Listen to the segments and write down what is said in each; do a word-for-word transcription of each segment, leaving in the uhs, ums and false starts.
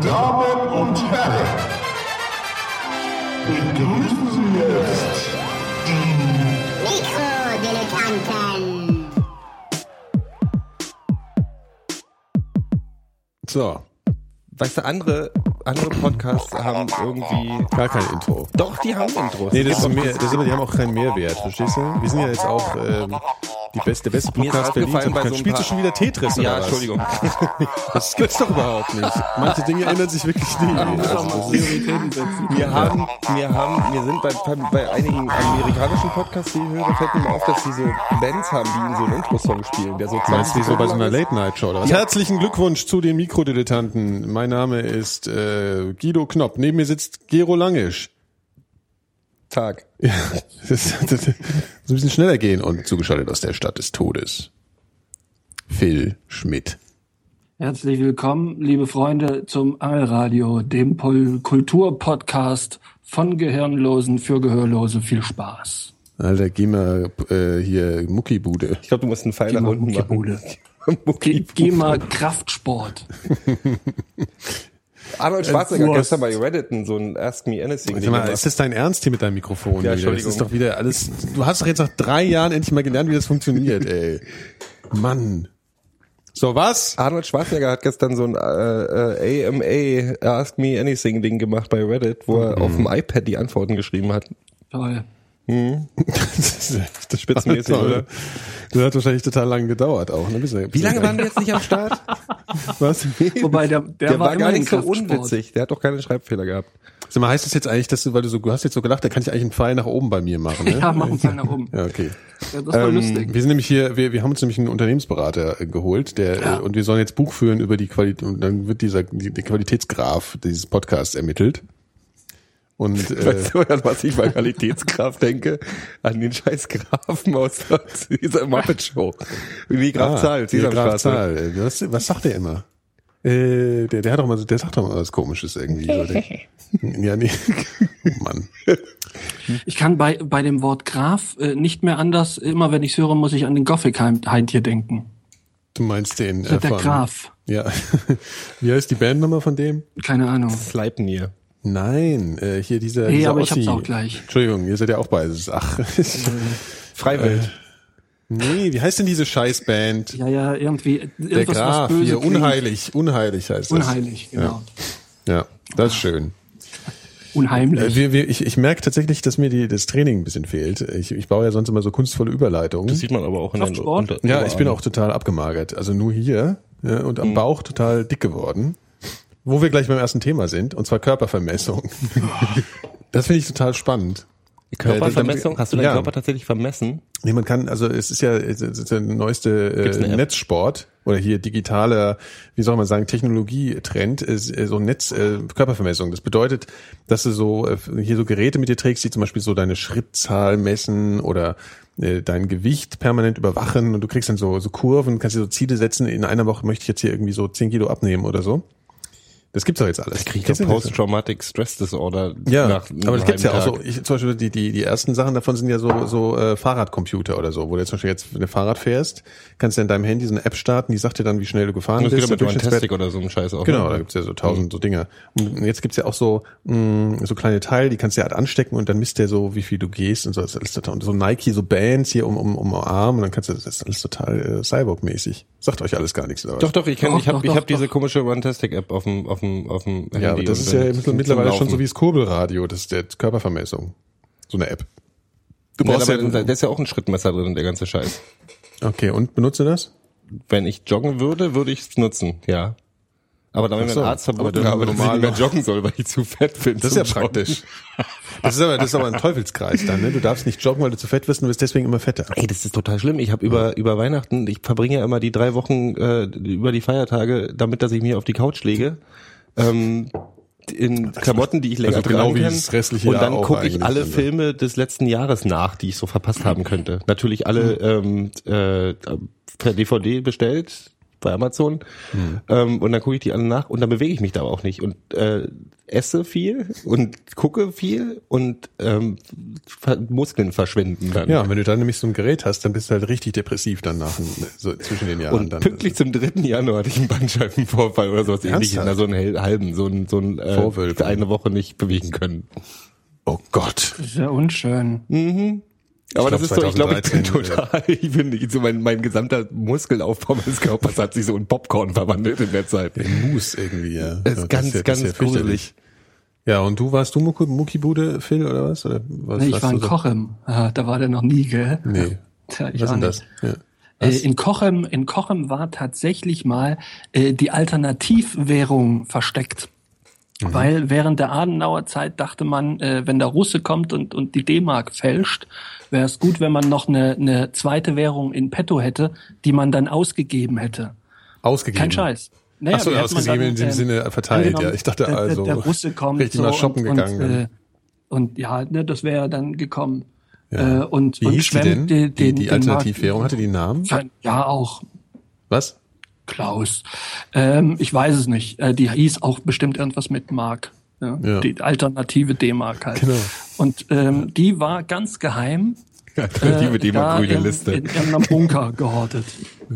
Damen und Herren, begrüßen Sie jetzt die Mikrodilettanten. So. Weißt du, andere, andere Podcasts haben irgendwie... Gar kein Intro. Doch, die haben Intros. Nee, das ist, mehr, das ist aber, die haben auch keinen Mehrwert, verstehst du? Wir sind ja jetzt auch ähm, die beste, der beste Podcast Berlins. bei so ein Spielst du schon wieder Tetris oder Ja, was? Entschuldigung. Das gibt's doch überhaupt nicht. Manche Dinge ändern sich wirklich nie. Also, das ist, Wir haben, wir haben, wir sind bei, bei, bei einigen amerikanischen Podcasts, die Hörer fällt mir auf, dass die so Bands haben, die in so einen Intro-Song spielen, der so meinst du wie so bei so einer Late-Night-Show oder was? Ja. Herzlichen Glückwunsch zu den Mikrodilettanten. Mein Name ist äh, Guido Knopp. Neben mir sitzt Gero Langisch. Tag. Ja, das, das, das muss ein bisschen schneller gehen und zugeschaltet aus der Stadt des Todes. Phil Schmidt. Herzlich willkommen, liebe Freunde, zum Angelradio, dem Pol- Kulturpodcast von Gehirnlosen für Gehörlose. Viel Spaß. Alter, geh mal äh, hier Muckibude. Ich glaube, du musst einen Pfeil Geh nach mal unten machen. Muckibude. Geh, geh mal Kraftsport. Arnold Schwarzenegger hat Wurst. gestern bei Reddit so ein Ask Me Anything. Sag mal, ist das dein Ernst hier mit deinem Mikrofon? Ja, wieder? Das Entschuldigung. ist doch wieder alles. Du hast doch jetzt nach drei Jahren endlich mal gelernt, wie das funktioniert, ey. Mann. So, was? Arnold Schwarzenegger hat gestern so ein äh, äh, A M A Ask Me Anything Ding gemacht bei Reddit, wo er Mhm. auf dem iPad die Antworten geschrieben hat. Toll. Das ist Das spitzenmäßig, toll. oder? Das hat wahrscheinlich total lange gedauert auch. Ne? Wie lange waren wir jetzt nicht am Start? Was? Wobei, der, der, Der war gar immerhin nicht so Kraftsport. unwitzig. Der hat doch keine Schreibfehler gehabt. Sag mal, heißt das jetzt eigentlich, dass du, weil du so, du hast jetzt so gelacht, da kann ich eigentlich einen Pfeil nach oben bei mir machen, ne? Ja, mach einen Pfeil nach oben. Ja, okay. Ja, das war Ähm, lustig. wir sind nämlich hier, wir, wir haben uns nämlich einen Unternehmensberater äh, geholt, der Ja. äh, und wir sollen jetzt Buch führen über die Qualität, und dann wird dieser die, der Qualitätsgraph dieses Podcasts ermittelt. Und äh, Weißt du, an was ich bei Qualitätsgraf denke? An den scheiß Grafen aus dieser Muppet-Show. Wie Graf Zahl, der Graf Sesamstraße. Zahl. Äh, Was, was sagt der immer? Äh, der, der hat doch mal, so- der sagt doch mal was Komisches irgendwie. So, der, ja, nee. Oh Mann. Ich kann bei, bei dem Wort Graf äh, nicht mehr anders, immer wenn ich höre, muss ich an den Gothic-Heintje denken. Du meinst den Das ist der von- Graf. Ja. Wie heißt die Bandnummer von dem? Keine Ahnung. Sleipnir. Nein, äh, hier dieser. Nee, dieser aber ich hab's Ossi. auch gleich. Entschuldigung, ihr seid ja auch beides. Ach. Freiwild. Nee, wie heißt denn diese Scheißband? Ja, ja, irgendwie Der irgendwas, Graf, was böse hier, klingt. unheilig, unheilig heißt das. Unheilig, genau. Ja, ja, das ist schön. Unheimlich. Äh, wir, wir, ich ich merke tatsächlich, dass mir die, das Training ein bisschen fehlt. Ich, ich baue ja sonst immer so kunstvolle Überleitungen. Das sieht man aber auch in den Kraftsport? unter, Ja, ich bin überall. auch total abgemagert. Also nur hier ja, und Mhm. am Bauch total dick geworden. Wo wir gleich beim ersten Thema sind, und zwar Körpervermessung. Das finde ich total spannend. Körpervermessung? Hast du deinen Ja. Körper tatsächlich vermessen? Nee, man kann, also es ist ja, es ist der neueste Gibt's eine äh, App? Netzsport oder hier digitaler, wie soll man sagen, Technologietrend, ist äh, so Netz, äh, Körpervermessung. Das bedeutet, dass du so äh, hier so Geräte mit dir trägst, die zum Beispiel so deine Schrittzahl messen oder äh, dein Gewicht permanent überwachen und du kriegst dann so, so Kurven, kannst dir so Ziele setzen, in einer Woche möchte ich jetzt hier irgendwie so zehn Kilo abnehmen oder so. Das gibt's doch jetzt alles. Krieg ich Kennst doch du das? Post-Traumatic Stress Disorder. Ja, nach aber das einem gibt's ja auch halben so. Tag. Ich, zum Beispiel die die die ersten Sachen davon sind ja so so äh, Fahrradcomputer oder so, wo du jetzt zum Beispiel jetzt, wenn du Fahrrad fährst, kannst du in deinem Handy so eine App starten, die sagt dir dann, wie schnell du gefahren Das geht bist. ja mit der Durchschnittswert. Fantastic oder so einem Scheiß auch. Genau, ne? da gibt's ja so tausend so Dinger. Und jetzt gibt's ja auch so mh, so kleine Teile, die kannst du ja halt anstecken und dann misst der so, wie viel du gehst und so. Das ist alles total, und so Nike, so Bands hier um um um Arm und dann kannst du, das ist alles total äh, Cyborg-mäßig. Sagt euch alles gar nichts oder was? Doch, doch, ich kenn, Doch, ich habe doch, ich doch, hab diese doch. komische Runtastic-App auf dem, auf dem, auf dem Handy. Ja, aber das und ist dann ja zum mittlerweile schon Laufen. so wie das Kurbelradio, das ist der Körpervermessung. So eine App. Du Ja, brauchst aber ja, da ist ja auch ein Schrittmesser drin, der ganze Scheiß. okay, und benutzt du das? Wenn ich joggen würde, würde ich es nutzen, ja. Aber dann, wenn Ach so, mir ein Arzt aber verboten dann habe, dass ich normal nicht mehr noch- joggen soll, weil ich zu fett bin. Das ist ja zum Joggen. praktisch. Das ist aber, das ist aber ein Teufelskreis dann, ne? Du darfst nicht joggen, weil du zu fett wirst und du wirst deswegen immer fetter. Ey, das ist total schlimm. Ich habe über über Weihnachten, ich verbringe ja immer die drei Wochen äh, über die Feiertage, damit, dass ich mich auf die Couch lege. Ähm, in Klamotten, die ich länger Also genau tragen wie kann. das restliche und Jahr dann auch gucke ich eigentlich, alle ne? Filme des letzten Jahres nach, die ich so verpasst haben könnte. Natürlich alle ähm, äh, per D V D bestellt, bei Amazon. Hm. Ähm, und dann gucke ich die alle nach und dann bewege ich mich da aber auch nicht und äh, esse viel und gucke viel und ähm, Muskeln verschwinden dann. Ja, wenn du dann nämlich so ein Gerät hast, dann bist du halt richtig depressiv danach, so zwischen den Jahren. Und dann. pünktlich zum dritten Januar hatte ich einen Bandscheibenvorfall oder sowas ähnliches. Na, so einen halben, so einen, so einen äh, für eine Woche nicht bewegen können. Oh Gott. Das ist ja unschön. Mhm. Aber glaub, das ist so, ich glaube, ich bin zweitausenddreizehn, total, ich bin so mein, mein gesamter Muskelaufbau meines Körpers hat sich so in Popcorn verwandelt in der Zeit. In Mus irgendwie, ja. Das ist ganz, ja, ganz ja gruselig. Ja, und du warst du Mucki- Muckibude, Phil, oder was? Oder was Nee, ich warst war du in so? Kochem. Ah, da war der noch nie, gell? Nee. Tja, ich Was auch ist denn nicht. das? Ja. Äh, Was? in Kochem, in Kochem war tatsächlich mal äh, die Alternativwährung versteckt. Mhm. Weil während der Adenauer Zeit dachte man, äh, wenn der Russe kommt und, und die D-Mark fälscht, wäre es gut, wenn man noch eine, eine zweite Währung in petto hätte, die man dann ausgegeben hätte. Ausgegeben? Kein Scheiß. Naja, Ach so, wie hat man ausgegeben dann, in dem ähm, Sinne verteilt, ja. Ich dachte der, also, der, der Russe kommt richtig so mal shoppen und, gegangen. Und, äh, und ja, ne, das wäre dann gekommen. Ja. Äh, und, Wie und hieß die denn? schwemmt den, Die, den, die den Alternativwährung, Markt- hatte die einen Namen? Ja, auch. Was? Klaus. Ähm, ich weiß es nicht. Äh, die hieß auch bestimmt irgendwas mit Mark. Ja? Ja. Die alternative D-Mark halt. Genau. Und ähm, die war ganz geheim Alternative äh, D-Mark da grüne in, Liste. in irgendeinem Bunker gehortet.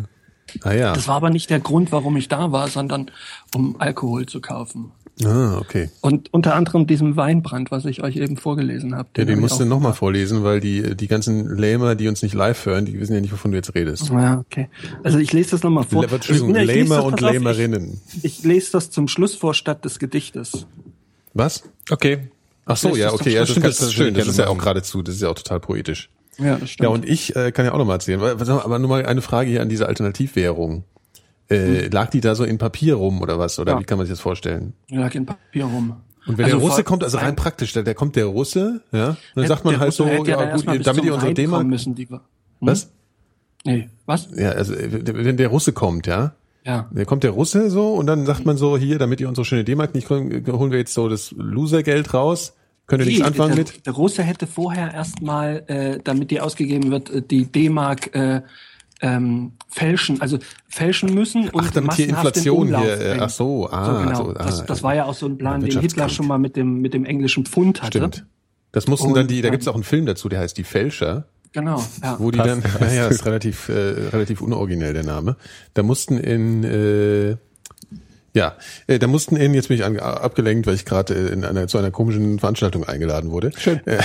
Ah ja. Das war aber nicht der Grund, warum ich da war, sondern um Alkohol zu kaufen. Ah, okay. Und unter anderem diesem Weinbrand, was ich euch eben vorgelesen habe. Ja, den hab ich musst du auch- nochmal vorlesen, weil die die ganzen Lämer, die uns nicht live hören, die wissen ja nicht, wovon du jetzt redest. Ja, okay. Also ich lese das nochmal vor. Le- Entschuldigung, Ich- ich lese Lämer das, und pass auf, Lämerinnen. Ich, ich lese das zum Schluss vor statt des Gedichtes. Was? Okay. Ach so, Lest ja, das zum okay, ja, Schluss. das stimmt, das Das ist schön, würde ich das ist ja gerne auch geradezu, das ist ja auch total poetisch. Ja, das stimmt. Ja, und ich äh, kann ja auch nochmal erzählen, weil- was- aber nur mal eine Frage hier an diese Alternativwährung. Äh, Hm. lag die da so in Papier rum oder was? Oder Ja. wie kann man sich das vorstellen? Die lag in Papier rum. Und wenn Also der Russe vor- kommt, also rein praktisch, da, da kommt der Russe, ja, und dann Der- sagt man der halt Russe so, hätte ja dann gut, erstmal bis damit zum ihr unsere Rhein D-Mark, kommen müssen, die wir- Hm? was? Nee, was? Ja, also äh, wenn der Russe kommt, ja, Ja. dann kommt der Russe so und dann sagt man so, hier, damit ihr unsere schöne D-Mark nicht kriegen, holen wir jetzt so das Losergeld raus. Könnt ihr nichts Nee, anfangen der, mit? Der Russe hätte vorher erstmal, äh, damit die ausgegeben wird, äh, die D-Mark äh, ähm, fälschen, also fälschen müssen und Ach, damit hier massenhaft in Inflation Umlauf hier, äh, bringen. ach so, ah, so, genau. so, ah, das, das war ja auch so ein Plan, den Hitler Wirtschaftskrieg. schon mal mit dem mit dem englischen Pfund hatte. Stimmt. Das mussten Und, dann die, da ähm, gibt's auch einen Film dazu, der heißt Die Fälscher. Genau, ja. Wo die dann, naja, ist relativ, äh, relativ unoriginell, der Name. Da mussten in, äh, ja, äh, da mussten in, jetzt bin ich an, abgelenkt, weil ich gerade äh, in einer, zu einer komischen Veranstaltung eingeladen wurde. Schön. Äh,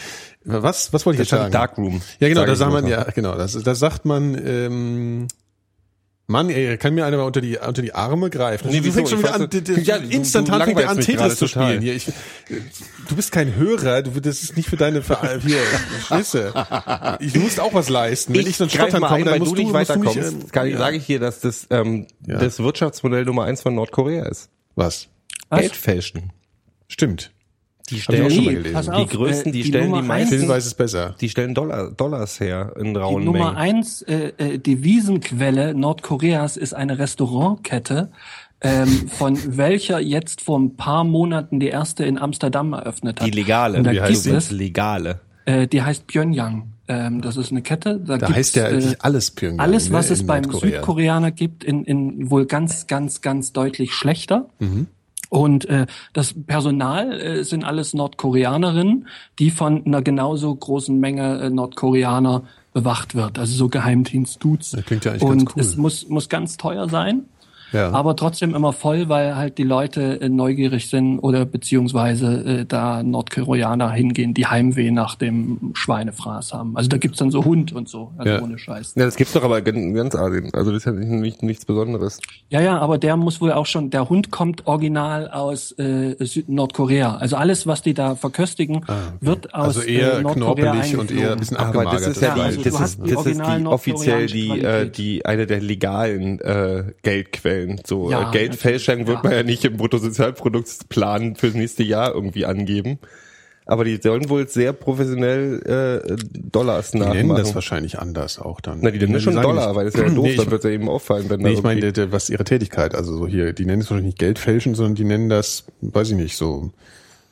was, was wollte ich Das jetzt sagen? stand Darkroom. Ja, genau, Sag da ich sagt nur man, noch. ja, genau, das, das sagt man, ähm, Mann, ey, kann mir einer mal unter die unter die Arme greifen? Nee, du wieso? fängst schon Ich wieder an, weiß d- nicht. d- Ja, du- instantan du fängt der an, langweilst mich Tetris zu gerade total. spielen. Hier, ich, du bist kein Hörer, du, das ist nicht für deine Ver hier, Schlüsse. Ich, du musst auch was leisten. Wenn ich, so ein greif Stottern mal komme, ein, dann weil musst du nicht musst mich, weiterkommst. ähm, Kann ich, ja. sage ich hier, dass das ähm, Ja. das Wirtschaftsmodell Nummer eins von Nordkorea ist. Was? Was? Geld fälschen. Stimmt. Die Hab ich auch stellen, schon mal Nee, gelesen. pass die auf, größten, äh, die die stellen die Nummer meisten, Phil weiß es besser. die stellen Dollar, Dollars her in Die rauen Nummer Mengen. eins äh, äh, Devisenquelle Nordkoreas ist eine Restaurantkette, ähm, von welcher jetzt vor ein paar Monaten die erste in Amsterdam eröffnet hat. Die legale, Und da wie heißt gibt das? es, Legale. äh, die heißt Pyongyang. Ähm, das ist eine Kette. Da, Da gibt's, heißt ja äh, eigentlich alles Pyongyang. alles, was ne, es in beim Nordkorea. Südkoreaner gibt, in, in wohl ganz, ganz, ganz deutlich schlechter. Mhm. Und äh, das Personal äh, sind alles Nordkoreanerinnen, die von einer genauso großen Menge äh, Nordkoreaner bewacht wird. Also so Geheimdienst-Dudes. Das klingt ja eigentlich Und ganz cool. es muss, muss ganz teuer sein. Ja. Aber trotzdem immer voll, weil halt die Leute äh, neugierig sind oder beziehungsweise äh, da Nordkoreaner hingehen, die Heimweh nach dem Schweinefraß haben. Also da gibt's dann so Hund und so, also Ja. ohne Scheiß. Ja, das gibt's doch aber gen- ganz Asien. Also das ist ja nicht, nicht, nichts Besonderes. Ja, ja, aber der muss wohl auch schon, der Hund kommt original aus äh, Süd Nordkorea. Also alles, was die da verköstigen, wird aus also eher äh, Nordkorea knorpelig und eher ein eingeflogen. bisschen Aber abgemagert. das ist ja, Ja, die, also das du ist, hast die das ist original die offiziell die, äh, nordkoreanische die eine der legalen äh, Geldquellen. So Ja, äh, Geldfälschung natürlich, wird ja. man ja nicht im Bruttosozialproduktplan fürs nächste Jahr irgendwie angeben. Aber die sollen wohl sehr professionell äh, Dollars Die nennen nachmachen. das wahrscheinlich anders auch dann. Na, die nennen das schon sagen Dollar, nicht- weil das ist ja doof, Nee, ich- dann wird es ja eben auffallen, wenn da Nee, ich meine, irgendwie- der, der, was ihre Tätigkeit, also so hier, die nennen es wahrscheinlich nicht Geld fälschen, sondern die nennen das, weiß ich nicht, so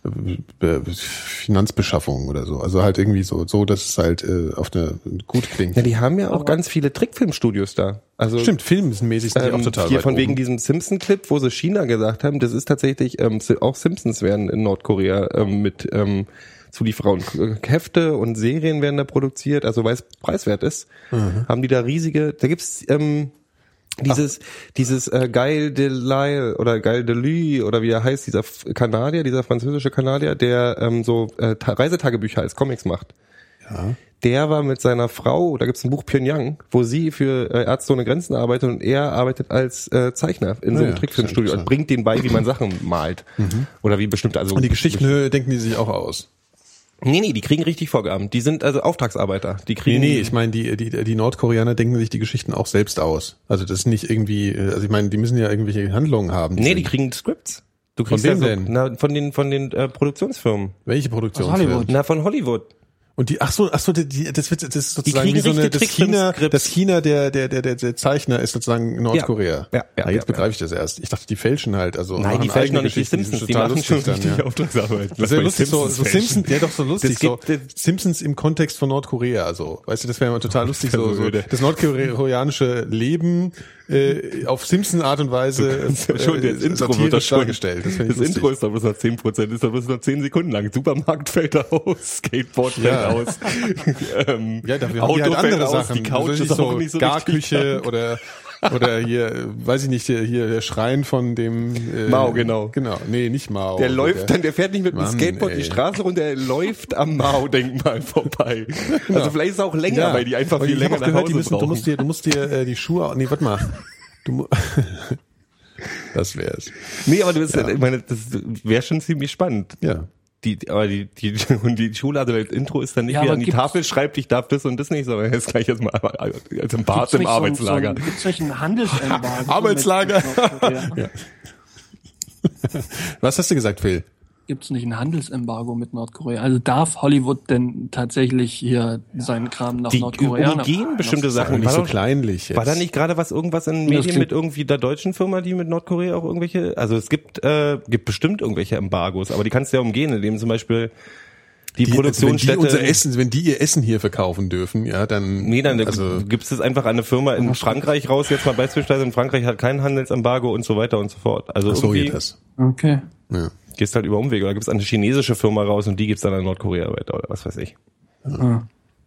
äh, Finanzbeschaffung oder so. Also halt irgendwie so, so dass es halt äh, auf eine gut klingt. Ja, die haben ja auch ganz viele Trickfilmstudios da. Also Stimmt, filmmäßig sind die auch ähm, total hier weit von oben. wegen diesem Simpson-Clip, wo sie China gesagt haben, das ist tatsächlich, ähm, auch Simpsons werden in Nordkorea ähm, mit ähm, Zulieferer und Hefte und Serien werden da produziert, also weil es preiswert ist, mhm. haben die da riesige, da gibt's ähm, dieses, Ach. dieses äh, Geil de Lille oder Geil de Lui oder wie er heißt, dieser Kanadier, dieser französische Kanadier, der ähm, so äh, Reisetagebücher als Comics macht. Ja. Der war mit seiner Frau, da gibt's ein Buch Pyongyang, wo sie für äh, Ärzte ohne Grenzen arbeitet und er arbeitet als äh, Zeichner in so einem ja, Trickfilmstudio und bringt denen bei, wie man Sachen malt. Mhm. Oder wie bestimmte, also. Und die Geschichten denken die sich auch aus? Nee, nee, die kriegen richtig Vorgaben. Die sind also Auftragsarbeiter. Die kriegen nee, nee, ich meine, die, die, die Nordkoreaner denken sich die Geschichten auch selbst aus. Also das ist nicht irgendwie, also ich meine, die müssen ja irgendwelche Handlungen haben. Die nee, sind, die kriegen Scripts. Du kriegst von wem ja so, denn? Na, von den, von den äh, Produktionsfirmen. Welche Produktionsfirmen? Hollywood. Na, von Hollywood. Und die, ach so, ach so, die, die, das wird, das ist sozusagen kriegen wie so eine, richtige das China, Trickfilmskripts. das China der, der, der, der, der Zeichner ist sozusagen Nordkorea. Ja, ja, ja, ah, jetzt ja, begreife ja. ich das erst. Ich dachte, die fälschen halt, also. Nein, die fälschen noch nicht die Geschichten, Simpsons, die die sind total machen schon lustig dann, richtige ja. Auftragsarbeit. Das wäre lustig, so, so Simpsons, ja doch so lustig, Das gibt, so Simpsons im Kontext von Nordkorea, also, weißt du, das wäre mal total lustig, so, so das nordkoreanische Leben äh, auf Simpson Art und Weise ja schon, äh, das Intro wird das schon dargestellt. Das, das Intro ist doch bloß noch zehn Prozent, ist doch bloß noch zehn Sekunden lang. Supermarkt fällt aus, Skateboard fällt Ja. aus, ähm, ja, dafür haben Auto die halt fällt andere aus, Sachen. die Couch Also ist nicht auch so nicht so Garküche oder oder hier, äh, weiß ich nicht, hier, hier der Schrein von dem äh, Mao, genau. Genau, nee, nicht Mao. Der Also läuft dann, der fährt nicht mit dem Mann, Skateboard ey. die Straße runter, der läuft am Mao-Denkmal vorbei. Also vielleicht ist es auch länger, Ja, weil die einfach aber viel ich länger hab auch nach gehört, Hause die müssen, brauchen. Du musst dir, du musst dir äh, die Schuhe, nee, warte mal. Du mu- Das wär's. Nee, aber du bist, Ja. ich meine, das wäre schon ziemlich spannend. Ja. Die, aber die, die, und die Schublade, das Intro ist dann nicht Ja, wie aber an die gibt's- Tafel schreibt, ich darf das und das nicht, sondern jetzt gleich erstmal als im Gibt's Bad im nicht so ein- Arbeitslager. So ein, gibt's nicht ein Handelsembargo? Arbeitslager. mit Nordkorea? Ja. Was hast du gesagt, Phil? Gibt's nicht ein Handelsembargo mit Nordkorea? Also darf Hollywood denn tatsächlich hier seinen Kram nach Die Nordkorea umgehen bestimmte Aber Sachen. nicht War, so doch, kleinlich jetzt. war da nicht gerade was, irgendwas in Das Medien klingt- mit irgendwie der deutschen Firma, die mit Nordkorea auch irgendwelche, also es gibt, äh, gibt bestimmt irgendwelche Embargos, aber die kannst du ja umgehen, indem zum Beispiel die, die, Produktionsstätte, wenn die unser Essen, wenn die ihr Essen hier verkaufen dürfen, ja, dann. nee, dann also, gibst es einfach an eine Firma in Frankreich raus, jetzt mal beispielsweise, in Frankreich hat kein Handelsembargo und so weiter und so fort. Also ach so irgendwie geht das. Okay. Ja. gehst halt über Umwege oder gibst an eine chinesische Firma raus und die gibt's dann an Nordkorea weiter oder was weiß ich. Ah.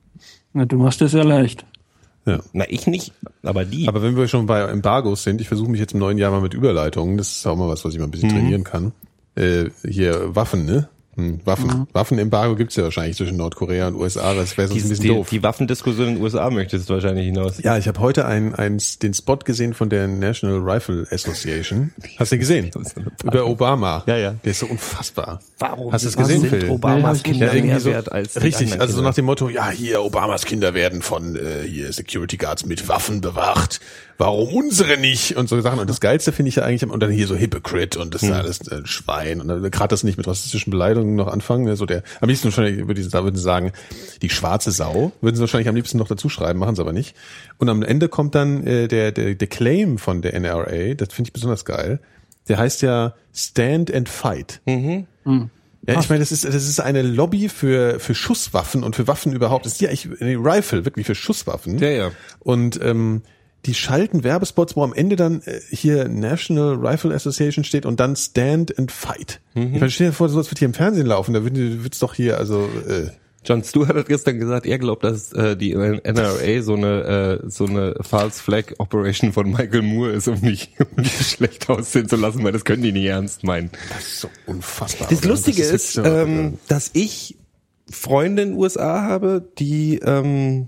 Na, du machst es ja leicht. Ja. Na, ich nicht, aber die. Aber wenn wir schon bei Embargos sind, ich versuche mich jetzt im neuen Jahr mal mit Überleitungen, das ist auch mal was, was ich mal ein bisschen Mhm. trainieren kann. Äh, hier Waffen, ne? Hm, Waffen. Mhm. Waffenembargo gibt's ja wahrscheinlich zwischen Nordkorea und U S A, das wäre sonst die, ein bisschen die, doof. die Waffendiskussion in den U S A möchtest du wahrscheinlich hinaus. Ja, ich habe heute ein, ein, den Spot gesehen von der National Rifle Association. Hast du den gesehen? Über Obama. Ja, ja. Der ist so unfassbar. Warum Hast du es gesehen, sind Phil? Obamas Ja, Kinder irgendwie mehr so- wert als die Richtig, anderen also so Kinder? nach dem Motto, ja, hier Obamas Kinder werden von äh, hier Security Guards mit Waffen bewacht. Warum unsere nicht? Und so Sachen. Und das Geilste finde ich ja eigentlich, und dann hier so Hypocrite und das ist alles ein Schwein. Und dann gerade das nicht mit rassistischen Beleidigungen noch anfangen. Ne? So der, am liebsten wahrscheinlich, würde ich da würden sie sagen, die schwarze Sau, würden sie wahrscheinlich am liebsten noch dazu schreiben, machen sie aber nicht. Und am Ende kommt dann äh, der, der, der Claim von der N R A, das finde ich besonders geil. Der heißt ja Stand and Fight. Mhm. Ja, ich meine, das ist das ist eine Lobby für für Schusswaffen und für Waffen überhaupt. Das ist ja echt eine Rifle, wirklich für Schusswaffen. Ja, ja. Und ähm, die schalten Werbespots, wo am Ende dann äh, hier National Rifle Association steht und dann Stand and Fight. Mhm. Ich meine, stell dir vor, sowas wird hier im Fernsehen laufen, da wird es doch hier, also äh, Jon Stewart hat gestern gesagt, er glaubt, dass äh, die N R A so eine äh, so eine False Flag Operation von Michael Moore ist, um nicht, um nicht schlecht aussehen zu lassen, weil das können die nicht ernst meinen. das ist so unfassbar. Das oder? Lustige Das ist, wirklich so, ähm, dass ich Freunde in den U S A habe, die ähm,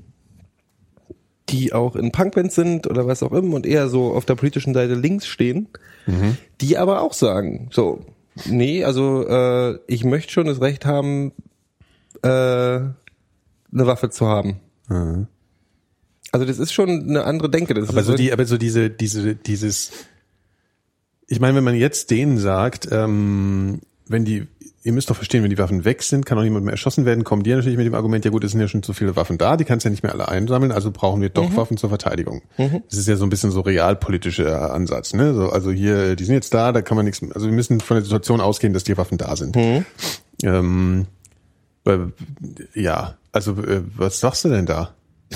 die auch in Punkbands sind oder was auch immer und eher so auf der politischen Seite links stehen, Mhm. die aber auch sagen, so, nee, also äh, ich möchte schon das Recht haben, äh, eine Waffe zu haben. Mhm. Also das ist schon eine andere Denke. Das aber ist so die, aber so diese, diese, dieses, ich meine, wenn man jetzt denen sagt, ähm, wenn die, ihr müsst doch verstehen, wenn die Waffen weg sind, kann auch niemand mehr erschossen werden, kommen die natürlich mit dem Argument, ja gut, es sind ja schon zu viele Waffen da, die kannst du ja nicht mehr alle einsammeln, also brauchen wir doch Mhm. Waffen zur Verteidigung. Mhm. Das ist ja so ein bisschen so realpolitischer Ansatz, ne? So, also hier, die sind jetzt da, da kann man nichts, also wir müssen von der Situation ausgehen, dass die Waffen da sind. Mhm. Ähm, äh, ja, also äh, was sagst du denn da?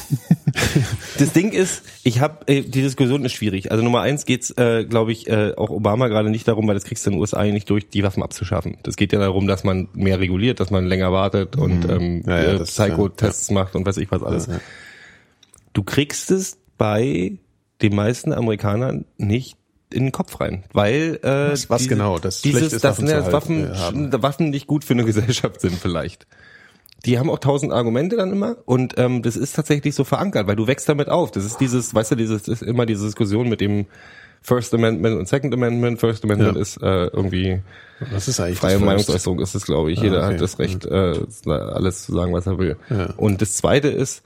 Das Ding ist, ich habe äh, die Diskussion ist schwierig. Also Nummer eins geht's, äh, glaube ich, äh, auch Obama gerade nicht darum, weil das kriegst du in den U S A nicht durch, die Waffen abzuschaffen. Das geht ja darum, dass man mehr reguliert, dass man länger wartet und ähm, ja, ja, äh, das, Psycho-Tests ja. macht und weiß ich was alles. Ja, ja. Du kriegst es bei den meisten Amerikanern nicht in den Kopf rein, weil äh, was, was diese, genau, das dieses, schlecht ist, dass Waffen ne, zu dass Waffen, halten, äh, haben. Waffen nicht gut für eine Gesellschaft sind vielleicht. Die haben auch tausend Argumente dann immer und ähm, das ist tatsächlich so verankert, weil du wächst damit auf. Das ist dieses, weißt du, dieses ist immer diese Diskussion mit dem First Amendment und Second Amendment. First Amendment Ja. ist äh, irgendwie Was ist eigentlich freie das First? Meinungsäußerung ist es, glaube ich. Ah, Jeder okay. hat das Recht, äh, alles zu sagen, was er will. Ja. Und das Zweite ist,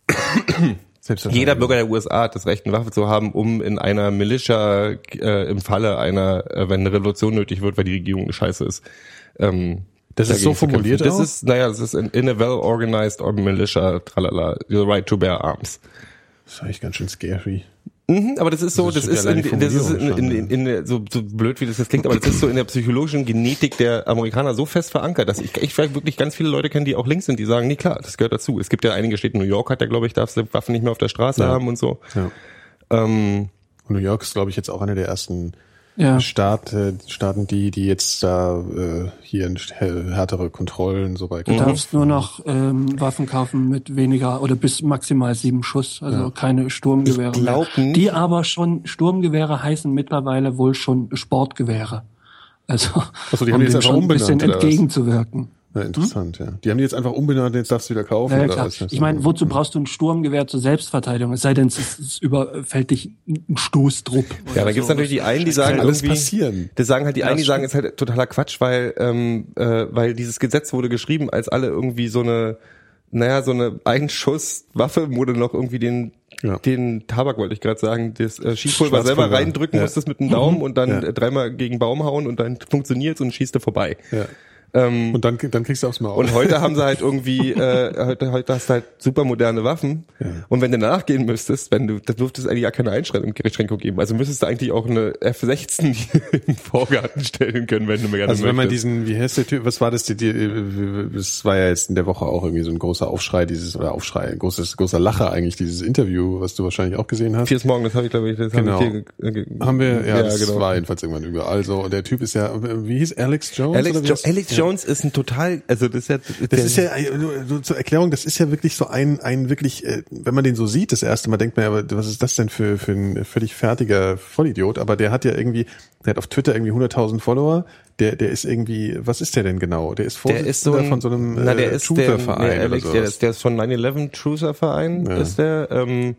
jeder Bürger der U S A hat das Recht, eine Waffe zu haben, um in einer Militia äh, im Falle einer, äh, wenn eine Revolution nötig wird, weil die Regierung eine Scheiße ist. Ähm, Das ist so dagegen zu kämpfen. formuliert Das auch? ist, naja, das ist in, in a well-organized or militia, tralala, the right to bear arms. Das ist eigentlich ganz schön scary. Mhm, aber das ist so, das, Das ist ist, ja in, allein die das ist in, Formulierung in, in, in, so, so blöd wie das jetzt klingt, aber das ist so in der psychologischen Genetik der Amerikaner so fest verankert, dass ich, ich vielleicht wirklich ganz viele Leute kenne, die auch links sind, die sagen, nee klar, das gehört dazu. Es gibt ja einige Städte, New York hat ja, glaube ich, darfst du Waffen nicht mehr auf der Straße Ja. haben und so. Ja. Ähm, Und New York ist, glaube ich, jetzt auch einer der ersten Ja. Staat, äh, Staaten, die die jetzt da äh, hier in äh, härtere Kontrollen so bei Du darfst nur noch ähm, Waffen kaufen mit weniger oder bis maximal sieben Schuss, also Ja. keine Sturmgewehre Ich glaub mehr. nicht. Die aber schon, Sturmgewehre heißen mittlerweile wohl schon Sportgewehre. Also, Ach so, die haben um die jetzt dem einfach schon ein bisschen umbenannt, oder was? entgegenzuwirken. Ja, interessant, ja. Die haben die jetzt einfach umbenannt, jetzt darfst du wieder kaufen. Ja, oder klar. was? Ich meine, wozu brauchst du ein Sturmgewehr zur Selbstverteidigung? Es sei denn, es, ist, es überfällt dich ein Stoßtrupp. ja, dann gibt's natürlich die einen, die sagen kann alles irgendwie, passieren. das sagen halt die Ja, einen, die das sagen, ist halt totaler Quatsch, weil ähm, äh, weil dieses Gesetz wurde geschrieben, als alle irgendwie so eine, naja, so eine Einschusswaffe, wo du noch irgendwie den Ja. den Tabak wollte ich gerade sagen, das äh, Schießpulver selber Schwarzpulver. reindrücken Ja. musstest mit dem Daumen und dann Ja. äh, dreimal gegen Baum hauen und dann funktioniert's und schießt du vorbei. Ja. Ähm, Und dann, dann kriegst du aufs Maul. Und heute haben sie halt irgendwie, äh, heute, heute hast du halt super moderne Waffen. Ja. Und wenn du nachgehen müsstest, wenn du, da dürfte es eigentlich gar keine Einschränkung geben. Also müsstest du eigentlich auch eine F sechzehn im Vorgarten stellen können, wenn du mir gerne Also wenn man möchtest. diesen, wie heißt der Typ, was war das, die, die, das war ja jetzt in der Woche auch irgendwie so ein großer Aufschrei, dieses, oder Aufschrei, ein großes, großer Lacher eigentlich, dieses Interview, was du wahrscheinlich auch gesehen hast. Piers Morgan, das habe ich glaube ich, das Genau. habe ich hier ge- ge- Haben wir, ja, ja das genau. war jedenfalls irgendwann überall so. Und der Typ ist ja, wie hieß Alex Jones? Alex, oder wie jo heißt- Alex ja. Jones ist ein total, also das ist ja, Das ist ja, nur, nur zur Erklärung, das ist ja wirklich so ein, ein wirklich, äh, wenn man den so sieht, das erste Mal denkt man ja, aber was ist das denn für, für ein völlig fertiger Vollidiot? Aber der hat ja irgendwie, der hat auf Twitter irgendwie hunderttausend Follower, der, der ist irgendwie, was ist der denn genau? Der ist der Vorsitzender ist so ein, von so einem na, der äh, ist der, Truther-Verein der, oder Alex, sowas. der, ist, der ist von nine eleven Truther-Verein, Ja. ist der, ähm,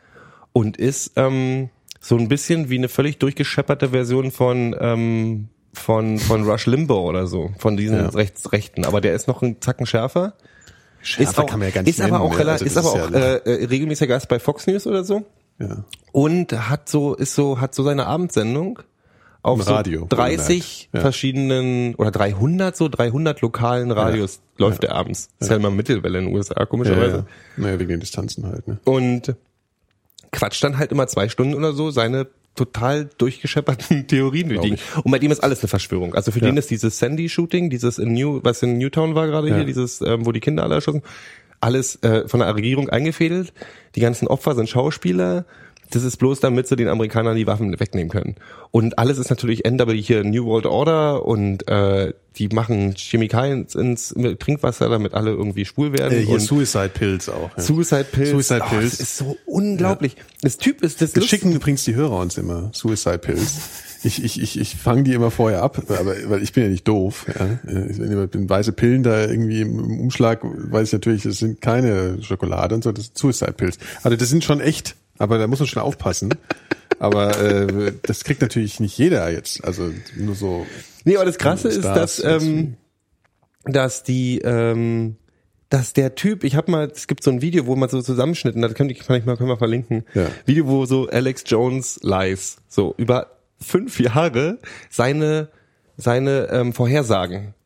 und ist, ähm, so ein bisschen wie eine völlig durchgeschepperte Version von, ähm, von, von Rush Limbaugh oder so, von diesen Ja. Rechtsrechten. Aber der ist noch einen Zacken schärfer. Schärfer ist auch, kann man ja gar nicht ist aber nennen, auch, ne? rela- Also das ist aber ist auch ja- äh, äh, regelmäßiger Gast bei Fox News oder so. Ja. Und hat so, ist so, hat so seine Abendsendung auf Im so Radio, dreißig wohlgemerkt. Ja. verschiedenen, oder dreihundert, so dreihundert lokalen Radios läuft der abends. Das ist ja immer Mittelwelle in den U S A, Ja, komischerweise. ja. Naja, wegen den Distanzen halt, ne? Und quatscht dann halt immer zwei Stunden oder so seine total durchgeschepperten Theorien durch. Glaub die- ich. Und bei dem ist alles eine Verschwörung. Also für Ja. den ist dieses Sandy-Shooting, dieses in New, was in Newtown war gerade Ja. hier, dieses, ähm, wo die Kinder alle erschossen, alles äh, von der Regierung eingefädelt. Die ganzen Opfer sind Schauspieler. Das ist bloß, damit sie den Amerikanern die Waffen wegnehmen können. Und alles ist natürlich N W hier New World Order und äh, die machen Chemikalien ins Trinkwasser, damit alle irgendwie schwul werden. Äh, hier und Suicide Pills auch. Ja. Suicide Pills. Suicide Oh, Pills. das ist so unglaublich. Das Typ ist das, Das Lust- schicken übrigens die Hörer uns immer, Suicide Pills. Ich, ich, ich, ich fange die immer vorher ab, aber weil ich bin ja nicht doof. Ja. Wenn wenn weiße Pillen da irgendwie im Umschlag, weiß ich natürlich, das sind keine Schokolade und so, das sind Suicide Pills. Also das sind schon echt, aber da muss man schon aufpassen. Aber äh, das kriegt natürlich nicht jeder jetzt. Also nur so. Nee, aber das Krasse ist, Stars, dass, ähm, dass die, ähm, dass der Typ, ich habe mal, es gibt so ein Video, wo man so zusammenschnitten, das kann ich, kann ich mal, können wir verlinken. Ja. Video, wo so Alex Jones lies, so über fünf Jahre seine seine ähm, Vorhersagen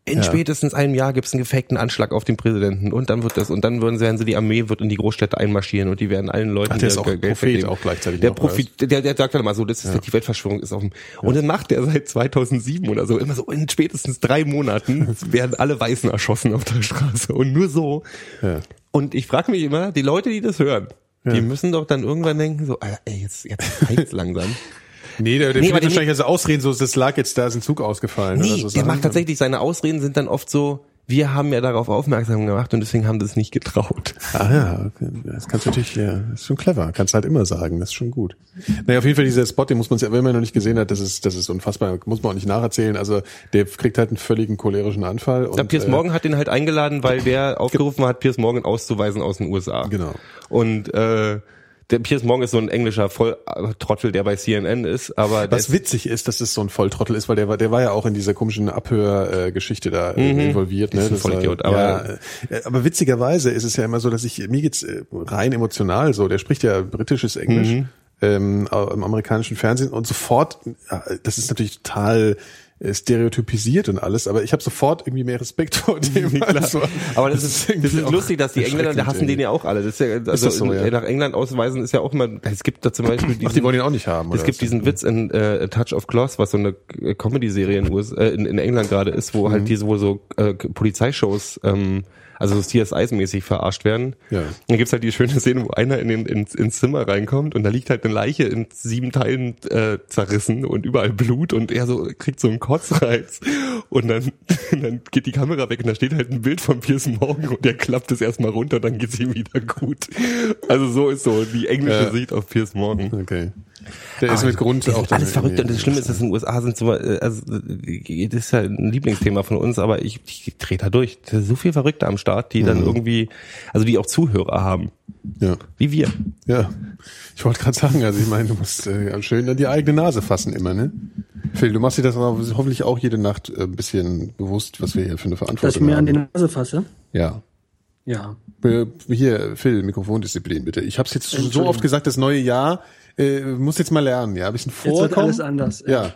in Ja. spätestens einem Jahr gibt's einen gefakten Anschlag auf den Präsidenten und dann wird das und dann würden sie, werden sie die Armee wird in die Großstädte einmarschieren und die werden allen Leuten Ach, der ist auch Geld Prophet vergeben. auch gleichzeitig. Der noch, Prophet, der, der sagt dann mal so, das ist Ja. die Weltverschwörung ist auf dem, und dann macht der seit zweitausendsieben oder so immer so in spätestens drei Monaten werden alle Weißen erschossen auf der Straße und nur so. Ja. Und ich frage mich immer, die Leute, die das hören, Ja. die müssen doch dann irgendwann denken so, Alter, ey, jetzt, jetzt reicht's langsam. Nee, der, der Nee, nee, aber der- wahrscheinlich also Ausreden, so, das lag jetzt, da ist ein Zug ausgefallen. Nee, oder so der Sachen. macht tatsächlich, seine Ausreden sind dann oft so, wir haben ja darauf aufmerksam gemacht und deswegen haben das nicht getraut. Ah ja, okay. Das kannst du natürlich, ja, das ist schon clever, kannst halt immer sagen, das ist schon gut. Naja, auf jeden Fall dieser Spot, den muss man sich, wenn man noch nicht gesehen hat, das ist, das ist unfassbar, muss man auch nicht nacherzählen, also der kriegt halt einen völligen cholerischen Anfall. Und, Ja, Piers äh, Morgan hat den halt eingeladen, weil der aufgerufen hat, Piers Morgan auszuweisen aus den U S A. Genau. Und äh, der Piers Morgan ist so ein englischer Volltrottel, der bei C N N ist, aber der Was ist, witzig ist, dass es so ein Volltrottel ist, weil der war, der war ja auch in dieser komischen Abhörgeschichte da äh, involviert. Ne? Ist ein Das war- Vollidiot, aber- ja, äh, aber witzigerweise ist es ja immer so, dass ich, mir geht's äh, rein emotional so, der spricht ja britisches Englisch ähm, au- im amerikanischen Fernsehen und sofort, äh, das ist natürlich total äh, stereotypisiert und alles, aber ich habe sofort irgendwie mehr Respekt vor dem. Klar. Also, aber das, ist, das irgendwie ist auch lustig, dass die Engländer, da hassen den ja auch alle. Das ist ja, also das so, in, ja? nach England ausweisen ist ja auch immer, es gibt da zum Beispiel diesen, Ach, die wollen ihn auch nicht haben. es oder gibt was? diesen Witz in äh, A Touch of Claws, was so eine äh, Comedy-Serie in, U S, äh, in, in England gerade ist, wo Mhm. halt diese, wo so äh, Polizeishows, ähm, also so C S I-mäßig verarscht werden. Ja. Dann gibt's halt die schöne Szene, wo einer in den, ins, ins Zimmer reinkommt und da liegt halt eine Leiche in sieben Teilen äh, zerrissen und überall Blut und er so kriegt so einen Kotzreiz und dann, dann geht die Kamera weg und da steht halt ein Bild von Piers Morgan und der klappt es erstmal runter und dann geht's ihm wieder gut. Also so ist so die englische Ja. Sicht auf Piers Morgan. Okay. Der ist mit Grund das auch ist alles dann verrückt und das irgendwie- Schlimme ist, dass in den U S A sind so, äh, also äh, das ist ja ein Lieblingsthema von uns, aber ich, ich drehe da durch. Da sind so viel Verrückte am Start, die dann irgendwie, also die auch Zuhörer haben, Ja. wie wir. Ja, ich wollte gerade sagen, also ich meine, du musst äh, schön an die eigene Nase fassen immer, ne? Phil, du machst dir das aber hoffentlich auch jede Nacht äh, ein bisschen bewusst, was wir hier für eine Dass ich Verantwortung mir an haben. die Nase fasse? Ja. Ja. Äh, Hier, Phil, Mikrofondisziplin bitte. Ich habe es jetzt schon so Entschuldigung. oft gesagt, das neue Jahr äh, muss jetzt mal lernen, ja, ein bisschen Jetzt wird vorkommen. alles anders. Ja.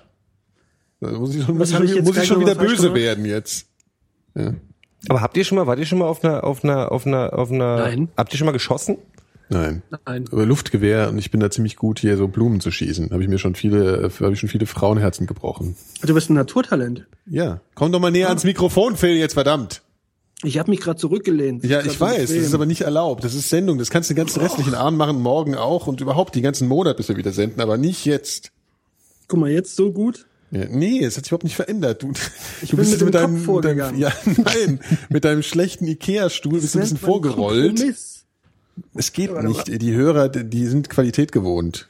Da muss ich schon, Was muss ich hab schon, ich jetzt muss ich gleich schon noch wieder mal falsch böse gemacht? werden jetzt. Ja. Aber habt ihr schon mal, wart ihr schon mal auf einer, auf einer, auf einer, auf einer, Nein. habt ihr schon mal geschossen? Nein. Nein. Aber Luftgewehr und ich bin da ziemlich gut, hier so Blumen zu schießen. Habe ich mir schon viele, habe ich schon viele Frauenherzen gebrochen. Du bist ein Naturtalent. Ja. Komm doch mal näher ans Mikrofon, Phil, jetzt verdammt. Ich habe mich gerade zurückgelehnt. Ja, Das ich ist grad so weiß, das bequem. ist aber nicht erlaubt. Das ist Sendung. Das kannst du den ganzen restlichen Abend machen, morgen auch und überhaupt den ganzen Monat, bis wir wieder senden, aber nicht jetzt. Guck mal, jetzt so gut. Ja, nee, es hat sich überhaupt nicht verändert. Du, Ich du bin bist mit dem deinem, Kopf vorgegangen. Deinem, ja, nein, mit deinem schlechten Ikea-Stuhl bist du ein bisschen Das nennt man vorgerollt. Kompromiss. Es geht nicht. Die Hörer, die sind Qualität gewohnt.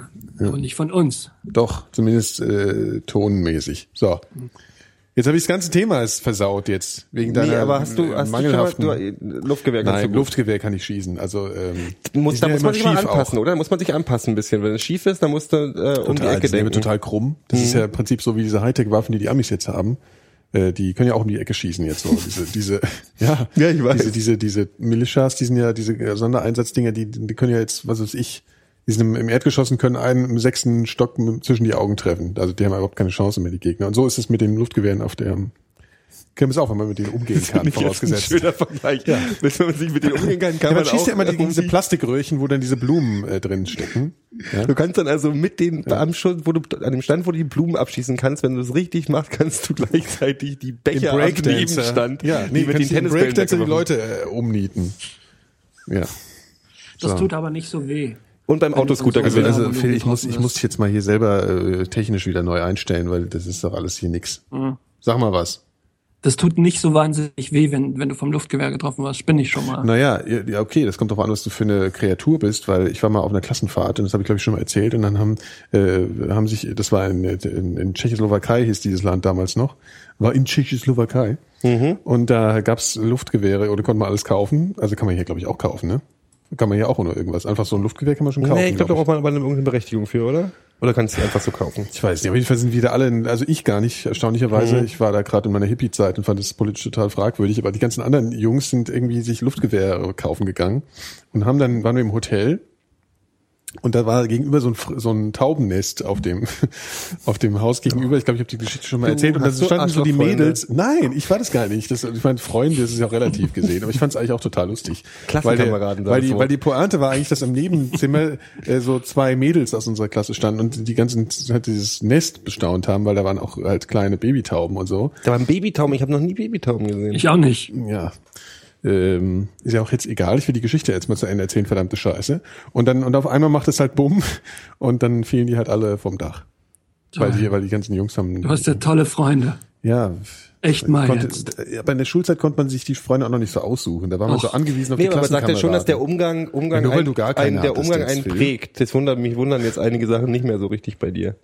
Und nicht von uns. Doch, zumindest äh, tonmäßig. So. Jetzt habe ich das ganze Thema ist versaut jetzt wegen deiner Nee, aber hast du, äh, hast mangelhaften. du schon mal, du, Luftgewehr kannst Nein, du gut. Luftgewehr kann ich schießen. Also ähm, Muss, die da sind muss ja man sich mal schief anpassen, auch. oder? Da muss man sich anpassen ein bisschen. Wenn es schief ist, dann musst du äh, um die Total, Ecke die sind denken. total krumm. Das ist ja im Prinzip so wie diese Hightech-Waffen, die die Amis jetzt haben. Äh, die können ja auch um die Ecke schießen jetzt so. Diese, diese, ja, Ja, ich weiß. Diese, diese, diese Militias, die sind ja diese äh, Sondereinsatzdinger, die, die können ja jetzt, was weiß ich, die sind im, im Erdgeschoss und können einen im sechsten Stock m- zwischen die Augen treffen. Also die haben überhaupt keine Chance mehr, die Gegner. Und so ist es mit den Luftgewehren auf der Können es auch, wenn man mit denen umgehen kann, Nicht vorausgesetzt. ein schöner Vergleich. Ja. Wenn man sich mit denen umgehen kann, kann Ja, man man schießt auch ja immer die, irgendwie- diese Plastikröhrchen, wo dann diese Blumen äh, drin stecken. Ja? Du kannst dann also mit den am Schuss, wo du an dem Stand, wo du die Blumen abschießen kannst, wenn du es richtig machst, kannst du gleichzeitig die Becher am Nebenstand, ja, die nee, mit den kannst du im Tennisbällen Breakdancer die weggeworfen. Leute äh, umnieten. Ja. Das So. tut aber nicht so weh. Und beim Autoscooter Also, gewinnen. Also Ja, wo du Phil, ich muss, getroffen ich wirst. muss dich jetzt mal hier selber äh, technisch wieder neu einstellen, weil das ist doch alles hier nix. Mhm. Sag mal was. Das tut nicht so wahnsinnig weh, wenn, wenn du vom Luftgewehr getroffen wirst. Bin ich schon mal. Naja, ja, ja, okay, das kommt drauf an, was du für eine Kreatur bist, weil ich war mal auf einer Klassenfahrt und das habe ich glaube ich schon mal erzählt und dann haben äh, haben sich, das war in, in, in Tschechoslowakei, hieß dieses Land damals noch, war in Tschechoslowakei Mhm. und da gab's Luftgewehre oder konnte man alles kaufen, also kann man hier glaube ich auch kaufen, ne? Kann man hier auch nur irgendwas, einfach so ein Luftgewehr kann man schon kaufen. Nee, ich glaube, da glaub braucht man aber eine irgendeine Berechtigung für, oder? Oder kannst du einfach so kaufen? Ich weiß nicht, auf jeden Fall sind wieder alle, in, also ich gar nicht, erstaunlicherweise. Mhm. Ich war da gerade in meiner Hippie-Zeit und fand das politisch total fragwürdig, aber die ganzen anderen Jungs sind irgendwie sich Luftgewehre kaufen gegangen und haben dann, waren wir im Hotel Und da war gegenüber so ein, so ein Taubennest auf dem, auf dem Haus gegenüber. Ich glaube, ich habe die Geschichte schon mal erzählt. Und da standen so die Mädels. Nein, ich war das gar nicht. Das, ich meine, Freunde, das ist ja auch relativ gesehen. Aber ich fand es eigentlich auch total lustig. Klassenkameraden weil, der, weil die, davor. weil die Pointe war eigentlich, dass im Nebenzimmer äh, so zwei Mädels aus unserer Klasse standen und die ganzen, halt dieses Nest bestaunt haben, weil da waren auch halt kleine Babytauben und so. Da waren Babytauben. Ich habe noch nie Babytauben gesehen. Ich auch nicht. Ja. Ähm, ist ja auch jetzt egal, ich will die Geschichte jetzt mal zu Ende erzählen, verdammte Scheiße. Und dann, und auf einmal macht es halt Bumm und dann fielen die halt alle vom Dach. Weil die, weil die ganzen Jungs haben. Du hast ja tolle Freunde. Ja. Echt mal konnte, jetzt. Aber in der Schulzeit konnte man sich die Freunde auch noch nicht so aussuchen. Da war man Och. so angewiesen auf Nee, die aber sagt Klassenkameraden. ja schon, dass der Umgang, Umgang, Ja, nur weil ein, du gar keine ein, der hattest Umgang jetzt, einen Phil. prägt. Das wundert mich, wundern jetzt einige Sachen nicht mehr so richtig bei dir.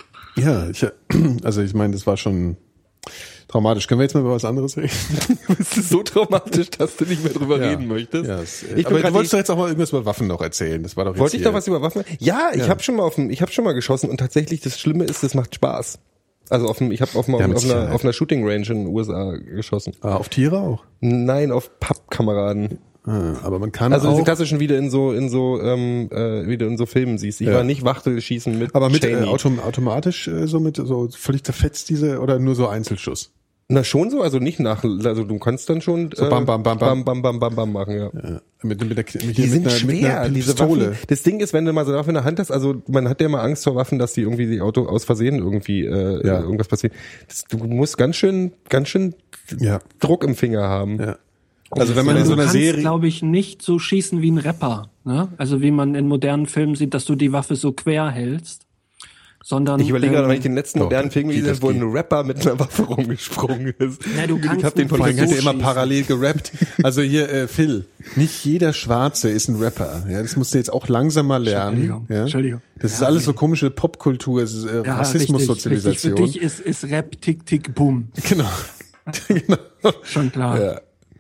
Ja, ich, also ich meine, das war schon traumatisch. Können wir jetzt mal über was anderes reden? Das ist so traumatisch, dass du nicht mehr drüber Ja. reden möchtest. Ja, es, Ich bin aber grad du wolltest die- doch jetzt auch mal irgendwas über Waffen noch erzählen. Das war doch jetzt Wollte ich hier. doch was über Waffen? Ja, ich Ja. habe schon mal auf dem, ich habe schon mal geschossen und tatsächlich das Schlimme ist, das macht Spaß. Also auf dem, ich habe auf, dem- Ja, mit auf, einer, Sicherheit. auf einer Shooting Range in den U S A geschossen. Ah, auf Tiere auch? Nein, auf Pappkameraden. Ah, aber man kann Also auch. diese klassischen, wie du in so in so ähm, äh, wie du in so Filmen siehst. Ich Ja. war nicht Wachtelschießen mit aber mit äh, Cheney. autom automatisch äh, so mit so völlig zerfetzt diese oder nur so Einzelschuss? Na schon so, also nicht nach, also du kannst dann schon So bam, bam, bam, bam. bam, bam, bam, bam machen, ja. Ja, mit, mit der, mit, Die mit sind einer, schwer, mit einer diese Pistole. Waffen. Das Ding ist, wenn du mal so eine Waffe in der Hand hast, also man hat ja immer Angst vor Waffen, dass die irgendwie die Auto aus Versehen irgendwie äh, Ja. äh, irgendwas passiert. Das, du musst ganz schön, ganz schön Ja. Druck im Finger haben. Ja. Also wenn man in du so einer kannst, Serie, glaube ich, nicht so schießen wie ein Rapper. Ne? Also wie man in modernen Filmen sieht, dass du die Waffe so quer hältst. Sondern, Ich überlege gerade, ähm, wenn ich den letzten doch, modernen Film geht, gesehen das habe, wo geht. ein Rapper mit einer Waffe rumgesprungen ist. Na, du ich kannst hab den von nicht Frank hat ja so immer schießen. parallel gerappt. Also hier, äh, Phil, nicht jeder Schwarze ist ein Rapper. Ja, das musst du jetzt auch langsam mal lernen. Entschuldigung, Ja? Entschuldigung. Das ist Ja, alles so komische Popkultur, es ist, äh, Ja, Rassismus-Sozialisation. richtig, richtig. Für dich ist, ist Rap tick, tick, boom. Genau. genau. Schon klar. Ja.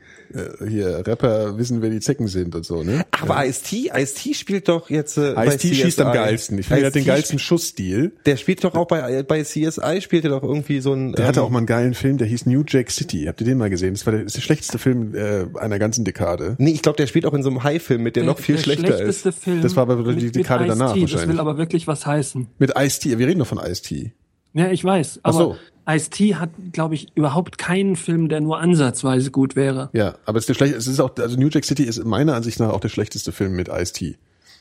Äh, Hier, Rapper wissen, wer die Zecken sind und so, ne? Aber Ice-T, Ice-T spielt doch jetzt äh, bei Ice-T schießt am C S I. geilsten. Ich finde, er hat den Ice-T geilsten Schussstil. Der spielt doch auch bei bei C S I, spielt er doch irgendwie so ein. Der hatte ähm, auch mal einen geilen Film, der hieß New Jack City. Habt ihr den mal gesehen? Das war der, das ist der schlechteste Film äh, einer ganzen Dekade. Nee, ich glaube, der spielt auch in so einem High-Film mit, der, noch viel der schlechter schlechteste ist. Film Das war aber die mit- mit Dekade Ice-T. danach Das wahrscheinlich. will aber wirklich was heißen. Mit Ice-T. Wir reden doch von Ice-T. Ja, ich weiß. Ach Aber so. Ice-T hat, glaube ich, überhaupt keinen Film, der nur ansatzweise gut wäre. Ja, aber es ist der schlecht, es ist auch, also New Jack City ist meiner Ansicht nach auch der schlechteste Film mit Ice-T.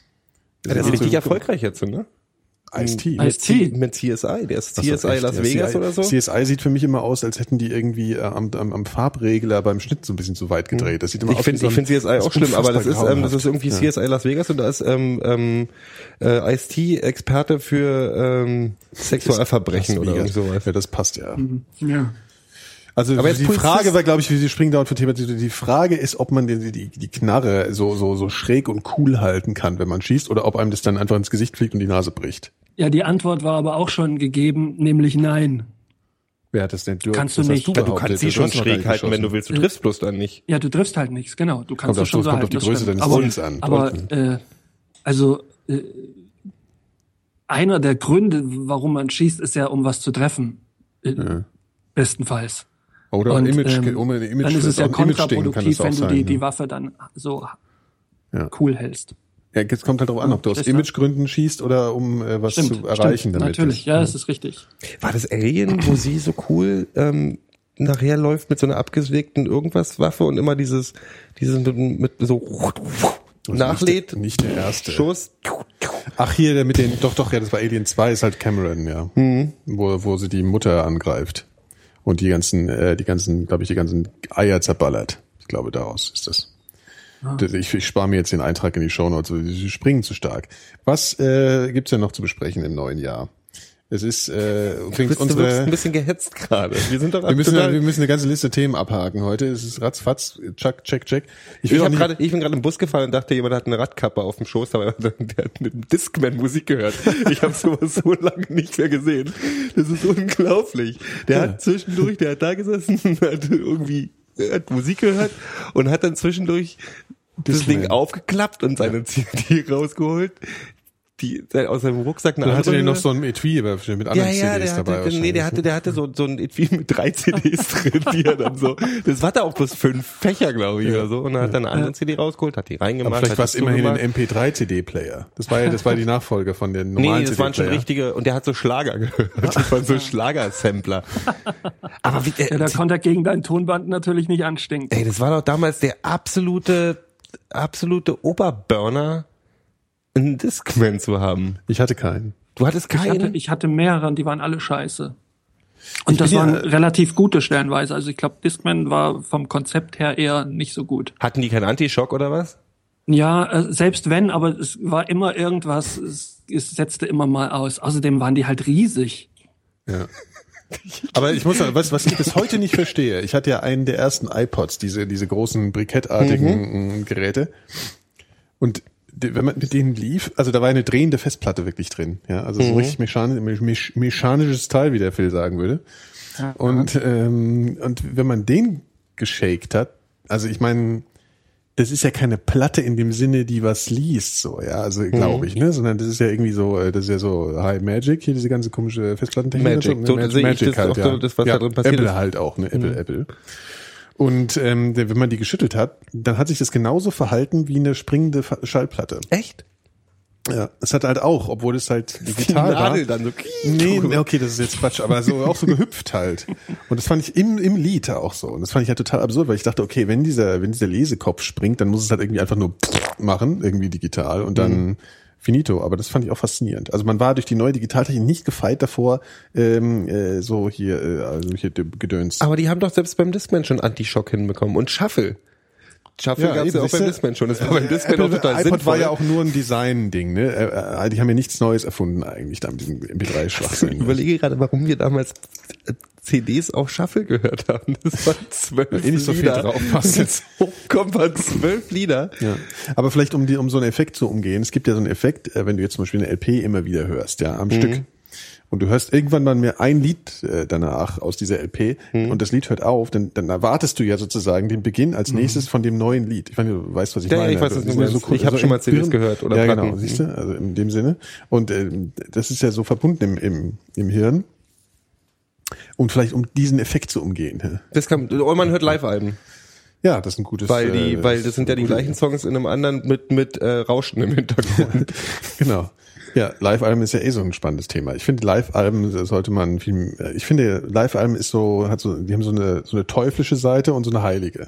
Der ist richtig erfolgreich jetzt, ne? Ice-T. Ice-T. Mit C S I, der ist Ach C so, S I echt? Las Ja, Vegas C I oder so. C S I sieht für mich immer aus, als hätten die irgendwie äh, am, am, am Farbregler beim Schnitt so ein bisschen zu weit gedreht. Das sieht immer Ich aus finde wie so ich ein- finde C S I das auch schlimm, aber das ist unfassbar ähm, das ist grauenhaft. irgendwie C S I Las Vegas und da ist ähm, ähm, äh, Ice-T Experte für ähm, Sexualverbrechen Las oder Vegas. irgend sowas. Ja, das passt ja. Ja. Also Aber jetzt die Polizist- Frage war, glaube ich, wir springen dauernd von Thema. zu- Die Frage ist, ob man die, die, die Knarre so, so, so schräg und cool halten kann, wenn man schießt, oder ob einem das dann einfach ins Gesicht fliegt und die Nase bricht. Ja, die Antwort war aber auch schon gegeben, nämlich nein. Wer hat das denn? Du, Kannst du das hast nicht. Ja, du behauptet. kannst sie Du schon hast noch gar schräg nicht halten, wenn du geschossen. willst. Du triffst bloß dann nicht. Ja, du triffst halt nichts, genau. Du kannst Kommt es auf- schon so kommt auf halten. die das Größe stimmt. deines aber, Ziels an. Aber, äh, also, äh, einer der Gründe, warum man schießt, ist ja, um was zu treffen. Äh, Bestenfalls. Oder Und, Image, ähm, um ein Image, dann ist es ja auch ein Image-Ding kann kontraproduktiv, es auch wenn du sein, die, ja. die Waffe dann so Ja. cool hältst. Ja, jetzt kommt halt darauf an, ob du aus Das, ne? Imagegründen schießt oder um äh, was Stimmt, zu erreichen stimmt, damit. natürlich, ja, das ist richtig. War das Alien, wo sie so cool ähm, nachher läuft mit so einer abgelegten irgendwas Waffe und immer dieses dieses mit, mit so Also nachlädt, Nicht der, nicht der erste. Schuss. Ach, hier, der mit den, doch, doch, ja, das war Alien zwei, ist halt Cameron, ja. Mhm. Wo, wo sie die Mutter angreift. Und die ganzen, äh, die ganzen, glaube ich, die ganzen Eier zerballert. Ich glaube, daraus ist das. Das- Ich, ich spare mir jetzt den Eintrag in die Shownotes, sie springen zu stark. Was äh, gibt's denn noch zu besprechen im neuen Jahr? Es ist äh, Du übrigens bist, du wirkst unsere... ein bisschen gehetzt gerade. Wir sind doch Wir müssen, total- wir müssen eine ganze Liste Themen abhaken heute. Es ist ratzfatz, check, check, check. Ich, will auch hab nicht- grade, ich bin gerade im Bus gefahren und dachte, jemand hat eine Radkappe auf dem Schoß, aber der hat mit Discman Musik gehört. Ich habe sowas so lange nicht mehr gesehen. Das ist unglaublich. Der hat zwischendurch, der hat da gesessen und hat irgendwie hat Musik gehört und hat dann zwischendurch das Discman. Ding aufgeklappt und seine C D rausgeholt. die aus seinem Rucksack eine Dann hatte andere der noch Hülle. so ein Etui mit anderen ja, ja, C Ds der dabei. hatte, nee, der hatte, der hatte so, so ein Etui mit drei C Ds drin, die er dann so, das war da auch bloß fünf Fächer, glaube ich, oder so, und dann hat er eine andere C D rausgeholt, hat die reingemacht. Aber vielleicht hat war es das immerhin zugemacht. ein M P drei C D-Player. Das war ja, das war die Nachfolge von den Nee, normalen nee, das waren schon C D-Player. richtige, und der hat so Schlager gehört. Das waren so Schlagersampler. Aber wie, äh, Ja, da konnte er gegen dein Tonband natürlich nicht anstinken. ey, das war doch damals der absolute, absolute Oberburner, einen Discman zu haben. Ich hatte keinen. Du hattest Ich hatte, keinen? ich hatte mehrere und die waren alle scheiße. Und Ich das bin waren ja- relativ gute stellenweise. Also ich glaube, Discman war vom Konzept her eher nicht so gut. Hatten die keinen Anti-Schock oder was? Ja, äh, selbst wenn, aber es war immer irgendwas, es, es setzte immer mal aus. Außerdem waren die halt riesig. Ja. Aber ich muss sagen, was, was ich bis heute nicht verstehe, ich hatte ja einen der ersten iPods, diese, diese großen brikettartigen mhm. Geräte. Und die, wenn man mit denen lief, also da war eine drehende Festplatte wirklich drin, ja, also so Mhm. richtig mechanisch, mech, mechanisches Teil, wie der Phil sagen würde. Ja. Und, ähm, und wenn man den geshakt hat, also ich meine, das ist ja keine Platte in dem Sinne, die was liest, so, ja, also glaube ich, ne, sondern das ist ja irgendwie so, äh, das ist ja so High Magic, hier diese ganze komische Festplattentechnik. Magic, und so ne? sehe ich Magic das halt, auch ja. so, das, was ja, da drin passiert Apple ist. halt auch, ne, Apple, Apple. Und ähm, wenn man die geschüttelt hat, dann hat sich das genauso verhalten wie eine springende Fa- Schallplatte. Echt? Ja, es hat halt auch, obwohl es halt digital Die war. Nadel dann so. Nee, nee, okay, das ist jetzt Quatsch, aber so auch so gehüpft halt. Und das fand ich im im Lied auch so. Und das fand ich halt total absurd, weil ich dachte, okay, wenn dieser wenn dieser Lesekopf springt, dann muss es halt irgendwie einfach nur machen, irgendwie digital und dann mhm. finito. Aber das fand ich auch faszinierend. Also man war durch die neue Digitaltechnik nicht gefeit davor, ähm, äh, so hier äh, also hier Gedöns. Aber die haben doch selbst beim Discman schon Anti-Schock hinbekommen. Und Shuffle. Shuffle Ja, gab's eben, ja auch siehste? beim Discman schon. Das war beim Discman Apple, auch total iPod sinnvoll. war ja auch nur ein Design-Ding, ne? Äh, äh, Die haben ja nichts Neues erfunden eigentlich da mit diesem M P drei Schwachsinn. Ich überlege gerade, warum wir damals C Ds auf Shuffle gehört haben. Das waren zwölf eh nicht so viel Lieder. drauf passt. Wenn es hochkommt, waren zwölf Lieder. Ja. Aber vielleicht um die, um so einen Effekt zu umgehen. Es gibt ja so einen Effekt, äh, wenn du jetzt zum Beispiel eine L P immer wieder hörst, ja, am mhm. Stück. Und du hörst irgendwann mal mehr ein Lied äh, danach aus dieser L P mhm. und das Lied hört auf, dann, dann erwartest du ja sozusagen den Beginn als nächstes mhm. von dem neuen Lied. Ich meine, du weißt, was ich ja, meine. Ja, ich weiß, was du meinst. So, ich habe so schon mal C Ds Birnen, gehört oder ja, Platten. genau, siehst du, also in dem Sinne. Und äh, das ist ja so verbunden im, im, im Hirn. Und vielleicht um diesen Effekt zu umgehen. Ja, Das kann, oder man hört Live-Alben. ja das ist ein gutes. Weil die, äh, weil das sind ja die gute- gleichen Songs in einem anderen mit, mit äh, Rauschen im Hintergrund. Genau. Ja, Live-Alben ist ja eh so ein spannendes Thema. Ich finde, Live-Alben sollte man viel, ich finde, Live-Alben ist so, hat so, die haben so eine, so eine teuflische Seite und so eine heilige.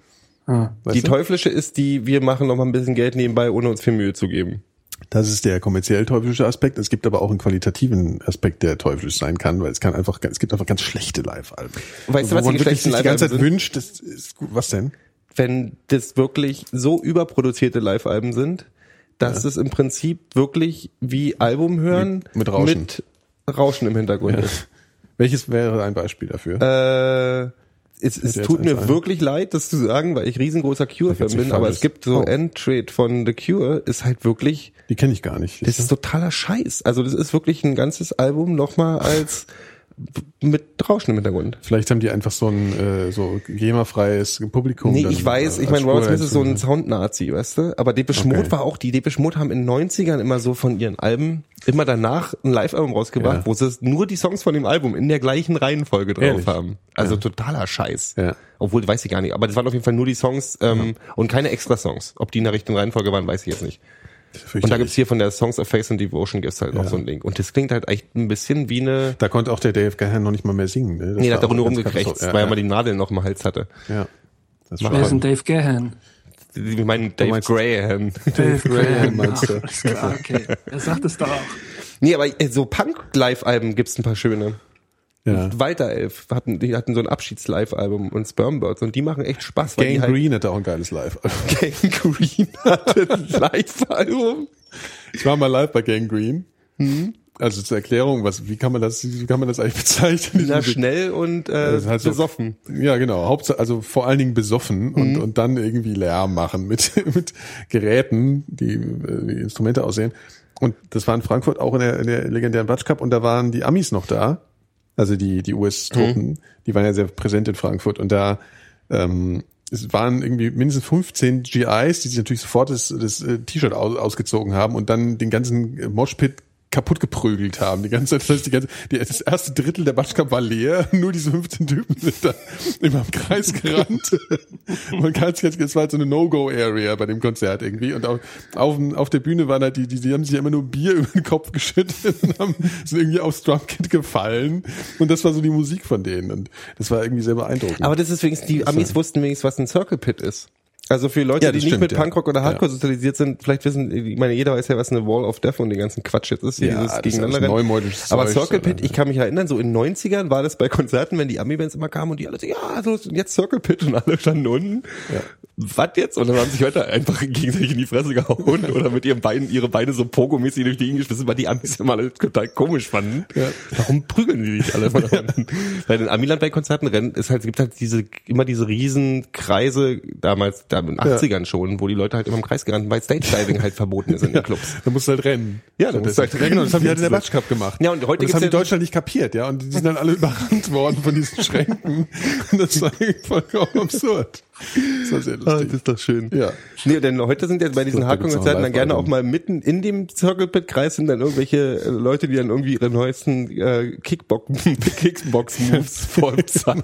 Ah. Weißt Die du? teuflische ist die, wir machen noch mal ein bisschen Geld nebenbei, ohne uns viel Mühe zu geben. Das ist der kommerziell teuflische Aspekt. Es gibt aber auch einen qualitativen Aspekt, der teuflisch sein kann, weil es kann einfach, es gibt einfach ganz schlechte Live-Alben. Weißt du, Wo was man die wirklich schlechten sich die ganze Zeit Live-Alben sind? wünscht, das ist gut. Was denn? Wenn das wirklich so überproduzierte Live-Alben sind, dass Ja. es im Prinzip wirklich wie Album hören Mit- mit Rauschen. mit Rauschen im Hintergrund ist. Welches wäre ein Beispiel dafür? Äh, es es dir tut jetzt mir eins ein? wirklich leid, das zu sagen, weil ich riesengroßer Cure-Fan sich bin, aber falsch es gibt so Oh. End-Trade von The Cure, ist halt wirklich, Die kenne ich gar nicht. das ist totaler Scheiß. Also das ist wirklich ein ganzes Album nochmal als mit Rauschen im Hintergrund. Vielleicht haben die einfach so ein äh, so GEMA-freies Publikum. Nee, dann, ich weiß, äh, ich als meine, Ron Spur Smith ist so ein dazu. Sound-Nazi, weißt du? Aber Depeche Mode Okay. war auch, die Depeche Mode haben in den neunzigern immer so von ihren Alben immer danach ein Live-Album rausgebracht, Ja. wo sie nur die Songs von dem Album in der gleichen Reihenfolge drauf Ehrlich? haben. Also totaler Scheiß. Ja. Obwohl, weiß ich gar nicht. Aber das waren auf jeden Fall nur die Songs ähm, und keine Extra-Songs. Ob die in der richtigen Reihenfolge waren, weiß ich jetzt nicht. Und da gibt's hier von der Songs of Faith and Devotion gibt's halt Ja. auch so ein Link. Und das klingt halt echt ein bisschen wie eine... Da konnte auch der Dave Gahan noch nicht mal mehr singen. Ne? Das Nee, der war hat aber auch nur ganz rumgekrächzt, katastrophal. weil er ja, mal die Nadeln noch im Hals hatte. ja. Das Mach Wer ist schon. denn Dave Gahan? Ich meine Dave meinst- Graham. Dave Graham meinst du? Ah, alles klar, okay. Er sagt es doch auch. Nee, aber äh, so Punk-Live-Alben gibt's ein paar schöne. Ja. Walter Elf hatten, die hatten so ein Abschieds-Live-Album und Spermbirds und die machen echt Spaß. Weil Gang die halt Green hatte auch ein geiles Live. Gang Green hatte ein Live-Album. Ich war mal live bei Gang Green. Also zur Erklärung, was, wie kann man das, wie kann man das eigentlich bezeichnen? Na, schnell und äh, Das ist halt so- besoffen. Ja, genau. Hauptsache, also vor allen Dingen besoffen und, und dann irgendwie Lärm machen mit, mit Geräten, die äh, wie Instrumente aussehen. Und das war in Frankfurt auch in der, in der legendären Batsch Cup und da waren die Amis noch da. Also die, die U S-Truppen, die waren ja sehr präsent in Frankfurt und da, ähm, es waren irgendwie mindestens fünfzehn G Is, die sich natürlich sofort das, das äh, T-Shirt aus, ausgezogen haben und dann den ganzen äh, Moshpit kaputt geprügelt haben. Die ganze Zeit, das, heißt, die ganze, die, das erste Drittel der Batschkap war leer, nur diese fünfzehn Typen sind da immer im Kreis gerannt. Man kann es jetzt, es war halt so eine No-Go-Area bei dem Konzert irgendwie und auf, auf, auf der Bühne waren halt die, die, die haben sich immer nur Bier über den Kopf geschüttet und haben, sind irgendwie aufs Drumkit gefallen und das war so die Musik von denen und das war irgendwie sehr beeindruckend. Aber das ist wenigstens, die Amis wussten wenigstens, was ein Circle Pit ist. Also für Leute, Ja, die das nicht stimmt, mit ja. Punkrock oder Hardcore Ja. sozialisiert sind, vielleicht wissen, ich meine, jeder weiß ja, was eine Wall of Death und den ganzen Quatsch jetzt ist, hier Ja, dieses das ist gegeneinander alles rennen. neumodisches Aber Zeug, Circle Pit, oder? ich kann mich erinnern, so in den neunzigern war das bei Konzerten, wenn die Ami-Bands immer kamen und die alle so, ja, so, jetzt Circle Pit und alle standen unten. Ja. Was jetzt? Und dann haben sich Leute einfach gegenseitig in die Fresse gehauen oder mit ihren Beinen, ihre Beine so pogomäßig durch die Gegend geschmissen, weil die Amis immer alle total komisch fanden. Ja. Warum prügeln die sich alle von unten? Bei den Amiland bei Konzerten rennen, ist halt, es gibt halt diese, immer diese riesen Kreise, damals, da in den achtzigern schon, wo die Leute halt immer im Kreis gerannt, weil Stage-Diving halt verboten ist in den Clubs. Da musst du halt rennen. Ja, da so, musst das, du halt ja, genau, das haben die halt in der rennen. Batschkap gemacht. Ja, und heute und das gibt's haben die ja- in Deutschland nicht kapiert, ja, und die sind dann alle überrannt worden von diesen Schränken. Und das war vollkommen absurd. Das war sehr Ah, lustig. das ist doch schön. Ja. Nee, denn heute sind ja bei diesen Da gibt's noch Hardcore-Konzerten dann gerne Live-Album. auch mal mitten in dem Circle Pit-Kreis sind dann irgendwelche äh, Leute, die dann irgendwie ihre neuesten äh, Kickbox- Kickbox-Moves vorzeigen.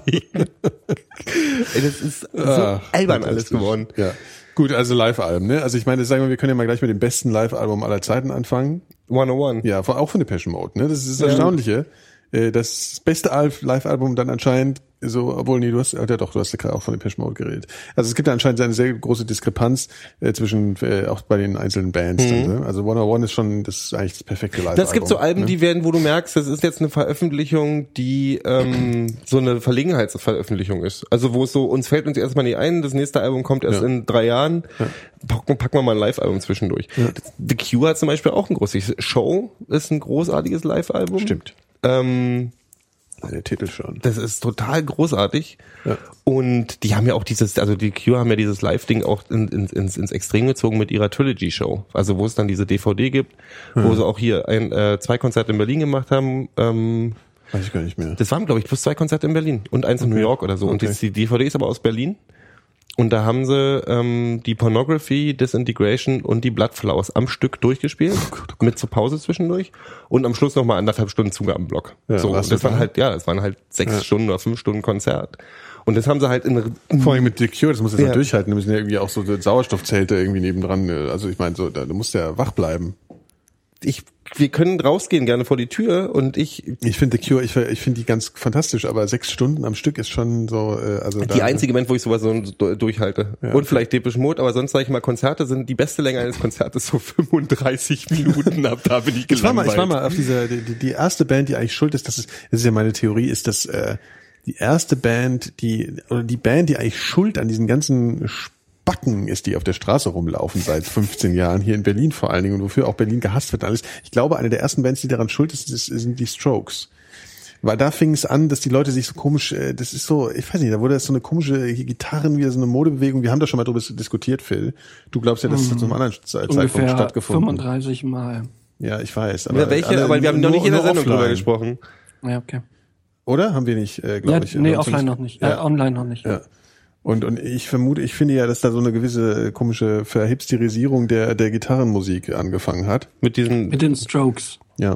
Ey, das ist so Ah, albern alles fantastisch. geworden. Ja. Gut, also Live-Alben, ne? Also ich meine, sagen wir, wir können ja mal gleich mit dem besten Live-Album aller Zeiten anfangen. hunderteins. Ja, auch von Depeche Mode, ne? Das ist das Erstaunliche. Äh, Das beste Al- Live-Album dann anscheinend so, obwohl, nee, du hast, ja doch, du hast ja gerade auch von Depeche Mode geredet. Also es gibt da anscheinend eine sehr große Diskrepanz äh, zwischen, äh, auch bei den einzelnen Bands. Dann, ne? Also hunderteins ist schon, das ist eigentlich das perfekte Live-Album. Das gibt so Alben, ne? die werden, wo du merkst, das ist jetzt eine Veröffentlichung, die ähm, so eine Verlegenheitsveröffentlichung ist. Also wo es so, uns fällt uns erstmal nicht ein, das nächste Album kommt erst Ja. in drei Jahren, packen, packen wir mal ein Live-Album zwischendurch. Das, The Cure hat zum Beispiel auch ein großes, Show ist ein großartiges Live-Album. Stimmt. Ähm, Der Titel schon. das ist total großartig. Ja. Und die haben ja auch dieses, also die Cure haben ja dieses Live-Ding auch in, in, ins, ins Extrem gezogen mit ihrer Trilogy-Show. Also wo es dann diese D V D gibt, Hm. wo sie auch hier ein, äh, zwei Konzerte in Berlin gemacht haben. Ähm, Weiß ich gar nicht mehr. das waren, glaube ich, plus zwei Konzerte in Berlin und eins in New York oder so. Und Okay. das, die D V D ist aber aus Berlin. Und da haben sie ähm, die Pornography, Disintegration und die Bloodflowers am Stück durchgespielt, mit zur Pause zwischendurch und am Schluss nochmal anderthalb Stunden Zugabenblock. Ja, so, warst und das du waren da? halt, ja, das waren halt sechs Ja. Stunden oder fünf Stunden Konzert. Und das haben sie halt in Vor allem mit The Cure, das muss jetzt Ja. mal durchhalten. Da müssen ja irgendwie auch so Sauerstoffzelte irgendwie nebendran. äh, Also ich meine, so, da, da musst du ja wach bleiben. ich, wir können rausgehen gerne vor die Tür und ich, Ich finde The Cure, ich, ich finde die ganz fantastisch, aber sechs Stunden am Stück ist schon so, äh, also die da, einzige Moment, wo ich sowas so du- durchhalte. Ja, und okay. vielleicht Depeche Mode, aber sonst sage ich mal, Konzerte sind, die beste Länge eines Konzertes so fünfunddreißig Minuten, ab da bin ich Ich war mal, gelangweilt. ich war mal auf dieser, die, die erste Band, die eigentlich schuld ist, das ist, das ist ja meine Theorie, ist, dass äh, die erste Band, die, oder die Band, die eigentlich schuld an diesen ganzen Spacken ist, die auf der Straße rumlaufen seit fünfzehn Jahren, hier in Berlin vor allen Dingen, und wofür auch Berlin gehasst wird und alles. Ich glaube, eine der ersten Bands, die daran schuld ist, ist sind die Strokes. Weil da fing es an, dass die Leute sich so komisch, äh, das ist so, ich weiß nicht, da wurde das so eine komische Gitarren, wieder so eine Modebewegung. Wir haben da schon mal drüber diskutiert, Phil. Du glaubst ja, dass das zu einem anderen Zeitpunkt Ungefähr stattgefunden. fünfunddreißig Mal. Ja, ich weiß. Ja, welche, alle aber wir haben noch nur- nicht in der nur Sendung drüber offline. gesprochen. Ja, okay. Oder? Haben wir nicht, äh, glaube Ja, ich. nee, Oder offline zumindest- noch nicht. Ja. Äh, online noch nicht. Ja. Und, und ich vermute, ich finde ja, dass da so eine gewisse äh, komische Verhipsterisierung der, der Gitarrenmusik angefangen hat. Mit diesen, Mit den Strokes. Ja.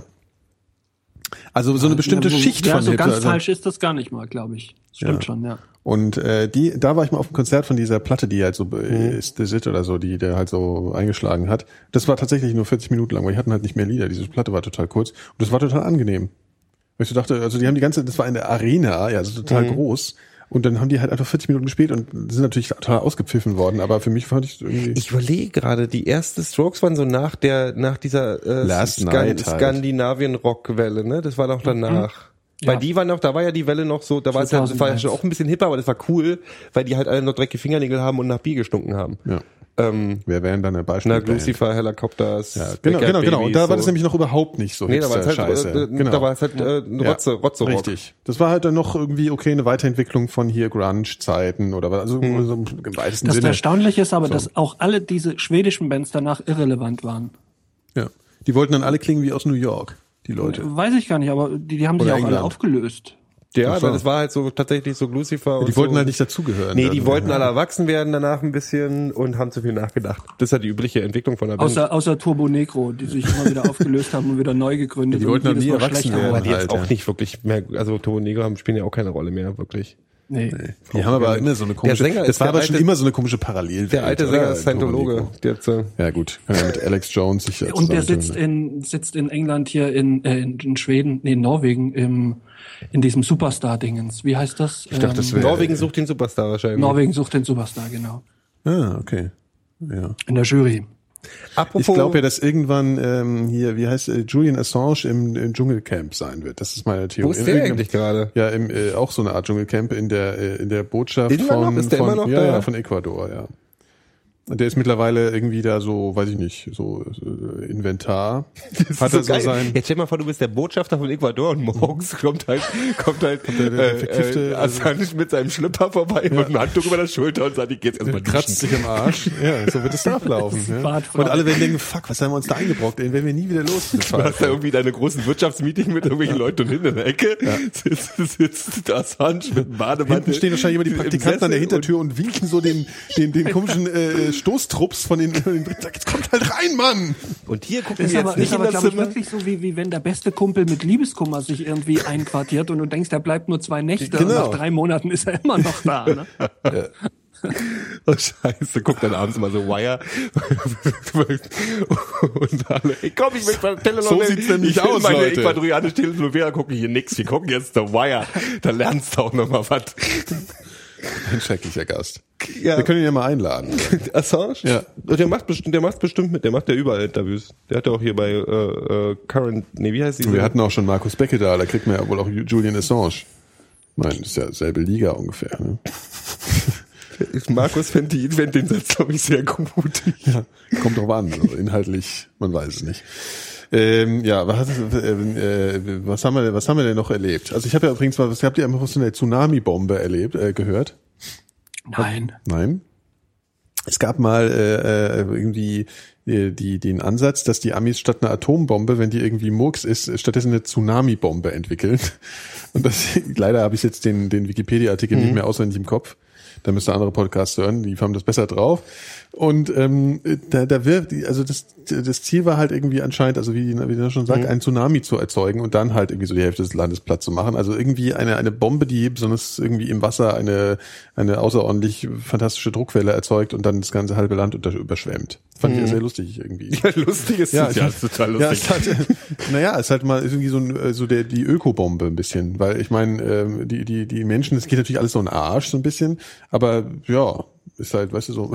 Also so eine bestimmte ja, wo, Schicht ja, von so Hipster, ganz also, falsch ist das gar nicht mal, glaube ich. Stimmt Ja. schon, ja. Und äh, die, da war ich mal auf einem Konzert von dieser Platte, die halt so Mhm. äh, ist The Sit oder so, die der halt so eingeschlagen hat. Das war tatsächlich nur vierzig Minuten lang, weil die hatten halt nicht mehr Lieder. Diese Platte war total kurz und das war total angenehm. Weil ich so dachte, also die haben die ganze, das war in der Arena, ja, also total Mhm. groß. Und dann haben die halt einfach vierzig Minuten gespielt und sind natürlich total ausgepfiffen worden. Aber für mich fand ich irgendwie. ich überlege gerade, die erste Strokes waren so nach der, nach dieser äh, Last Skan- Night halt. Skandinavien-Rock-Welle, ne? Das war doch danach. Ja. Weil die war noch, da war ja die Welle noch so, da war es ja, das war ja schon auch ein bisschen hipper, aber das war cool, weil die halt alle noch dreckige Fingernägel haben und nach Bier gestunken haben. Ja. Ähm, Wer wären dann eine Beispiel? na, Lucifer, Helicopters, Ja, genau, genau, genau. Und da war das nämlich noch überhaupt nicht so nee, da war es halt, Scheiße. äh, genau. da war es halt äh, ein Rotze, Rotze Rock. Richtig. Das war halt dann noch irgendwie okay, eine Weiterentwicklung von hier Grunge-Zeiten oder was, also Hm. so im weitesten Das Sinne. Erstaunliche ist aber, dass auch alle diese schwedischen Bands danach irrelevant waren. Ja. Die wollten dann alle klingen wie aus New York, die Leute. Weiß ich gar nicht, aber die, die haben sich Oder auch alle England. aufgelöst. Ja, Ach so. das war halt so tatsächlich so Lucifer. Und Die wollten so. halt nicht dazugehören. Nee, dann. die wollten alle erwachsen werden danach ein bisschen und haben zu viel nachgedacht. Das ist ja die übliche Entwicklung von der Band. Außer, außer Turbo Negro, die sich immer wieder aufgelöst haben und wieder neu gegründet. Die wollten und noch nie jedes Mal erwachsen schlechter werden. Aber die jetzt Alter. auch nicht wirklich mehr, also Turbo Negro haben, spielen ja auch keine Rolle mehr, wirklich. Nee. Die haben aber immer so eine komische, Sänger das ist war der aber schon alte- immer so eine komische Parallelwelt. Der alte oder? Sänger ist Scientologe. Der jetzt, äh, Ja gut, kann ja mit Alex Jones sich ja Und der zusammentun. sitzt in, sitzt in England hier in, äh, in, in Schweden, nee, in Norwegen, im, in diesem Superstar-Dingens. Wie heißt das? Ich dachte, das wäre Norwegen sucht den Superstar wahrscheinlich. Norwegen sucht den Superstar, genau. Ah, okay. Ja. In der Jury. Apropos, Ich glaube ja, dass irgendwann ähm, hier, wie heißt äh, Julian Assange im, im Dschungelcamp sein wird. Das ist meine Theorie. wo ist In der irgendeinem- eigentlich gerade? Ja, im, äh, auch so eine Art Dschungelcamp in der äh, in der Botschaft Immer von noch? Ist der von, immer noch ja, da? ja, von Ecuador, ja. Und der ist mittlerweile irgendwie da so, weiß ich nicht, so äh, Inventar. Hat er so geil. sein. Jetzt stell mal vor, du bist der Botschafter von Ecuador und morgens kommt halt, kommt halt, der- der äh, verkiffte- äh, Assange mit seinem Schlüpper vorbei und einem Handtuch über der Schulter und sagt, ich geh jetzt erstmal Kratzt sich am Arsch. Ja, so wird es ablaufen. Ja. Badfrau. Und alle werden denken, fuck, was haben wir uns da eingebrockt? Den werden wir nie wieder los. Du hast da irgendwie deine großen Wirtschaftsmeeting mit irgendwelchen Leuten und hinten in der Ecke sitzt, sitzt Assange mit dem Bademantel. Hinten stehen wahrscheinlich immer die im Praktikanten an der Sessel Hintertür und, winken so den, den, den komischen äh, Stoßtrupps von den, von den Briten. Sag, jetzt kommt halt rein, Mann! Und, und hier gucken Ist wir aber, jetzt nicht ist aber in das glaube ich, Zimmer. wirklich so, wie, wie wenn der beste Kumpel mit Liebeskummer sich irgendwie einquartiert und du denkst, der bleibt nur zwei Nächte und Genau. nach drei Monaten ist er immer noch da. Ne? Oh Scheiße, guckt dann abends mal so Wire und alle, ey, komm, ich will Telenovela. So sieht's nämlich ich will aus, meine Leute. ecuadorianische Telenovela gucken, hier nix, wir gucken jetzt The Wire, da lernst du auch noch mal was. Ein schrecklicher Gast. Ja. Wir können ihn ja mal einladen. Assange? Ja. Und der macht bestimmt, der macht bestimmt mit, der macht ja überall Interviews. Der hat ja auch hier bei äh, äh, Current, nee, wie heißt die? Wir hatten auch schon Markus Becke da, da kriegt man ja wohl auch Julian Assange. Ich meine, das ist ja selbe Liga ungefähr. Ne? Markus fände die- fänd den Satz, glaube ich, sehr gut. Ja, kommt drauf an. Also inhaltlich, man weiß es nicht. Ähm, ja, was, äh, äh, was haben wir, was haben wir denn noch erlebt? Also ich habe ja übrigens mal, was habt ihr einfach was von der Tsunami-Bombe erlebt, äh, gehört? Nein. Nein. Es gab mal äh, äh, irgendwie die, die den Ansatz, dass die Amis statt einer Atombombe, wenn die irgendwie Murks ist, stattdessen eine Tsunami-Bombe entwickeln. Und das leider habe ich jetzt den den Wikipedia-Artikel mhm. nicht mehr auswendig im Kopf. Da müsst ihr andere Podcasts hören, die haben das besser drauf. Und ähm, da, da wird, also das, das Ziel war halt irgendwie anscheinend, also wie, wie der schon sagt, Mhm. einen Tsunami zu erzeugen und dann halt irgendwie so die Hälfte des Landes platt zu machen. Also irgendwie eine eine Bombe, die besonders irgendwie im Wasser eine eine außerordentlich fantastische Druckwelle erzeugt und dann das ganze halbe Land unter, überschwemmt. Fand ich ja sehr lustig irgendwie. Ja, lustig ist Ja, es, ja, ich- ist total Ja, lustig. es hat, naja, es ist halt mal irgendwie so, ein, so der, die Ökobombe ein bisschen, weil ich meine, ähm, die, die, die Menschen, es geht natürlich alles so in den Arsch so ein bisschen, aber ja, ist halt, weißt du, so,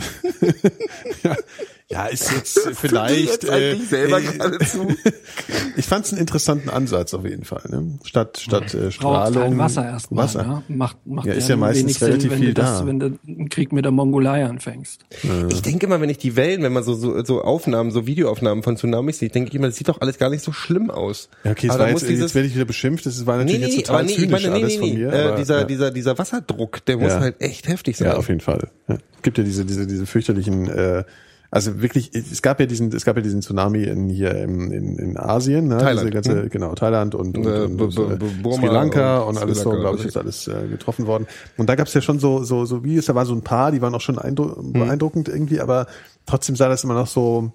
ja, ja, ist jetzt vielleicht, jetzt eigentlich selber äh, geradezu. Ich fand es einen interessanten Ansatz auf jeden Fall, ne? Statt, statt äh, Braucht Strahlung. kein Wasser erstmal. Wasser. Ne? Macht, macht Ja, ist ja nur meistens wenig Sinn, relativ wenn viel du das, da. wenn du einen Krieg mit der Mongolei anfängst. Ich denke immer, wenn ich die Wellen, wenn man so, so, so Aufnahmen, so Videoaufnahmen von Tsunamis sieht, denke ich immer, das sieht doch alles gar nicht so schlimm aus. Ja, okay, es Aber da war muss jetzt, dieses- jetzt werde ich wieder beschimpft, das war natürlich Nee, nee, jetzt total aber nee, ich zynisch meine, nee, alles nee, von nee. mir. Äh, aber, dieser, ja. dieser, dieser Wasserdruck, der muss Ja. halt echt heftig sein. Ja, auf jeden Fall. Ja. Es gibt ja diese, diese, diese fürchterlichen, äh, also wirklich, es gab ja diesen, es gab ja diesen Tsunami in hier in, in, in Asien, ne? Thailand. Diese ganze, genau, Thailand und, und, Äh, und, B- und B- äh, B- Burma Sri Lanka und und, Sri alles so, Lanka, glaube ich, ist alles äh, getroffen worden. Und da gab es ja schon so, so, so Videos, da war so ein paar, die waren auch schon eindru- beeindruckend irgendwie, aber trotzdem sah das immer noch so,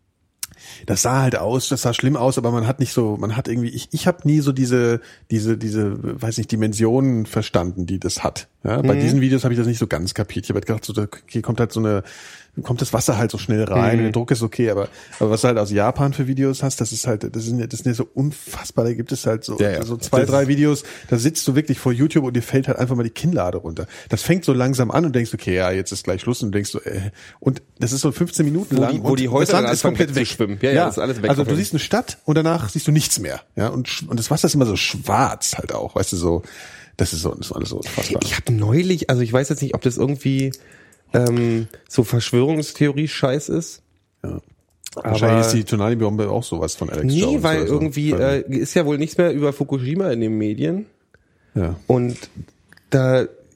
das sah halt aus, das sah schlimm aus, aber man hat nicht so, man hat irgendwie, ich, ich habe nie so diese, diese, diese, weiß nicht, Dimensionen verstanden, die das hat. Ja, bei diesen Videos habe ich das nicht so ganz kapiert. Ich habe halt gedacht, so, da okay, kommt halt so eine, kommt das Wasser halt so schnell rein, der Druck ist okay, aber, aber was du halt aus Japan für Videos hast, das ist halt, das sind ja, das sind ja so unfassbar, da gibt es halt so, Ja, ja. so zwei, Das- drei Videos, da sitzt du wirklich vor YouTube und dir fällt halt einfach mal die Kinnlade runter. Das fängt so langsam an und denkst, okay, ja, jetzt ist gleich Schluss und du denkst so, äh, und das ist so fünfzehn Minuten Wo lang die- wo und die Häuser das Land dann ist komplett anfangen weg. wegzuschwimmen. Ja, ja, das ist alles weg. Also du siehst eine Stadt und danach siehst du nichts mehr, ja, und, sch- und das Wasser ist immer so schwarz halt auch, weißt du, so, das ist so, das ist alles so unfassbar. Ich habe neulich, also ich weiß jetzt nicht, ob das irgendwie ähm, so Verschwörungstheorie-Scheiß ist. Ja. Aber Wahrscheinlich ist die Tsunami-Bombe auch sowas von Alex nee, Jones. weil oder so. irgendwie Ja. äh, ist ja wohl nichts mehr über Fukushima in den Medien. ja. Und da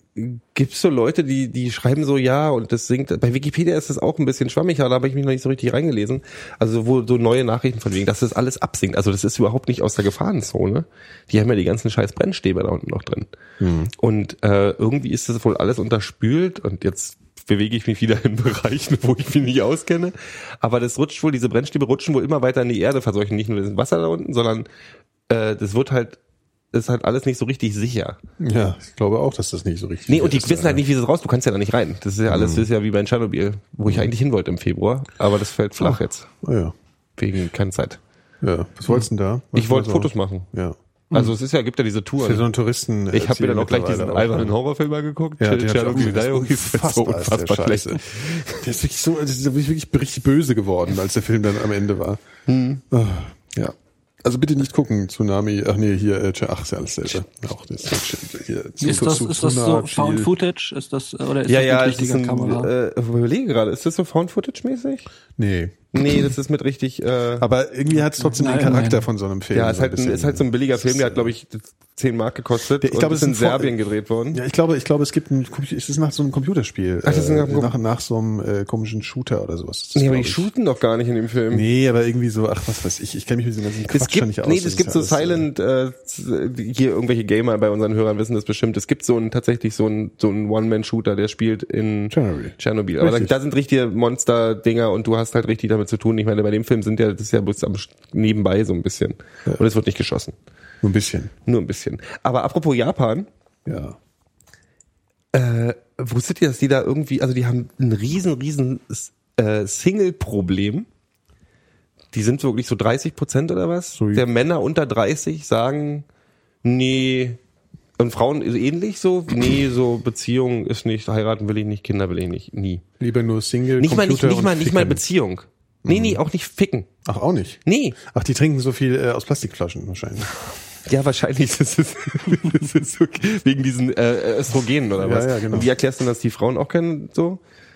gibt's so Leute, die die schreiben so, ja, und das singt, bei Wikipedia ist das auch ein bisschen schwammig, aber da habe ich mich noch nicht so richtig reingelesen. Also wo so neue Nachrichten von wegen, dass das alles absinkt. Also das ist überhaupt nicht aus der Gefahrenzone. Die haben ja die ganzen scheiß Brennstäbe da unten noch drin. Mhm. Und äh, irgendwie ist das wohl alles unterspült und jetzt bewege ich mich wieder in Bereichen, wo ich mich nicht auskenne. Aber das rutscht wohl, diese Brennstäbe rutschen wohl immer weiter in die Erde, verseuchen nicht nur das Wasser da unten, sondern äh, das wird halt ist halt alles nicht so richtig sicher. Ja, ich glaube auch, dass das nicht so richtig ist. Nee, und die ist, wissen halt nicht, wie sie es raus, du kannst ja da nicht rein. Das ist ja alles, mhm. das ist ja wie bei Tschernobyl, wo ich eigentlich hin wollte im Februar, aber das fällt flach oh. jetzt. Oh ja. Wegen keine Zeit. Ja, was wolltest du denn da? Was ich wollte so? Fotos machen. Ja. Also es ist ja, gibt ja diese Touren. Für so einen Touristen. Ich habe mir dann auch gleich diesen albernen Horrorfilm mal geguckt. Ja, Tschernobyl ist so unfassbar schlecht. Der ist wirklich so, das ist wirklich richtig böse geworden, als der Film dann am Ende war. Hm. Oh, ja. Also bitte nicht gucken, Tsunami, ach nee, hier, äh, ach, ist ja alles selber. Auch das hier, ist das, ist das so Found Footage? Ist das, oder ist ja, das ja, mit richtiger ein, Kamera? Äh, ich überlege gerade, ist das so Found Footage mäßig? Nee. Nee, das ist mit richtig, äh, aber irgendwie hat es trotzdem nein, den Charakter nein. von so einem Film. Ja, ist so halt, ein, ist halt so ein billiger Film, der hat, glaube ich, zehn Mark gekostet. Ich glaube, es ist in Serbien gedreht worden. Ja, ich glaube, ich glaube, es gibt ein, es ist nach so einem Computerspiel. Ach, das ist äh, nach, nach so einem äh, komischen Shooter oder sowas. Nee, aber die shooten doch gar nicht in dem Film. Nee, aber irgendwie so, ach, was weiß ich, ich kenne mich mit diesem ganzen Quatsch es gibt, nicht aus. Nee, es gibt so Silent, äh, hier irgendwelche Gamer bei unseren Hörern wissen das bestimmt. Es gibt so ein, tatsächlich so ein, so ein One-Man-Shooter, der spielt in Tschernobyl. Tschernobyl. Aber da, da sind richtige Monster-Dinger und du hast halt richtig damit zu tun. Ich meine, bei dem Film sind ja, das ist ja bloß am nebenbei so ein bisschen. Ja. Und es wird nicht geschossen. Nur ein bisschen. Nur ein bisschen. Aber apropos Japan. Ja. Äh, wusstet ihr, dass die da irgendwie, also die haben ein riesen, riesen äh, Single-Problem. Die sind wirklich so dreißig Prozent oder was? So der Männer unter dreißig sagen, nee, und Frauen ähnlich so, nee, so Beziehung ist nicht, heiraten will ich nicht, Kinder will ich nicht, nie. Lieber nur Single, nicht mal, nicht, nicht mal, nicht nicht mal Beziehung. Nee, nee, auch nicht ficken. Ach, auch nicht? Nee. Ach, die trinken so viel äh, aus Plastikflaschen wahrscheinlich. Ja, wahrscheinlich ist es, das ist so, wegen diesen äh, Östrogenen oder was. Ja, ja, genau. Und wie erklärst du, dass die Frauen auch kennen so?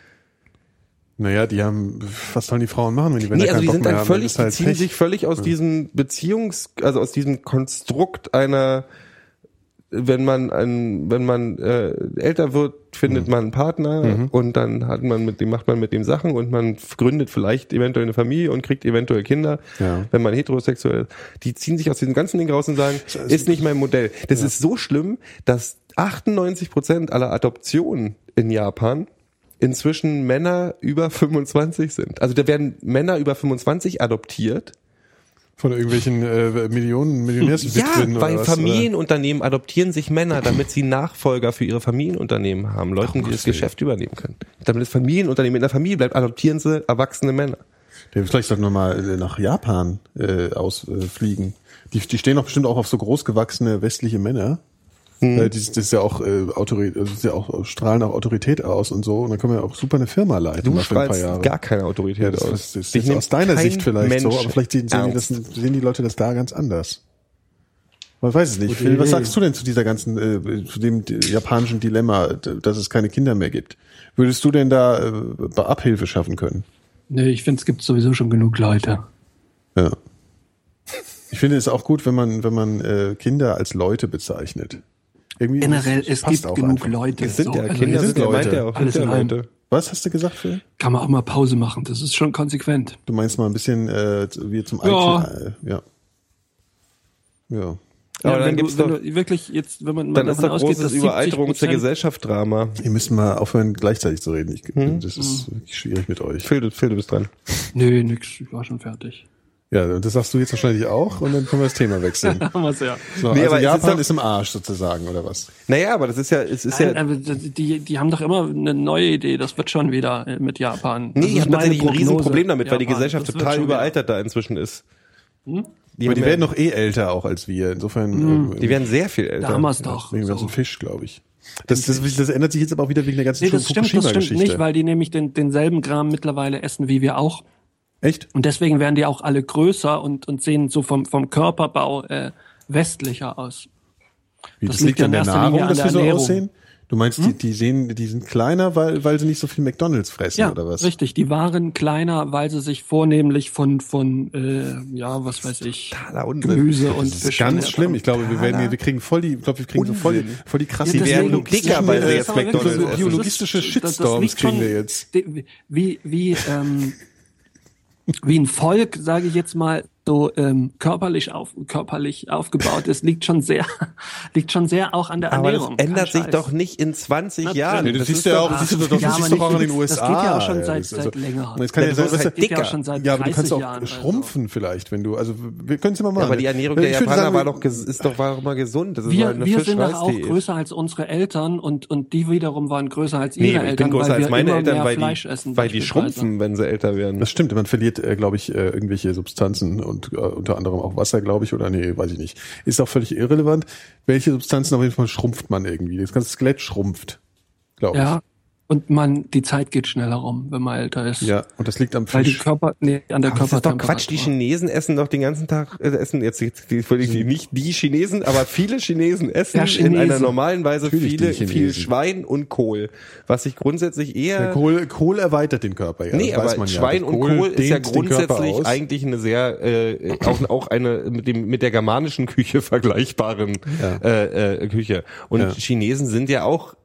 Naja, die haben, was sollen die Frauen machen, wenn die Männer nee, also keinen die Bock sind mehr dann haben? völlig, Halt die ziehen Pech. sich völlig aus ja. diesem Beziehungs, also aus diesem Konstrukt einer, wenn man ein, wenn man äh, älter wird, findet mhm. man einen Partner mhm. und dann hat man mit dem, macht man mit dem Sachen und man gründet vielleicht eventuell eine Familie und kriegt eventuell Kinder, ja. wenn man heterosexuell ist. Die ziehen sich aus diesem ganzen Ding raus und sagen, also, ist nicht mein Modell. Das ja. ist so schlimm, dass achtundneunzig Prozent aller Adoptionen in Japan inzwischen Männer über fünfundzwanzig sind. Also da werden Männer über fünfundzwanzig adoptiert. Von irgendwelchen äh, Millionen, Millionärswitwen ja, weil oder was, Familienunternehmen oder? adoptieren sich Männer, damit sie Nachfolger für ihre Familienunternehmen haben. Leuten, die das Geschäft übernehmen können. Damit das Familienunternehmen in der Familie bleibt, adoptieren sie erwachsene Männer. Der vielleicht sollten wir mal nach Japan äh, ausfliegen. Äh, die, die stehen doch bestimmt auch auf so großgewachsene westliche Männer. Hm. Äh, das, das ist ja auch äh, Autorität, das ist ja auch strahlen auch Autorität aus und so. Und dann können wir ja auch super eine Firma leiten. Du für ein paar Jahre. strahlst gar keine Autorität ja, das, aus. Das, das, das ist aus deiner Sicht vielleicht Mensch so, aber vielleicht sehen, sehen, die das, sehen die Leute das da ganz anders. Man weiß es nicht. Phil, was sagst du denn zu dieser ganzen, äh, zu dem japanischen Dilemma, dass es keine Kinder mehr gibt? Würdest du denn da äh, Abhilfe schaffen können? Nee, ich finde, es gibt sowieso schon genug Leute. Ja. Ich finde es auch gut, wenn man, wenn man äh, Kinder als Leute bezeichnet. Irgendwie Generell, es gibt genug einfach. Leute. Es sind so, ja also Kinder, sind sind Leute. meint ja auch Alles in einem. Leute. Was hast du gesagt, Phil? Kann man auch mal Pause machen. Das ist schon konsequent. Du meinst mal ein bisschen äh, wie zum Ja. Eichen, äh, ja. Ja. Ja, Aber dann wenn, gibt's du, wenn doch- du wirklich jetzt, wenn man mal Dann ist davon doch ausgeht, großes dass Überalterungs- der siebzig Prozent Gesellschaft-Drama. Ihr müsst mal aufhören, gleichzeitig zu reden. Ich, Das ist wirklich schwierig mit euch. Phil, du, Phil, du bist dran. Nö, nix, ich war schon fertig. Ja, und das sagst du jetzt wahrscheinlich auch und dann können wir das Thema wechseln. Haben wir's ja. So, Nee, also aber es Japan ist doch- ist im Arsch sozusagen, oder was? Naja, aber das ist ja, es ist Nein, ja, aber die, die haben doch immer eine neue Idee. Das wird schon wieder äh, mit Japan. Das nee, ich ist habe meine tatsächlich ein Prognose. Riesenproblem damit, weil die Japan, Gesellschaft das wird total schon wieder. überaltert da inzwischen ist. Hm? Die, Aber die haben werden ja- noch eh älter auch als wir. Insofern Mhm. ähm, Die werden sehr viel älter. Damals doch. wegen dem So. ganzen Fisch, glaube ich. Das, das, das ändert sich jetzt aber auch wieder wegen der ganzen Nee, das stimmt, das stimmt Fukushima-Geschichte. nicht, weil die nämlich den, denselben Kram mittlerweile essen wie wir auch. Echt? Und deswegen werden die auch alle größer und, und sehen so vom, vom Körperbau äh, westlicher aus. Wie, Das das liegt liegt ja an in der erster Nahrung, Linie an dass der wir so Ernährung. aussehen? Du meinst, hm? die, die sehen, die sind kleiner, weil, weil sie nicht so viel McDonald's fressen, ja, oder was? Richtig. Die waren kleiner, weil sie sich vornehmlich von, von, äh, ja, was weiß ich, Gemüse und Das ist Fisch ganz schlimm. Ich glaube, wir werden, wir kriegen voll die, ich glaube, wir kriegen so voll die, voll die krassen Ja, deswegen- biologistischen, weil sie äh, jetzt so McDonald's essen. biologistische Das- das- das Shitstorms liegt kriegen schon- wir jetzt. de- Wie, wie, ähm, wie ein Volk, sage ich jetzt mal, so ähm, körperlich auf körperlich aufgebaut ist, liegt schon sehr, liegt schon sehr auch an der Aber das Ernährung. ändert Kein sich Scheiß. doch nicht in zwanzig Na, Jahren. Nee, das, Das siehst ist du ja doch- auch, siehst du doch, Ja, das aber siehst du doch auch in nicht- den U S A. das geht ja auch schon seit- Also, seit länger. Es kann ja Ja, sein, das ist dass halt dicker. Geht ja schon seit ja, aber du kannst dreißig auch Jahren oder schrumpfen vielleicht, wenn du, also wir können es immer machen. aber die Ernährung Ich der würde Japaner sagen, war doch, ges- ist doch, war doch mal gesund. Das ist mal Wir, eine wir sind doch auch Fisch-Weiß-Diät. größer als unsere Eltern und, und die wiederum waren größer als Nee, ihre ich Eltern, bin größer weil als wir meine immer Eltern, mehr weil Fleisch die, essen. weil die beispielsweise. schrumpfen, wenn sie älter werden. Das stimmt, man verliert, äh, glaube ich, äh, irgendwelche Substanzen und äh, unter anderem auch Wasser, glaube ich, oder nee, weiß ich nicht. Ist auch völlig irrelevant. Welche Substanzen, auf jeden Fall schrumpft man irgendwie. Das ganze Skelett schrumpft, glaube Ja, und man, die Zeit geht schneller rum, wenn man älter ist. ich. Ja, und das liegt am Weil die Fisch. Körper, nee, an der Aber das ist doch Körpertemperatur. Quatsch. Die Chinesen essen doch den ganzen Tag, äh, essen jetzt, jetzt die, die, nicht die Chinesen, aber viele Chinesen essen Ja, Chinesen. in einer normalen Weise Natürlich viele, die Chinesen. viel Schwein und Kohl. Was ich grundsätzlich eher, Der Kohl, Kohl erweitert den Körper, ja. nee, das weiß aber man ja. Schwein Das und Kohl ist ja dehnt den Körper grundsätzlich aus. eigentlich eine sehr, äh, auch, auch eine mit dem, mit der germanischen Küche vergleichbaren, Ja. äh, äh, Küche. Und Ja. Chinesen sind ja auch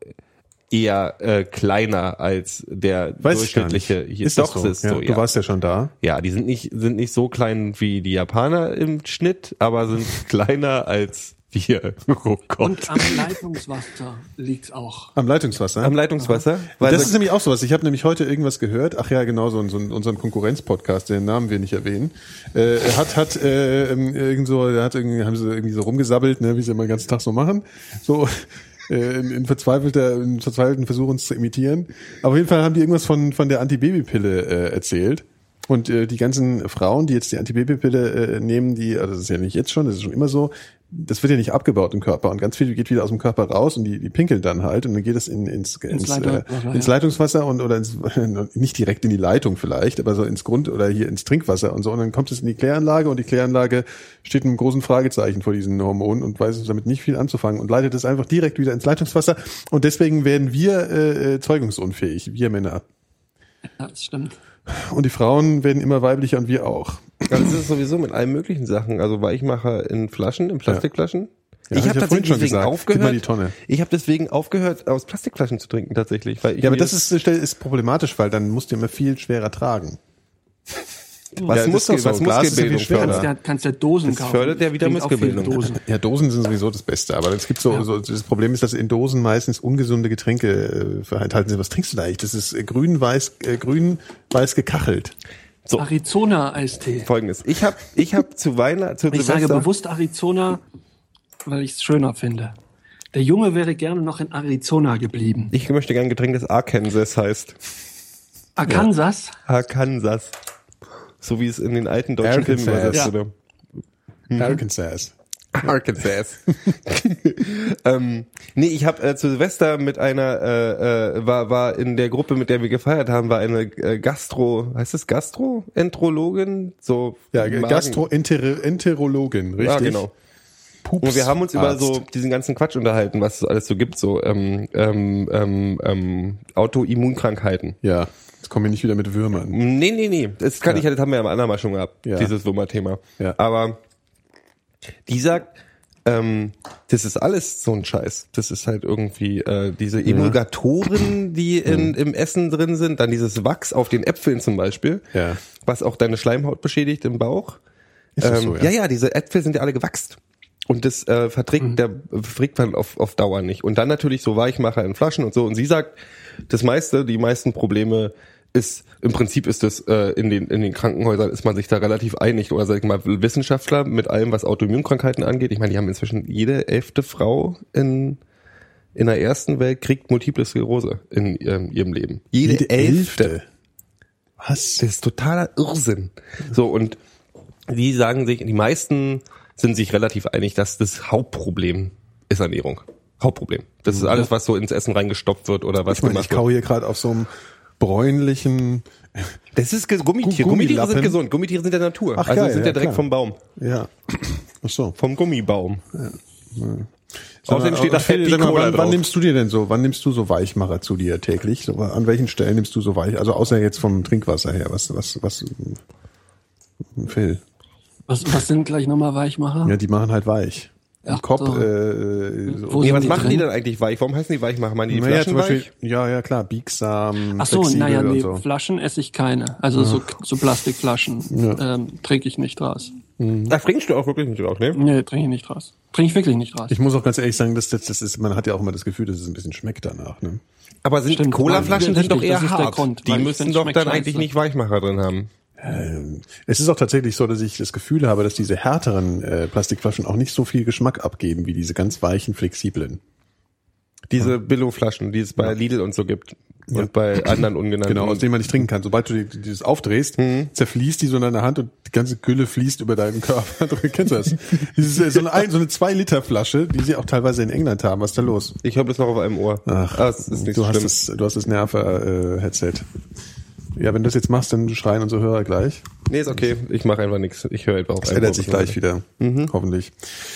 eher äh, kleiner als der Weiß ich gar durchschnittliche nicht. hier. Ist das Doch, so? es ist Ja, so, du ja. warst ja schon da. Ja, die sind nicht, sind nicht so klein wie die Japaner im Schnitt, aber sind kleiner als wir. Oh Gott. Und am Leitungswasser liegt's auch. Am Leitungswasser. Am Leitungswasser? Weil das so- ist nämlich auch sowas. Ich habe nämlich heute irgendwas gehört. Ach ja, genau, so, so unseren Konkurrenz-Podcast, den Namen wir nicht erwähnen. Äh, hat hat äh, ähm, irgend so, da hat irgendwie, haben sie irgendwie so rumgesabbelt, ne, wie sie immer den ganzen Tag so machen. So äh, in, in verzweifelter, in verzweifelten Versuch, uns zu imitieren. Aber auf jeden Fall haben die irgendwas von von der Antibabypille äh, erzählt. Und äh, die ganzen Frauen, die jetzt die Antibabypille äh, nehmen, die, also das ist ja nicht jetzt schon, das ist schon immer so, das wird ja nicht abgebaut im Körper und ganz viel geht wieder aus dem Körper raus und die, die pinkeln dann halt und dann geht es in, ins, ins, Ins äh, Leitungswasser, ins ja. Leitungswasser und oder ins, nicht direkt in die Leitung vielleicht, aber so ins Grund oder hier ins Trinkwasser und so und dann kommt es in die Kläranlage und die Kläranlage steht mit einem großen Fragezeichen vor diesen Hormonen und weiß damit nicht viel anzufangen und leitet es einfach direkt wieder ins Leitungswasser und deswegen werden wir äh, zeugungsunfähig, wir Männer. Ja, das stimmt. Und die Frauen werden immer weiblicher und wir auch. Ja, das ist sowieso mit allen möglichen Sachen. Also Weichmacher in Flaschen, in Plastikflaschen. Ja, ich hab habe ich ja vorhin tatsächlich schon deswegen gesagt. Gib mal aufgehört. die Tonne. Ich habe deswegen aufgehört, aus Plastikflaschen zu trinken tatsächlich, weil ich Ja, aber mir- das ist, ist problematisch, weil dann musst du immer viel schwerer tragen. was, Ja, das Muskel, ist doch was so. Glas ist ja viel Muskelbildung schwerer. Kannst fördert. ja, kannst ja Dosen Das kaufen. fördert ja wieder Bringt auch viele Muskelbildung. Dosen. Ja, Dosen sind sowieso das Beste, aber es gibt so, Ja. so das Problem ist, dass in Dosen meistens ungesunde Getränke äh, enthalten sind. Was trinkst du da eigentlich? Das ist äh, grün-weiß, äh, grün-weiß gekachelt. So. Arizona-Eistee. Folgendes. Ich habe ich hab zu Weihnachten, zu Ich sage Silvester, bewusst Arizona, weil ich es schöner finde. Der Junge wäre gerne noch in Arizona geblieben. ich möchte gerne ein Getränk, das Arkansas heißt. Arkansas? Arkansas. So wie es in den alten deutschen Filmen Arkansas. übersetzt Ja. wurde. Mhm. Arkansas. Arkansas. ähm, nee, ich habe äh, zu Silvester mit einer, äh, äh, war war in der Gruppe, mit der wir gefeiert haben, war eine äh, Gastro, heißt es Gastroenterologin? So Ja, Magen- Gastroenterologin, richtig? Ja, genau. Pups Und wir haben uns über Arzt. so diesen ganzen Quatsch unterhalten, was es alles so gibt, so ähm, ähm, ähm, ähm, Autoimmunkrankheiten. Ja, jetzt kommen wir nicht wieder mit Würmern. Nee, nee, nee. Das kann Ja. ich, das haben wir ja am anderen Mal schon gehabt, Ja. dieses Würmer-Thema. Ja. Aber die sagt, ähm, das ist alles so ein Scheiß. Das ist halt irgendwie äh, diese Emulgatoren, die in, im Essen drin sind, dann dieses Wachs auf den Äpfeln zum Beispiel, Ja. was auch deine Schleimhaut beschädigt im Bauch. Ist das so, ja? ja, ja, diese Äpfel sind ja alle gewachst. Und das äh, verträgt Mhm. der verträgt man auf, auf Dauer nicht. Und dann natürlich so Weichmacher in Flaschen und so. Und sie sagt, das meiste, die meisten Probleme ist, im Prinzip ist das äh, in den in den Krankenhäusern ist man sich da relativ einig. Oder sag ich mal, Wissenschaftler mit allem, was Autoimmunkrankheiten angeht. Ich meine, die haben inzwischen jede elfte Frau in in der ersten Welt kriegt Multiple Sklerose in ihrem, ihrem Leben. Jede, Jede elfte. Elfte. Was? Das ist totaler Irrsinn. So, und die sagen sich, die meisten sind sich relativ einig, dass das Hauptproblem ist Ernährung. Hauptproblem. Das ist alles, was so ins Essen reingestopft wird oder was Ich meine, gemacht ich kau wird. hier gerade auf so einem bräunlichen, Das ist Ge- Gummitier. Gu- Gummitiere sind Gummilappen. gesund. Gummitiere sind der Natur. Ach, also geil, sind ja, ja direkt klar. vom Baum. ja. Ach so. Vom Gummibaum. Außerdem steht da Phil, Happy sag mal, Cola wann, wann drauf. nimmst du dir denn so, wann nimmst du so Weichmacher zu dir täglich? So, an welchen Stellen nimmst du so Weich? Also außer jetzt vom Trinkwasser her, was, was, was, Phil? Was, was sind gleich nochmal Weichmacher? Ja, die machen halt weich. Im Ach Kopf, so. äh, so. Wo Nee, sind was die machen drin? die denn eigentlich weich? Warum heißen die Weichmacher? Meinen die die Naja, Flaschen zum Beispiel, weich? ja, ja, klar, biegsam, Ach so, flexibel naja, nee, und so. Flaschen esse ich keine. Also so, so Plastikflaschen ähm, trinke ich nicht raus. Da trinkst du auch wirklich nicht drauf, ne? Nee, trinke ich nicht raus. Trinke ich wirklich nicht raus. Ich muss auch ganz ehrlich sagen, das, das, das ist, man hat ja auch immer das Gefühl, dass es ein bisschen schmeckt danach, ne? Aber sind Stimmt, Colaflaschen richtig, sind doch eher das ist der hart. Grund, Die weil ich müssen finde, doch schmeckt dann scheiße. eigentlich nicht Weichmacher drin haben. Ähm, es ist auch tatsächlich so, dass ich das Gefühl habe, dass diese härteren äh, Plastikflaschen auch nicht so viel Geschmack abgeben, wie diese ganz weichen, flexiblen. Diese Billo-Flaschen, die es bei Lidl und so gibt. Ja. Und bei anderen ungenannten. Genau, aus denen man nicht trinken kann. Sobald du die, dieses aufdrehst, Mhm. zerfließt die so in deiner Hand und die ganze Gülle fließt über deinen Körper. Kennst du das? Dieses, äh, so eine, ein- so eine zwei Liter Flasche, die sie auch teilweise in England haben. Was ist da los? Ich habe das noch auf einem Ohr. Ach, Ah, das ist nicht du so hast schlimm. das, du hast das Nerve-Headset. Ja, wenn du das jetzt machst, dann schreien unsere Hörer gleich. Nee, ist okay. Ich mache einfach nichts. Ich höre einfach auf. Das ändert sich gleich wieder. Mhm. Hoffentlich.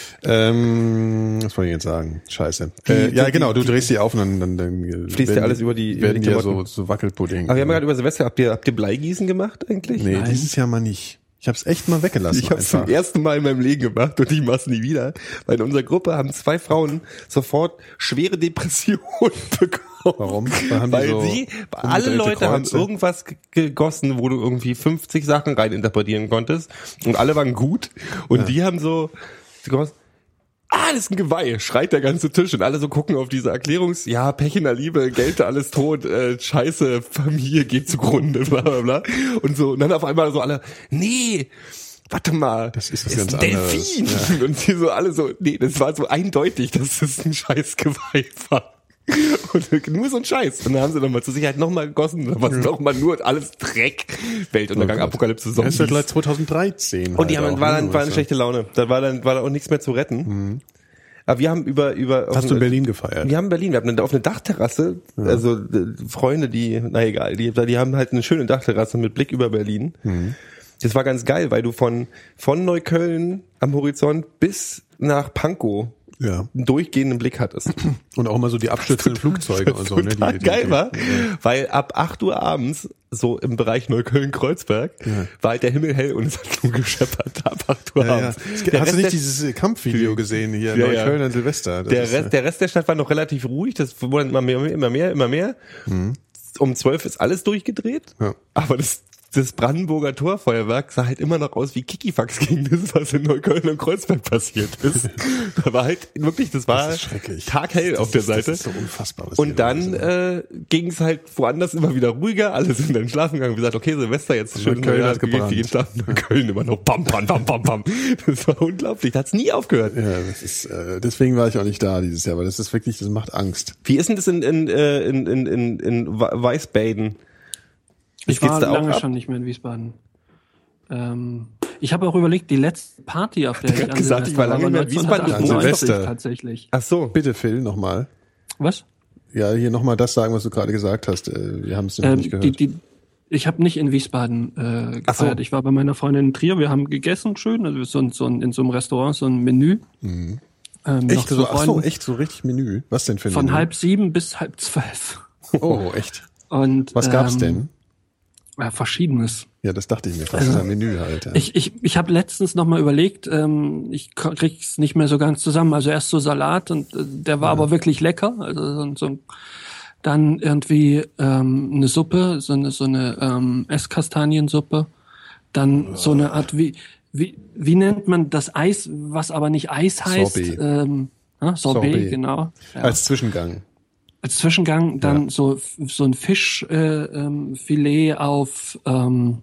Ähm, was wollte ich jetzt sagen? Scheiße. Äh, Die- ja, die- genau, du die- drehst die auf und dann, dann, dann Fließt ja werden alles die- über die- über werden die die ja so, Klamotten. so Wackelpudding. Aber wir haben ja gerade über Silvester, habt ihr, habt ihr Bleigießen gemacht eigentlich? Nee, Nein. dieses Jahr mal nicht. Ich habe es echt mal weggelassen. Ich habe es zum einfach. ersten Mal in meinem Leben gemacht und ich mach's nie wieder. Weil in unserer Gruppe haben zwei Frauen sofort schwere Depressionen bekommen. Warum? Weil haben die Weil so sie, alle umgedrehte Leute haben Kreuze? irgendwas ge- gegossen, wo du irgendwie fünfzig Sachen reininterpretieren konntest. Und alle waren gut. Und Ja. die haben so, gegossen, ah, das ist ein Geweih, schreit der ganze Tisch. Und alle so gucken auf diese Erklärungs, ja, Pech in der Liebe, Geld alles tot, äh, scheiße, Familie geht zugrunde, bla bla bla. Und so, und dann auf einmal so alle, nee, warte mal, Das ist was ein ganz Delfin. anderes. Und die so alle so, nee, das war so eindeutig, dass das ein scheiß Geweih war. Und nur so ein Scheiß. Und dann haben sie nochmal zur Sicherheit nochmal gegossen, dann war es nochmal nur alles Dreck. Weltuntergang, Oh Gott. Apokalypse, Das Zombies. ist ja gleich zweitausenddreizehn. Und die halt haben, auch, war ne? dann, war eine Also, schlechte Laune. Da war dann, war da auch nichts mehr zu retten. Aber wir haben über, über, auf Hast du in eine- Berlin gefeiert? Wir haben in Berlin, wir haben eine, auf eine Dachterrasse, also äh, Freunde, die, na egal, die, die haben halt eine schöne Dachterrasse mit Blick über Berlin. Das war ganz geil, weil du von, von Neukölln am Horizont bis nach Pankow Ja. einen durchgehenden Blick hattest. Und auch immer so die abstürzenden Flugzeuge und so. Ne? Total Die, die, geil die, war, weil ab acht Uhr abends, so im Bereich Neukölln-Kreuzberg, Ja. war halt der Himmel hell und es hat nur gescheppert ab acht Uhr Ja, ja. abends. Es- Der Hast Rest du nicht der- dieses äh, Kampfvideo gesehen hier in Ja, ja. Neukölln an Silvester? Das Der ist, Rest, der Rest der Stadt war noch relativ ruhig, das wurde immer mehr, immer mehr, immer mehr. Um zwölf ist alles durchgedreht, Ja. aber das, das Brandenburger Torfeuerwerk sah halt immer noch aus wie Kikifax gegen das, was in Neukölln und Kreuzberg passiert ist. Da war halt wirklich, das war Das ist schrecklich. taghell Das auf der ist- Seite. Das ist so unfassbar. was Und hier dann los ist. äh, ging es halt woanders immer wieder ruhiger. Alle sind dann schlafen gegangen und gesagt, okay, Silvester jetzt schön. Neukölln Neujahr, hat gebrannt. Wir gehen schlafen. Neukölln immer noch bam, bam, bam, bam, bam. Das war unglaublich. Da hat's nie aufgehört. Ja, das ist, äh, deswegen war ich auch nicht da dieses Jahr, weil das ist wirklich, das macht Angst. Wie ist denn das in, in, äh, in, in, in, in Weißbaden? Ich Geht's war da auch lange ab? schon nicht mehr in Wiesbaden. Ähm, ich habe auch überlegt, die letzte Party, auf der Ich ich hab an gesagt, ich war lange nicht mehr in Wiesbaden, an neunzehnhundertachtundneunzig Silvester. tatsächlich. Ach so. Bitte, Phil, nochmal. Was? Ja, hier nochmal das sagen, was du gerade gesagt hast. Äh, Wir haben es noch Ähm, nicht gehört. die, die, ich habe nicht in Wiesbaden äh, Ach so. gefeiert. Ich war bei meiner Freundin in Trier. Wir haben gegessen, schön. Also so, ein- so ein, in so einem Restaurant, so ein Menü. Ähm, noch echt zu so, ach so, Freunden. echt so richtig Menü. Was denn für ein Von Menü? halb sieben bis halb zwölf. Oh, echt. Und, Was gab's ähm, denn? Ja, Verschiedenes. Ja, das dachte ich mir. Was ist ein Menü halt? Ja. Ich, ich, ich habe letztens noch mal überlegt, ähm, ich k- krieg's nicht mehr so ganz zusammen. Also erst so Salat und äh, der war aber wirklich lecker. Also so, so dann irgendwie ähm, eine Suppe, so eine so eine ähm, Esskastaniensuppe. Dann so eine Art wie wie wie nennt man das Eis, was aber nicht Eis heißt? Sorbet. Ähm, ja, Sorbet, Sorbet. genau. Ja. Als Zwischengang. Als Zwischengang dann Ja. so so ein Fischfilet äh, ähm, Filet auf ähm,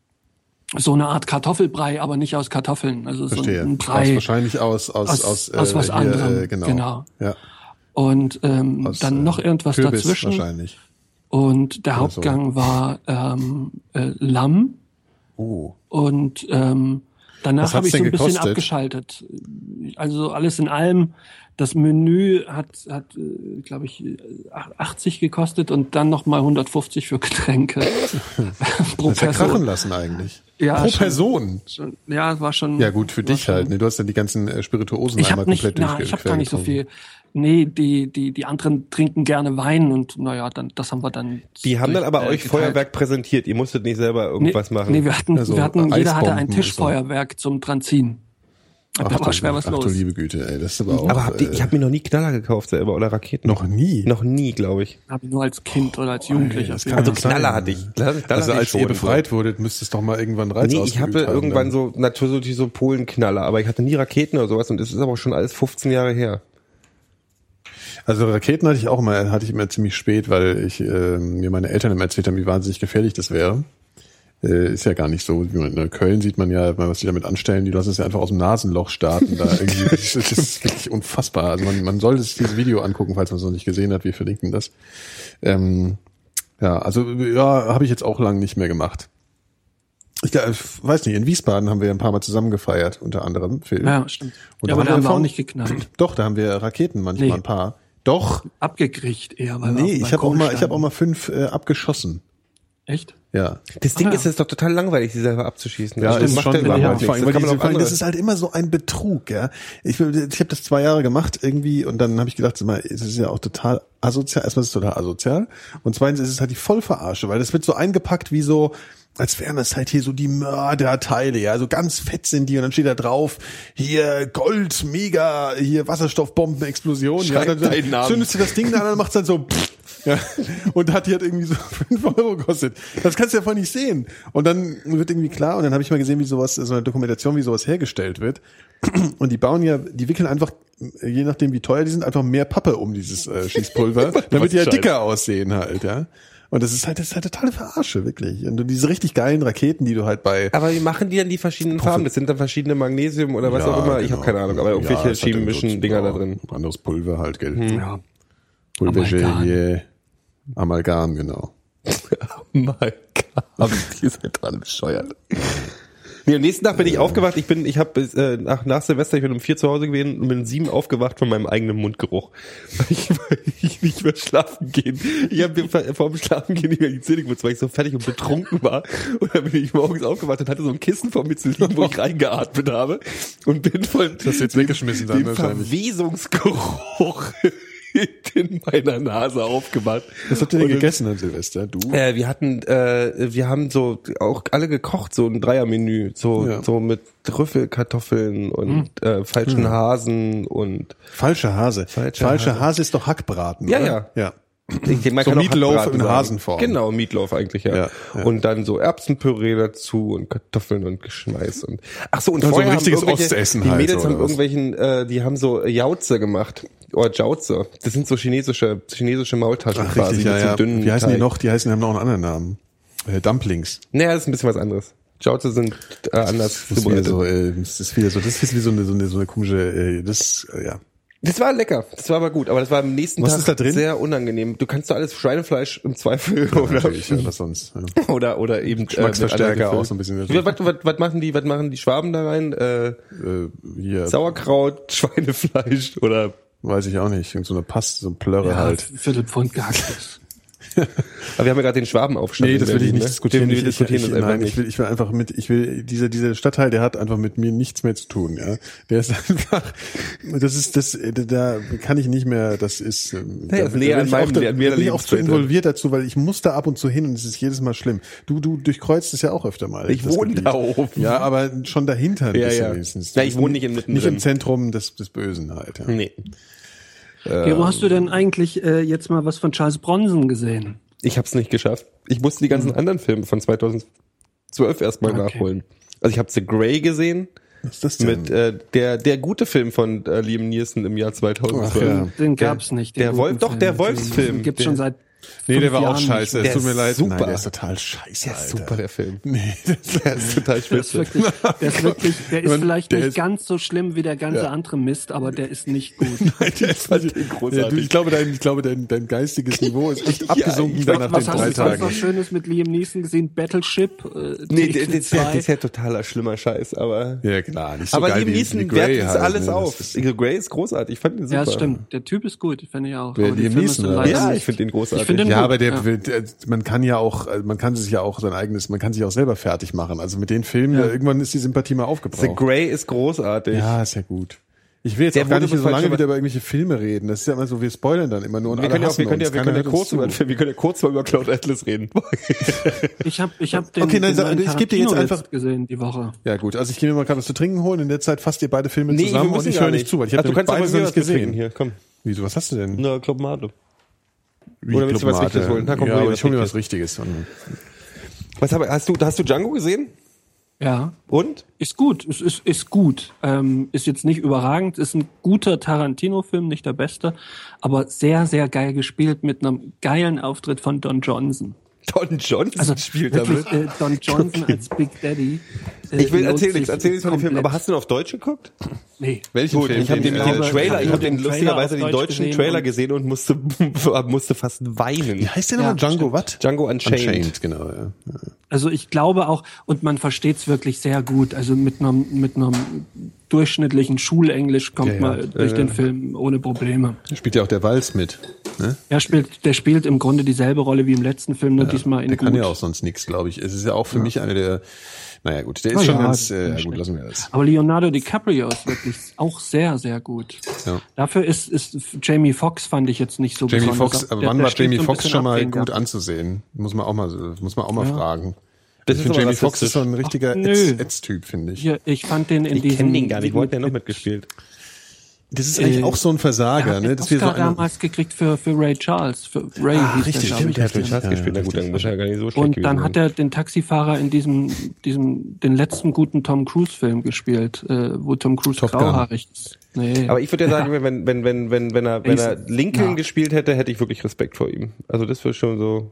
so eine Art Kartoffelbrei, aber nicht aus Kartoffeln. Also Verstehe. so ein Aus, Brei wahrscheinlich aus, aus, aus- aus, aus was hier, anderem. Äh, genau. Genau. Ja. und ähm, Aus, dann äh, noch irgendwas Kürbis dazwischen. wahrscheinlich. Und der Oder so. Hauptgang war ähm, äh, Lamm Oh. und ähm, danach Was habe hat's ich so denn ein bisschen gekostet? abgeschaltet. also alles in allem, das Menü hat, hat glaube ich, achtzig gekostet und dann nochmal hundertfünfzig für Getränke. Pro Das ist ja krachen Person. lassen eigentlich. Ja, Pro schon, Person. Schon, ja, war schon. Ja gut, für dich schon, halt. Ne? Du hast dann die ganzen äh, Spirituosen Ich einmal habe nicht, komplett na, durchge- ich habe quer gar nicht so getrunken. viel. Nee, die, die, die anderen trinken gerne Wein und naja, dann, das haben wir dann. Die haben dann aber äh, euch geteilt. Feuerwerk präsentiert. Ihr musstet nicht selber irgendwas nee, machen. Nee, wir hatten, Also wir hatten jeder hatte ein Eisbomben Tischfeuerwerk zum dran ziehen. Ach, Da du- war schwer was ach los. du liebe Güte, ey, das ist aber auch. aber habt ihr, äh, ich habe mir noch nie Knaller gekauft selber oder Raketen. noch nie. Noch nie, glaube ich. Habe ich nur als Kind oder als Jugendlicher. das kann Also doch sein. Knaller hatte ich. Knaller, Knaller Also hatte als ich schon ihr so. befreit wurdet, müsste es doch mal irgendwann Reiz Nee, ich ausgeübt habe haben, irgendwann dann. so natürlich so Polenknaller, aber ich hatte nie Raketen oder sowas und es ist aber schon alles fünfzehn Jahre her. Also Raketen hatte ich auch mal, hatte ich immer ziemlich spät, weil ich äh, mir meine Eltern immer erzählt haben, wie wahnsinnig gefährlich das wäre. Äh, ist ja gar nicht so. In Köln sieht man ja, was die damit anstellen, die lassen es ja einfach aus dem Nasenloch starten. Da irgendwie, das ist wirklich unfassbar. Also man, man sollte sich dieses Video angucken, falls man es noch nicht gesehen hat. Wir verlinken das. Ähm, ja, also ja, habe ich jetzt auch lange nicht mehr gemacht. Ich, glaub, ich weiß nicht, in Wiesbaden haben wir ein paar Mal zusammen gefeiert, unter anderem Phil. Ja, stimmt. Und Ja, aber da haben wir auch von- nicht geknallt. Doch, da haben wir Raketen manchmal Nee. ein paar. Doch, Abgekriegt eher, weil wir auf nee, dem ich habe auch Balkon mal, ich habe standen. auch mal fünf äh, abgeschossen. Echt? Ja. Das Ding Ah, ja. ist, es ist doch total langweilig, sie selber abzuschießen. Ja, Das ist macht schon ja überhaupt langweilig. nichts. Vor allem, Das weil kann man diese, auch vor allem, das andere- ist halt immer so ein Betrug, ja. Ich, will- ich habe das zwei Jahre gemacht irgendwie und dann habe ich gedacht, sag mal, es ist ja auch total asozial. Erstmal ist es total asozial und zweitens ist es halt die Vollverarsche, weil das wird so eingepackt wie so, als wären das halt hier so die Mörderteile, ja, so ganz fett sind die und dann steht da drauf, hier Gold, mega, hier Wasserstoffbombenexplosion, ja, Schreib dann, deinen Namen. zündest du das Ding da an, dann macht's dann so, pff, ja, und hat die hat irgendwie so fünf Euro gekostet. Das kannst du ja voll nicht sehen. Und dann wird irgendwie klar, und dann habe ich mal gesehen, wie sowas, so eine Dokumentation, wie sowas hergestellt wird. Und die bauen ja, die wickeln einfach, je nachdem wie teuer die sind, einfach mehr Pappe um dieses äh, Schießpulver, damit die ja Scheiß. dicker aussehen halt, ja. Und das ist halt, das ist halt totale Verarsche, wirklich. Und diese richtig geilen Raketen, die du halt bei, Aber wie machen die dann die verschiedenen Farben? Das sind dann verschiedene Magnesium oder was auch immer. Ich genau. habe keine Ahnung, aber irgendwelche Ja, es hat dann chemischen so- Dinger da ja, drin. Anderes Pulver halt, gell. Ja. Pulver, Amalgam. Gelee, Amalgam, genau. Mal gar nicht. Ihr seid alle bescheuert. Nee, am nächsten Tag bin ich aufgewacht. Ich bin, ich habe äh, nach, nach Silvester, ich bin um vier zu Hause gewesen und bin um sieben aufgewacht von meinem eigenen Mundgeruch. Weil ich, weil ich nicht mehr schlafen gehen. Ich habe mir vor vor dem Schlafen gehen nicht mehr die Zähne geputzt, weil ich so fertig und betrunken war. Und dann bin ich morgens aufgewacht und hatte so ein Kissen vor mir zu liegen, wo ich reingeatmet habe und bin von Das hast du jetzt weggeschmissen dann dem wahrscheinlich. Verwesungsgeruch in meiner Nase aufgewacht. Was habt ihr denn Und dann- gegessen an Silvester? Du? Äh, wir hatten, äh, wir haben so auch alle gekocht, so ein Dreiermenü, so Ja. so mit Trüffelkartoffeln und äh, falschen Hasen und Falscher Hase. Falscher Falscher Hase. Hase ist doch Hackbraten, Ja, oder? ja. Ja. ich, man So kann auch Meatloaf Hackbraten in sagen. Hasenform. Genau, Meatloaf eigentlich, ja. Ja, ja. Und dann so Erbsenpüree dazu und Kartoffeln und Geschmeiß und ach so und Also vorher ein richtiges haben irgendwelche- Ostessen die halt, Mädels oder haben was? irgendwelchen, äh, die haben so Jauze gemacht oder Jauze. Das sind so chinesische chinesische Maultaschen Ach, quasi richtig, ja, mit so ja. dünnen Wie heißen die Teig. noch? Die heißen, die haben noch einen anderen Namen. Äh, Dumplings. Naja, das ist ein bisschen was anderes. Jauze sind äh, anders Das ist wieder zubereitet. so, äh, das ist wieder so, das ist wie so eine, so eine, so eine komische, äh, das, äh, ja. Das war lecker, das war aber gut, aber das war am nächsten Was Tag ist da drin? sehr unangenehm. Du kannst doch alles Schweinefleisch im Zweifel oder, Natürlich, ja, was sonst. Ja. oder oder eben Geschmacksverstärker äh, mit anderen auch so ein bisschen. Gefüllen. Was, was, was machen die, was machen die Schwaben da rein? Äh, Äh, hier, Sauerkraut, Schweinefleisch oder weiß ich auch nicht. Irgend so eine Paste, so ein Plörre Ja, halt. Viertelpfund gehacktes. aber wir haben ja gerade den Schwabenaufstand. Nee, in das will ich Berlin, nicht ne? diskutieren. Wir Ich, ich, diskutieren ich, das einfach nein, nicht. ich will, ich will einfach mit, ich will, dieser, dieser Stadtteil, der hat einfach mit mir nichts mehr zu tun, ja. Der ist einfach, das ist, das, da kann ich nicht mehr, das ist, ähm, Ja, da, ist näher da an bin ich meinem- auch, da, an mir bin ich auch zu Lebenswelt. involviert dazu, weil ich muss da ab und zu hin und es ist jedes Mal schlimm. Du, du durchkreuzt es ja auch öfter mal. Ich das wohne Gebiet. da oben. Ja, aber schon dahinter ein Ja, bisschen ja. wenigstens. Na, ich wohne nicht im Mittendrin. Nicht im Zentrum des, des Bösen halt, ja. Nee. Gero, hast du denn eigentlich äh, jetzt mal was von Charles Bronson gesehen? Ich hab's nicht geschafft. Ich musste die ganzen anderen Filme von zweitausendzwölf erstmal Okay. nachholen. Also ich habe The Grey gesehen. Was ist das denn? Mit äh, der der gute Film von äh, Liam Neeson im Jahr zweitausendzwölf. Ach, ja. Den gab's nicht. den der guten Wolf- doch, Film. der Wolfsfilm. Den gibt's Der- schon seit Nee, der war Jahren auch scheiße. Der Es tut mir ist leid. super. Nein, der ist total scheiße, Der ist Alter. super, der Film. Nee, das Der ist total Der ist spitze. wirklich, der ist wirklich, der ist Man- vielleicht der nicht ist- ganz so schlimm wie der ganze Ja. andere Mist, aber der ist nicht gut. Nein, der ist fand den ja, großartig. du, ich glaube, dein, ich glaube, dein, dein geistiges Niveau ist echt Ja, abgesunken ich dann glaub, nach Was den hast drei du sonst Tagen. noch Schönes mit Liam Neeson gesehen? Battleship? Äh, Nee, T der, der, der, zwei? der ist ja totaler schlimmer Scheiß, aber... Ja, klar, nicht so aber geil Liam wie, wie Neeson Grey wertet es halt, alles ne? auf. Das ist- Grey ist großartig, ich fand ihn super. Ja, das stimmt. Der Typ ist gut, finde ich auch. Wer, Aber die Liam Filme Neeson, sind oder? leider Ja, nicht- ich finde ihn großartig. Ich finde den Ja, gut. aber der, Ja. der, man kann ja auch, man kann sich ja auch sein eigenes, man kann sich auch selber fertig machen. Also mit den Filmen, Ja. da, irgendwann ist die Sympathie mal The aufgebraucht. Grey ist großartig. Ja, ist ja gut. Ich will jetzt Der auch gar wurde nicht so falsch lange über- wieder über irgendwelche Filme reden. Das ist ja immer so, wir spoilern dann immer nur und Wir alle können ja, auch, hassen wir können ja, uns. wir Keiner können ja hört kurz uns über, zu. wir können ja kurz mal über Cloud Atlas reden. Ich habe ich hab den, Okay, nein, den neuen ich geb dir jetzt Tarantino einfach- gesehen die Woche. Ja gut, also ich gehe mir mal gerade was zu trinken holen. In der Zeit fasst ihr beide Filme Nee, zusammen wir und müssen ich gar höre nicht zu, weil ich habe Ach, du kannst aber beides mir noch was nicht trinken gesehen. hier, komm. Wieso, was hast du denn? Na, Club Mate. Wie Oder willst du was Club Richtiges Mate? holen? Na, komm, ja, hol dir aber was ich hole mir was Richtiges. Was hab, hast du, hast du Django gesehen? Ja. Und? Ist gut, es ist, ist gut. Ähm, ist jetzt nicht überragend, ist ein guter Tarantino-Film, nicht der beste, aber sehr, sehr geil gespielt mit einem geilen Auftritt von Don Johnson. Don Johnson Also spielt wirklich, damit. äh, Don Johnson als Big Daddy. Äh, Ich will lohnt erzählen sich nichts, erzähl nichts von dem Film. komplett. Aber hast du ihn auf Deutsch geguckt? Nee. Welchen Gut, Film? ich habe den, Den, den äh, Trailer, ich habe den den Trailer lustigerweise auf den Deutsch deutschen gesehen Trailer und- gesehen und musste, musste fast weinen. Wie heißt der nochmal? Ja, Django, stimmt. was? Django Unchained. Unchained, genau, ja. Also ich glaube auch, und man versteht es wirklich sehr gut, also mit einem mit einem durchschnittlichen Schulenglisch kommt Ja, ja. man durch Äh. den Film ohne Probleme. Da spielt ja auch der Walz mit. Ne? Er spielt, der spielt im Grunde dieselbe Rolle wie im letzten Film, nur diesmal in Der gut. kann ja auch sonst nichts, glaube ich. Es ist ja auch für mich eine der, naja gut, der ist Na schon ja, ganz, das äh, ist ja, gut, schlecht. lassen wir das. Aber Leonardo DiCaprio ist wirklich auch sehr, sehr gut. Ja. Dafür ist, ist Jamie Foxx fand ich jetzt nicht so Jamie besonders. Foxx, aber Der- wann der war steht Jamie so ein Foxx bisschen schon mal abwägen, gut ja. anzusehen? Muss man auch mal, muss man auch mal Ja. fragen. Das ich ist finde, aber Jamie Foxx rassistisch. ist so ein richtiger Ach, nö. Ätz- Ätz-Typ, finde ich. Hier, ich fand den in Ich diesem... kenne den gar nicht, wo hat der noch mit- mitgespielt? Das ist eigentlich Äh, auch so ein Er Versager, hat ne? den Dass wir so Oscar eine, damals gekriegt für, für Ray Charles. Für Ray Ah, hieß richtig, der, glaub stimmt, ich. Der hat mit Ja, Schatz ja, gespielt, na gut, richtig. dann muss er ja gar nicht so schlecht Und gewesen dann sein. hat er den Taxifahrer in diesem, diesem, den letzten guten Tom Cruise Film gespielt, äh, wo Tom Cruise Top Gun. grauhaarig ist. Nee. Aber ich würde ja sagen, wenn, wenn, wenn, wenn, wenn er, wenn er Mason. Lincoln Ja. gespielt hätte, hätte ich wirklich Respekt vor ihm. Also das wäre schon so.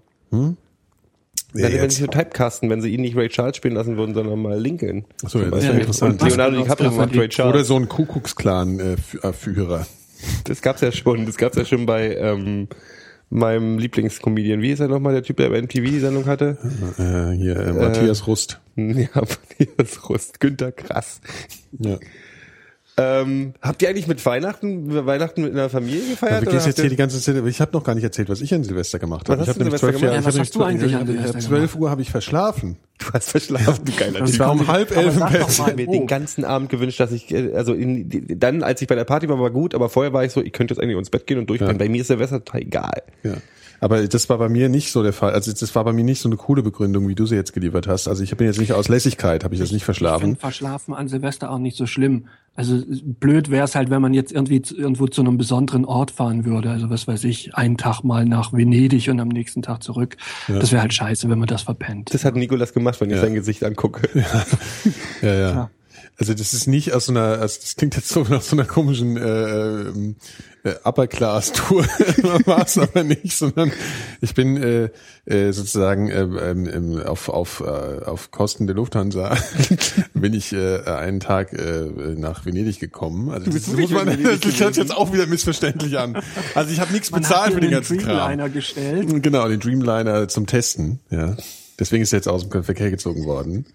Ja, Dann, wenn jetzt. sie so typecasten, wenn sie ihn nicht Ray Charles spielen lassen würden, sondern mal Lincoln. Ach so, ja, Zum das Beispiel. wäre interessant. Und Leonardo DiCaprio Ja, macht Ray Charles. Oder so ein Kuckucksklan-Führer. Das gab's ja schon. Das gab's ja schon bei ähm, meinem Lieblingscomedian. Wie ist er nochmal, der Typ, der bei M T V die Sendung hatte? äh, hier, äh, Matthias Rust. Ja, Matthias Rust, Günter Grass. Ja. Ähm, habt ihr eigentlich mit Weihnachten, Weihnachten mit einer Familie Ja, gefeiert? wir oder gehen habt jetzt hier ihr- die ganze Zeit, aber ich habe noch gar nicht erzählt, was ich an Silvester gemacht habe. Was Ich hast habe du nämlich Silvester zwölf Jahre, gemacht? ich Ja, habe was hast du eigentlich ich an habe- ich Silvester habe zwölf Uhr habe ich verschlafen. Du hast verschlafen, du geiler Das Typ. war um halb elf im sag doch Bett. mal, Ich mir wo? den ganzen Abend gewünscht, dass ich, äh, also in, die- dann, als ich bei der Party war, war gut, aber vorher war ich so, ich könnte jetzt eigentlich ins Bett gehen und durchpennen. Bei mir ist Silvester total egal. Ja. Aber das war bei mir nicht so der Fall. Also das war bei mir nicht so eine coole Begründung, wie du sie jetzt geliefert hast. Also ich bin jetzt nicht aus Lässigkeit, habe ich das nicht Ich verschlafen. finde Verschlafen an Silvester auch nicht so schlimm. Also blöd wäre es halt, wenn man jetzt irgendwie zu, irgendwo zu einem besonderen Ort fahren würde. Also was weiß ich, einen Tag mal nach Venedig und am nächsten Tag zurück. Das wäre halt scheiße, wenn man das verpennt. Das hat Nikolas gemacht, wenn ich Ja. sein Gesicht angucke. Ja, ja. Klar. Also das ist nicht aus so einer, also das klingt jetzt so nach so einer komischen äh, ähm, äh, Upper-Class-Tour, war es aber nicht, sondern ich bin äh, äh, sozusagen äh, ähm, auf auf äh, auf Kosten der Lufthansa bin ich äh, einen Tag äh, nach Venedig gekommen. Also das, bist muss wirklich man, in Venedig das hört sich jetzt auch wieder missverständlich an. Also ich habe nichts Man bezahlt hat für dir den ganzen den Kram. Dreamliner gestellt. Genau, den Dreamliner zum Testen, ja. Deswegen ist er jetzt aus dem Verkehr gezogen worden.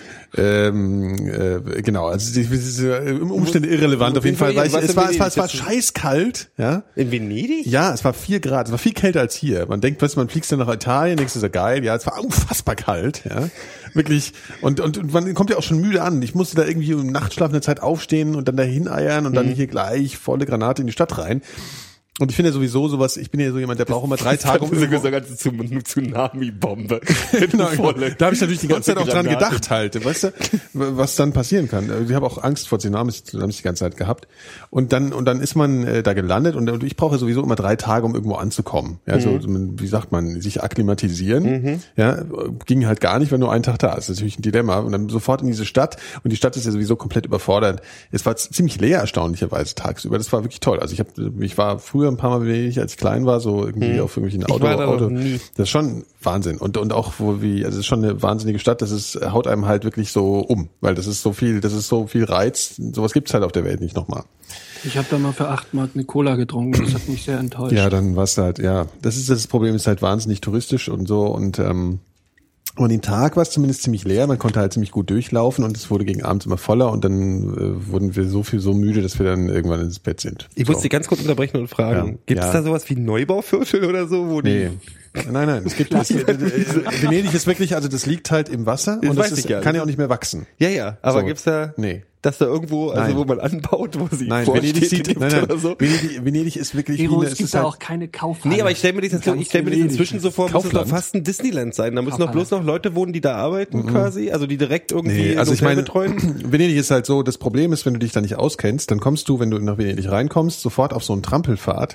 Ähm, äh, genau, also die, diese im Umstände irrelevant auf jeden Fall, weil ich, Was es in war, es war, es war Venedig? scheißkalt, ja. In Venedig? Ja, es war vier Grad, es war viel kälter als hier. Man denkt plötzlich, man fliegt dann nach Italien, denkst du, so geil, ja, es war unfassbar kalt, ja. Wirklich, und, und, und man kommt ja auch schon müde an. Ich musste da irgendwie im Nachtschlaf eine Zeit aufstehen und dann dahin eiern und dann hier gleich volle Granate in die Stadt rein. Und ich finde ja sowieso sowas, ich bin ja so jemand, der braucht immer drei Tage, um diese irgendwo- ganze Tsunami-Bombe. Genau, Volle- da habe ich natürlich die ganze Zeit auch dran Granate. gedacht halt, weißt du, was dann passieren kann. Ich habe auch Angst vor Tsunamis, Tsunamis die ganze Zeit gehabt. Und dann und dann ist man äh, da gelandet und, und ich brauche sowieso immer drei Tage, um irgendwo anzukommen. Ja, so wie sagt man, sich akklimatisieren. Ja, ging halt gar nicht, weil nur ein Tag da ist. Das ist natürlich ein Dilemma. Und dann sofort in diese Stadt und die Stadt ist ja sowieso komplett überfordert. Es war ziemlich leer erstaunlicherweise tagsüber. Das war wirklich toll. Also ich habe, ich war früher ein paar Mal Venedig, als ich klein war, so irgendwie hm. auf irgendwelchen Auto, ich war da noch Auto. nie. Das ist schon Wahnsinn. Und, und auch, wo wie, also es ist schon eine wahnsinnige Stadt, das ist, haut einem halt wirklich so um, weil das ist so viel, das ist so viel Reiz, sowas gibt's halt auf der Welt nicht nochmal. Ich habe da mal für acht Mark eine Cola getrunken, das hat mich sehr enttäuscht. Ja, dann war's halt, ja, das ist das Problem, ist halt wahnsinnig touristisch und so und, ähm, und den Tag war es zumindest ziemlich leer, man konnte halt ziemlich gut durchlaufen und es wurde gegen abends immer voller und dann äh, wurden wir so viel so müde, dass wir dann irgendwann ins Bett sind. Ich so. muss dich ganz kurz unterbrechen und fragen, Ja. gibt es Ja. da sowas wie Neubauviertel oder so? Wo die Nee. Nein, nein, es gibt, es, äh, äh, Venedig ist wirklich, also das liegt halt im Wasser Das und weiß das ich ist, ja. kann ja auch nicht mehr wachsen. Ja, ja, aber So. gibt's da, Nee. dass da irgendwo, also Nein. wo man anbaut, wo sie Nein, vorsteht, Venedig sieht, gibt nein, nein, oder so? Venedig, Venedig ist wirklich Gero, wie eine, es es gibt ist da halt, auch keine Kaufhalle. Nee, aber ich stelle mir das jetzt, Ganz ich stelle mir das inzwischen Venedig. so vor, muss es doch Kaufland. fast ein Disneyland sein. Da müssen doch bloß noch Leute wohnen, die da arbeiten quasi, also die direkt irgendwie nee, also ein ich Hotel meine, betreuen. Venedig ist halt so, das Problem ist, wenn du dich da nicht auskennst, dann kommst du, wenn du nach Venedig reinkommst, sofort auf so einen Trampelpfad,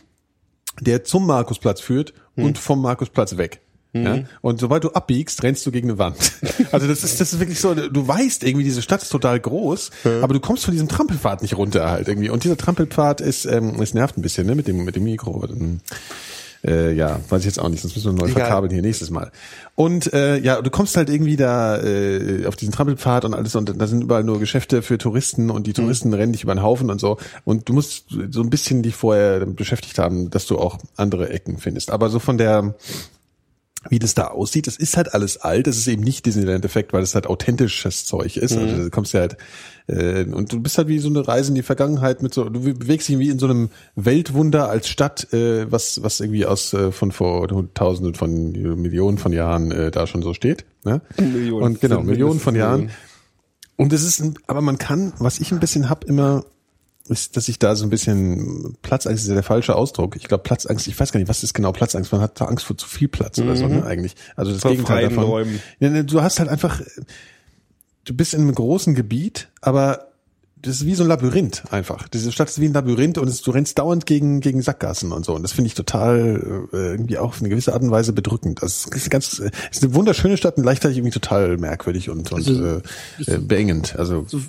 der zum Markusplatz führt Hm. und vom Markusplatz weg. Ja? Und sobald du abbiegst, rennst du gegen eine Wand. Also das ist, das ist wirklich so, du weißt irgendwie, diese Stadt ist total groß, aber du kommst von diesem Trampelpfad nicht runter halt irgendwie. Und dieser Trampelpfad ist, ähm, es nervt ein bisschen, ne, mit dem, mit dem Mikro. Äh, ja, weiß ich jetzt auch nicht, sonst müssen wir neu Egal. verkabeln hier nächstes Mal. Und äh, ja, du kommst halt irgendwie da äh, auf diesen Trampelpfad und alles und da sind überall nur Geschäfte für Touristen und die Touristen rennen dich über den Haufen und so. Und du musst so ein bisschen dich vorher damit beschäftigt haben, dass du auch andere Ecken findest. Aber so von der wie das da aussieht, das ist halt alles alt, das ist eben nicht Disneyland-Effekt, weil es halt authentisches Zeug ist. Mhm. Also da kommst du halt äh, und du bist halt wie so eine Reise in die Vergangenheit mit so, du bewegst dich wie in so einem Weltwunder als Stadt, äh, was was irgendwie aus äh, von vor Tausenden von Millionen von Jahren äh, da schon so steht. Ne? Millionen. Und genau, Sind Millionen von mindestens Jahren. Und es ist, ein, aber man kann, was ich ein bisschen hab immer, ist, dass ich da so ein bisschen, Platzangst ist ja der falsche Ausdruck. Ich glaube Platzangst, ich weiß gar nicht, was ist genau Platzangst. Man hat da Angst vor zu viel Platz oder so, ne, eigentlich. Also das Vor Gegenteil freien davon. Räumen. Ja, ne, du hast halt einfach, du bist in einem großen Gebiet, aber das ist wie so ein Labyrinth einfach. Diese Stadt ist wie ein Labyrinth und es, du rennst dauernd gegen gegen Sackgassen und so. Und das finde ich total äh, irgendwie auch auf eine gewisse Art und Weise bedrückend. Das ist ganz, äh, ist eine wunderschöne Stadt und gleichzeitig irgendwie total merkwürdig und, und Also, äh, äh, beengend. Also So,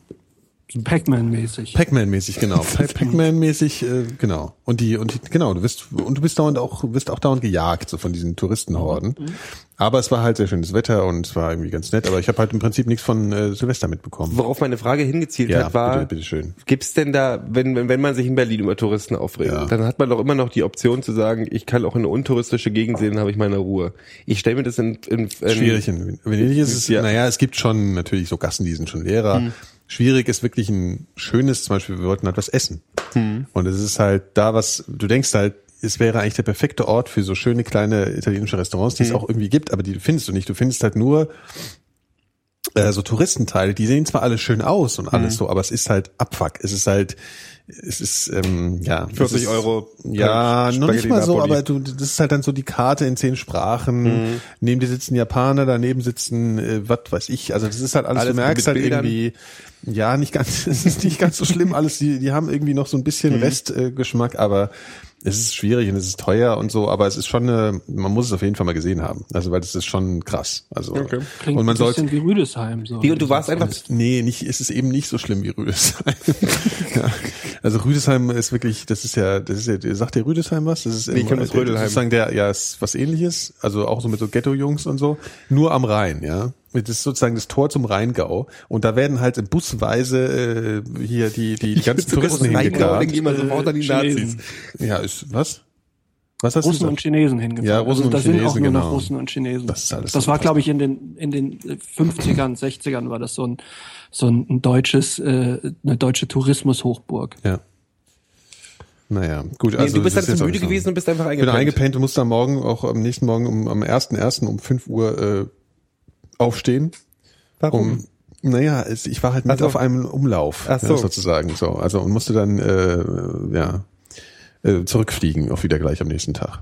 so Pac-Man-mäßig. Pac-Man-mäßig, genau. Pac-Man-mäßig, äh, genau. Und die, und die, genau, du wirst, und du bist dauernd auch, wirst auch dauernd gejagt, so von diesen Touristenhorden. Mhm. Aber es war halt sehr schönes Wetter und es war irgendwie ganz nett, aber ich habe halt im Prinzip nichts von äh, Silvester mitbekommen. Worauf meine Frage hingezielt Ja, hat, war, bitte, bitte schön. gibt's denn da, wenn, wenn, wenn man sich in Berlin über Touristen aufregt, Ja. dann hat man doch immer noch die Option zu sagen, ich kann auch in eine untouristische Gegend sehen, dann habe ich meine Ruhe. Ich stelle mir das in, in, in Schwierig in Venedig ist es, Ja. naja, es gibt schon natürlich so Gassen, die sind schon leerer. Hm. Schwierig ist wirklich ein schönes, zum Beispiel, wir wollten halt was essen. Hm. Und es ist halt da was, du denkst halt, es wäre eigentlich der perfekte Ort für so schöne kleine italienische Restaurants, die hm. es auch irgendwie gibt, aber die findest du nicht. Du findest halt nur äh, so Touristenteile, die sehen zwar alle schön aus und alles hm. so, aber es ist halt Abfuck. Es ist halt, es ist, ähm, ja. vierzig ist, Euro. Ja, noch nicht Spaghetti mal so, Napoli. aber du, das ist halt dann so die Karte in zehn Sprachen. Mhm. Neben dir sitzen Japaner, daneben sitzen, äh, was weiß ich. Also das ist halt alles, Alles du merkst mit halt Bildern. irgendwie, ja, nicht ganz, es ist nicht ganz so schlimm alles. Die, die haben irgendwie noch so ein bisschen Mhm. Restgeschmack, äh, aber es ist schwierig und es ist teuer und so, aber es ist schon eine, man muss es auf jeden Fall mal gesehen haben. Also, weil das ist schon krass. Also, Okay. Klingt und man ein bisschen sollte, wie Rüdesheim. So. Wie, und du warst einfach, nee, nicht, ist es eben nicht so schlimm wie Rüdesheim. ja. Also Rüdesheim ist wirklich, das ist ja, das ist ja, sagt der Rüdesheim was? Das ist Nee, ich kenn das Rödelheim. sozusagen der, ja, ist was Ähnliches, also auch so mit so Ghetto-Jungs und so, nur am Rhein, ja. Das ist sozusagen das Tor zum Rheingau und da werden halt busweise äh, hier die die, die ganzen Touristen hingekarrt. denke ich immer sofort an die Nazis. Chinesen. Ja, ist was? Was hast Russen du und gesagt? Chinesen hingefahren. Ja, Russen also, da und sind Chinesen, auch nur noch genau. Russen und Chinesen. Das ist alles das so war, krass. glaube ich, in den in den fünfzigern, sechzigern war das so ein so ein, ein deutsches äh, eine deutsche Tourismushochburg. Ja. Naja, gut. Nee, Also du bist das dann ist zu jetzt müde auch so. gewesen und bist einfach Ich bin eingepennt. eingepennt und musste am Morgen, auch am nächsten Morgen, um, am ersten ersten um fünf Uhr äh, aufstehen. Warum? Um, naja, es, ich war halt mit Ach so. auf einem Umlauf, Ach so. ja, sozusagen. So, also und musste dann äh, ja äh, zurückfliegen, auch wieder gleich am nächsten Tag.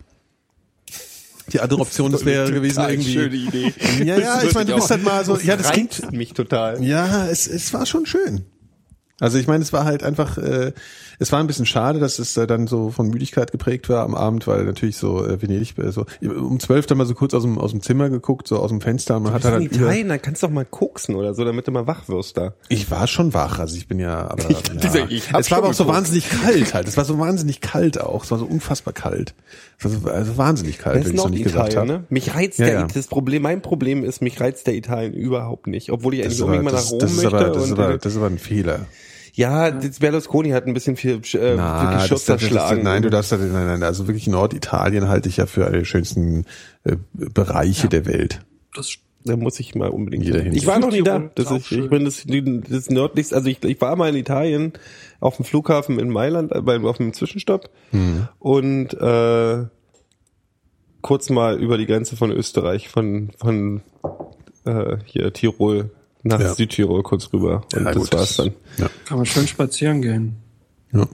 Die andere Option, das wäre gewesen Total irgendwie. schöne Idee. Ja, ja, Das ich meine, du wirklich bist halt mal so. auch- Ja, das reizt klingt. mich total. Ja, es, es war schon schön. Also ich meine, es war halt einfach, äh, es war ein bisschen schade, dass es äh, dann so von Müdigkeit geprägt war am Abend, weil natürlich so äh, Venedig, äh, so um zwölf dann mal so kurz aus dem aus dem Zimmer geguckt, so aus dem Fenster und man hat halt in Italien, dann kannst du doch mal koksen oder so, damit du mal wach wirst da. Ich war schon wach, also ich bin ja, aber Ich- ja. dieser- ich hab es war aber auch schon so gekokst. wahnsinnig kalt halt. Es war so wahnsinnig kalt auch. Es war so unfassbar kalt. Es war so, also wahnsinnig kalt, Das wenn ist ich es noch nicht gesagt Norditalien, habe. ne? Mich reizt Ja, der, ja. das Problem, mein Problem ist, mich reizt der Italien überhaupt nicht, obwohl ich Das eigentlich ist, aber, unbedingt mal nach das, Rom das, ist möchte. aber, das, ist und, aber, äh, das ist aber ein Fehler. ja, das Berlusconi hat ein bisschen viel äh, Na, das, Geschirr das, das, zerschlagen. nein, du darfst, nein, nein, also wirklich Norditalien halte ich ja für eine der schönsten äh, Bereiche der Welt. Das Da muss ich mal unbedingt Jeder hin. hin. Ich war noch nie da. Südtirol Das ist auch ist, ich schön. bin das, das nördlichste, also ich, ich war mal in Italien auf dem Flughafen in Mailand, äh, beim, auf dem Zwischenstopp Hm. und äh, kurz mal über die Grenze von Österreich, von, von äh, hier Tirol nach Ja. Südtirol kurz rüber. Und Ja, das gut, war's dann. Ja. kann man schön spazieren gehen. Ja.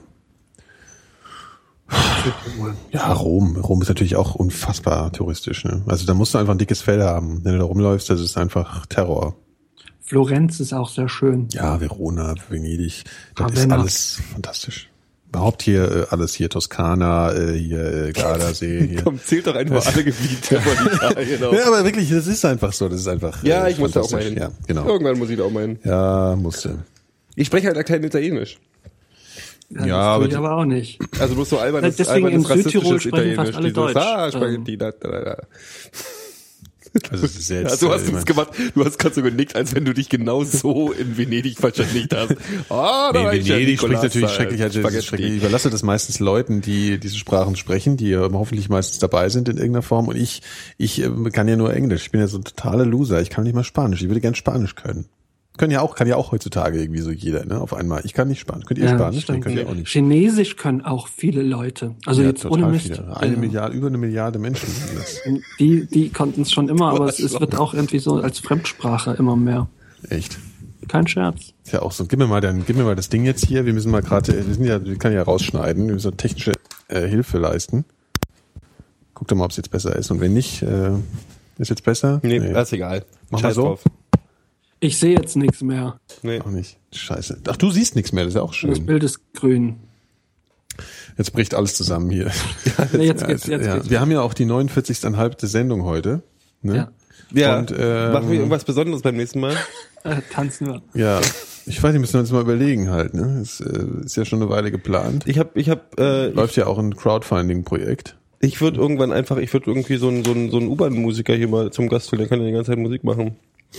Ja, Rom. Rom ist natürlich auch unfassbar touristisch. Ne? Also da musst du einfach ein dickes Fell haben. Wenn du da rumläufst, das ist einfach Terror. Florenz ist auch sehr schön. Ja, Verona, Venedig, das Ravenna. ist alles fantastisch. Überhaupt hier äh, alles hier Toskana, äh, hier äh, Gardasee. Hier. Komm, zählt doch einfach alle Gebiete von Italien auf. Ja, aber wirklich, das ist einfach so. Das ist einfach. Ja, äh, ich muss da auch mal fantastisch. hin. Ja, genau. Irgendwann muss ich da auch mal hin. Ja, musste. Ich spreche halt kein Italienisch. Ja, Ja, das aber tue ich die- aber auch nicht. Also bloß so albernes, Deswegen albernes in Südtirol rassistisches sprechen fast Italienisch. alle Dieses, Deutsch. Ah, Ähm. Spaghetti, da, da, da, da. Also es ist jetzt, Ja, du hast äh, es mein- gemacht. Du hast gerade so genickt, als wenn du dich genau so in Venedig verständigt hast. Ah, da war Nee, ich ja Venedig spricht Nicolas, natürlich äh, schrecklich, also das ist Spaghetti. schrecklich. Ich überlasse das meistens Leuten, die diese Sprachen sprechen, die ja hoffentlich meistens dabei sind in irgendeiner Form. Und ich, ich äh, kann ja nur Englisch. Ich bin ja so ein totaler Loser. Ich kann nicht mal Spanisch. Ich würde gern Spanisch können. Können ja auch, kann ja auch heutzutage irgendwie so jeder, ne, auf einmal. Ich kann nicht Spanisch. Könnt ihr Ja, Spanisch? Nee, stimmt. könnt ihr auch nicht. Chinesisch können auch viele Leute. Also Ja, jetzt ohne Mist. viele. Eine Ja. Milliarde, über eine Milliarde Menschen sind das. Die, die konnten es schon immer, aber es, es Arschloch. wird auch irgendwie so als Fremdsprache immer mehr. Echt. Kein Scherz. Ist ja auch so. Gib mir mal dann, gib mir mal das Ding jetzt hier. Wir müssen mal gerade, wir sind ja, wir können ja rausschneiden. Wir müssen technische äh, Hilfe leisten. Guck doch mal, ob es jetzt besser ist. Und wenn nicht, äh, ist jetzt besser? Nee, ist egal. Mach mal Scheiß so. drauf. Ich sehe jetzt nichts mehr. Nee. Auch nicht. Scheiße. Ach, du siehst nichts mehr, das ist ja auch Das schön. Bild ist grün. Jetzt bricht alles zusammen hier. Nee, jetzt geht's, jetzt ja. geht's. Wir haben ja auch die neunundvierzigste halbe Sendung heute. Ne? Ja. Ja, Und, ähm, machen wir irgendwas Besonderes beim nächsten Mal? Äh, tanzen wir. Ja. Ich weiß nicht, müssen wir uns mal überlegen halt. Ne? Ist, äh, ist ja schon eine Weile geplant. Ich habe, ich habe, äh, Läuft ja auch ein Crowdfunding-Projekt. ich würde irgendwann einfach, ich würde irgendwie so einen so einen so einen U-Bahn-Musiker hier mal zum Gast holen, der kann ja die ganze Zeit Musik machen.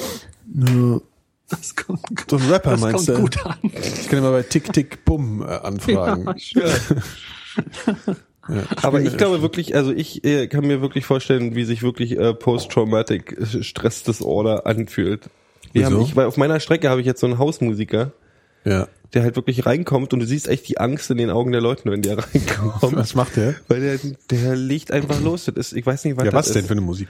Das kommt, So ein Rapper das meinst kommt du? gut an. Ich kann ja mal bei Tick Tick Bum äh, anfragen. Ja, schön. Ja. Aber ich glaube wirklich, also ich äh, kann mir wirklich vorstellen, wie sich wirklich äh, Post-Traumatic Stress Disorder anfühlt. Wir Wieso? haben, ich, weil auf meiner Strecke habe ich jetzt so einen Hausmusiker, Ja. der halt wirklich reinkommt und du siehst echt die Angst in den Augen der Leute, wenn der reinkommt. Was macht der? Weil der, der legt einfach los. Das ist, ich weiß nicht, was Ja, das was ist. denn für eine Musik?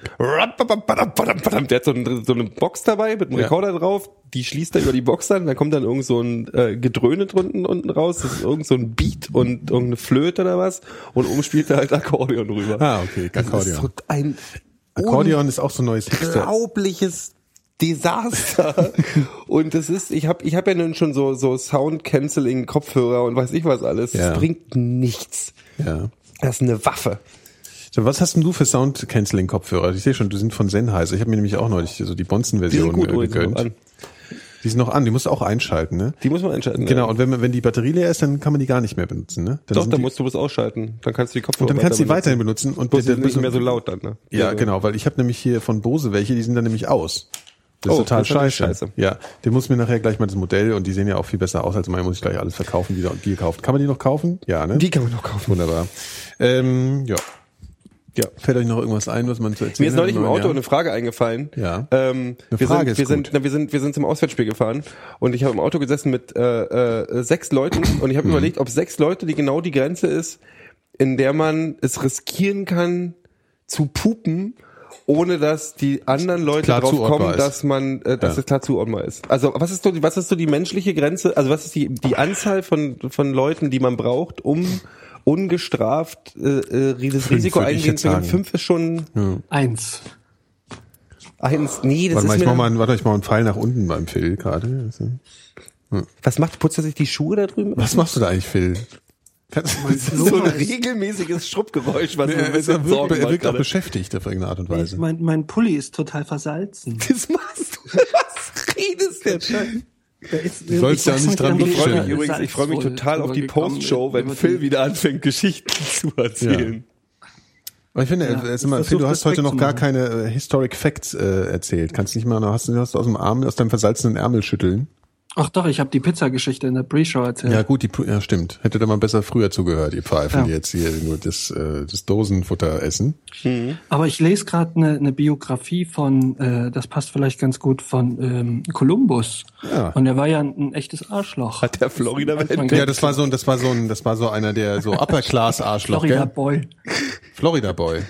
Der hat so, ein, so eine Box dabei mit einem Ja. Rekorder drauf, die schließt er über die Box an, dann kommt dann irgend so ein äh, Gedröhne drunten unten raus, das ist irgend so ein Beat und irgendeine Flöte oder was und oben spielt er halt Akkordeon rüber. Ah, okay, Das ist Akkordeon. so ein Akkordeon ist auch so ein neues Hipster. unglaubliches Desaster. Und das ist, ich habe ich hab ja nun schon so so Sound Cancelling Kopfhörer und weiß ich was alles. Ja. Das bringt nichts. Ja. Das ist eine Waffe. So, was hast denn du für Sound-Canceling-Kopfhörer? Ich sehe schon, du sind von Sennheiser. Ich habe mir nämlich auch neulich so die Die sind Bonzen-Version gut äh, übrigens noch gegönnt. an. Die sind noch an, die musst du auch einschalten, ne? Die muss man einschalten. Genau, ja. und wenn, man- wenn die Batterie leer ist, dann kann man die gar nicht mehr benutzen, ne? Dann Doch, sind dann die, musst du das ausschalten. Dann kannst du die Kopfhörer und dann kannst du die weiter weiterhin benutzen. Und Bloß der- die sind nicht mehr so laut dann, ne? Ja, Also- genau, weil ich habe nämlich hier von Bose welche, die sind dann nämlich aus. Das ist Oh, total das ist natürlich scheiße. scheiße. Ja, der muss mir nachher gleich mal das Modell und die sehen ja auch viel besser aus als meine, muss ich gleich alles verkaufen wieder und die gekauft. Kann man die noch kaufen? Ja, ne? Die kann man noch kaufen. Wunderbar. Ähm, ja. Ja. Fällt euch noch irgendwas ein, was man zu erzählen Mir ist hat neulich im neuen Auto Jahr? eine Frage eingefallen. Ja. Ähm, Eine wir Frage sind, ist wir gut. sind, na, wir sind, wir sind zum Auswärtsspiel gefahren und ich habe im Auto gesessen mit äh, äh, sechs Leuten und ich habe Mhm. überlegt, ob sechs Leute die genau die Grenze ist, in der man es riskieren kann zu pupen, ohne dass die anderen Leute Klar drauf zuordbar kommen, ist. dass man, äh, dass Ja. es klar zuordnbar ist. Also was ist so, die- was ist so die menschliche Grenze? Also was ist die die Anzahl von von Leuten, die man braucht, um ungestraft äh, äh, das Fünf, Risiko würd ich eingehen jetzt zu können? sagen. Fünf ist schon Eins. eins. Nee, das Warte mal, ist ich mir mach mal, einen- warte, ich mach mal einen Pfeil nach unten beim Phil gerade. Also, Was macht, putzt er sich die Schuhe da drüben? Was machst du da eigentlich, Phil? Kannst, Das ist so ein regelmäßiges Schrubbgeräusch, was er, mir ein bisschen er wirkt, Sorgen er macht wirkt auch gerade. beschäftigt auf irgendeine Art und Weise. Mein, mein Pulli ist total versalzen. Das machst du. Was redest du denn? Du sollst ja auch nicht dran Ich freue mich Schön. übrigens, ich freue mich total auf die Postshow, wenn über Phil die- wieder anfängt, Geschichten zu erzählen. Aber ich finde, Ja, äh, ich sag mal, Phil, versuch du hast heute Respekt noch zu gar machen. keine äh, Historic Facts äh, erzählt. Kannst nicht mal, hast du hast du aus dem Arm, aus deinem versalzenen Ärmel schütteln? Ach doch, ich habe die Pizzageschichte in der Pre-Show erzählt. Ja gut, die, ja stimmt. Hättet ihr mal besser früher zugehört, ihr Pfeifen, Ja. die jetzt hier nur das, äh, das Dosenfutter essen. Aber ich lese gerade eine ne Biografie von, äh, das passt vielleicht ganz gut, von ähm, Kolumbus. Ja. Und er war ja ein, ein echtes Arschloch. Hat der Florida entdeckt? Ja, das war so ein, das war so ein, das war so einer der so Upper Class Arschloch, Florida gell? Boy. Florida Boy.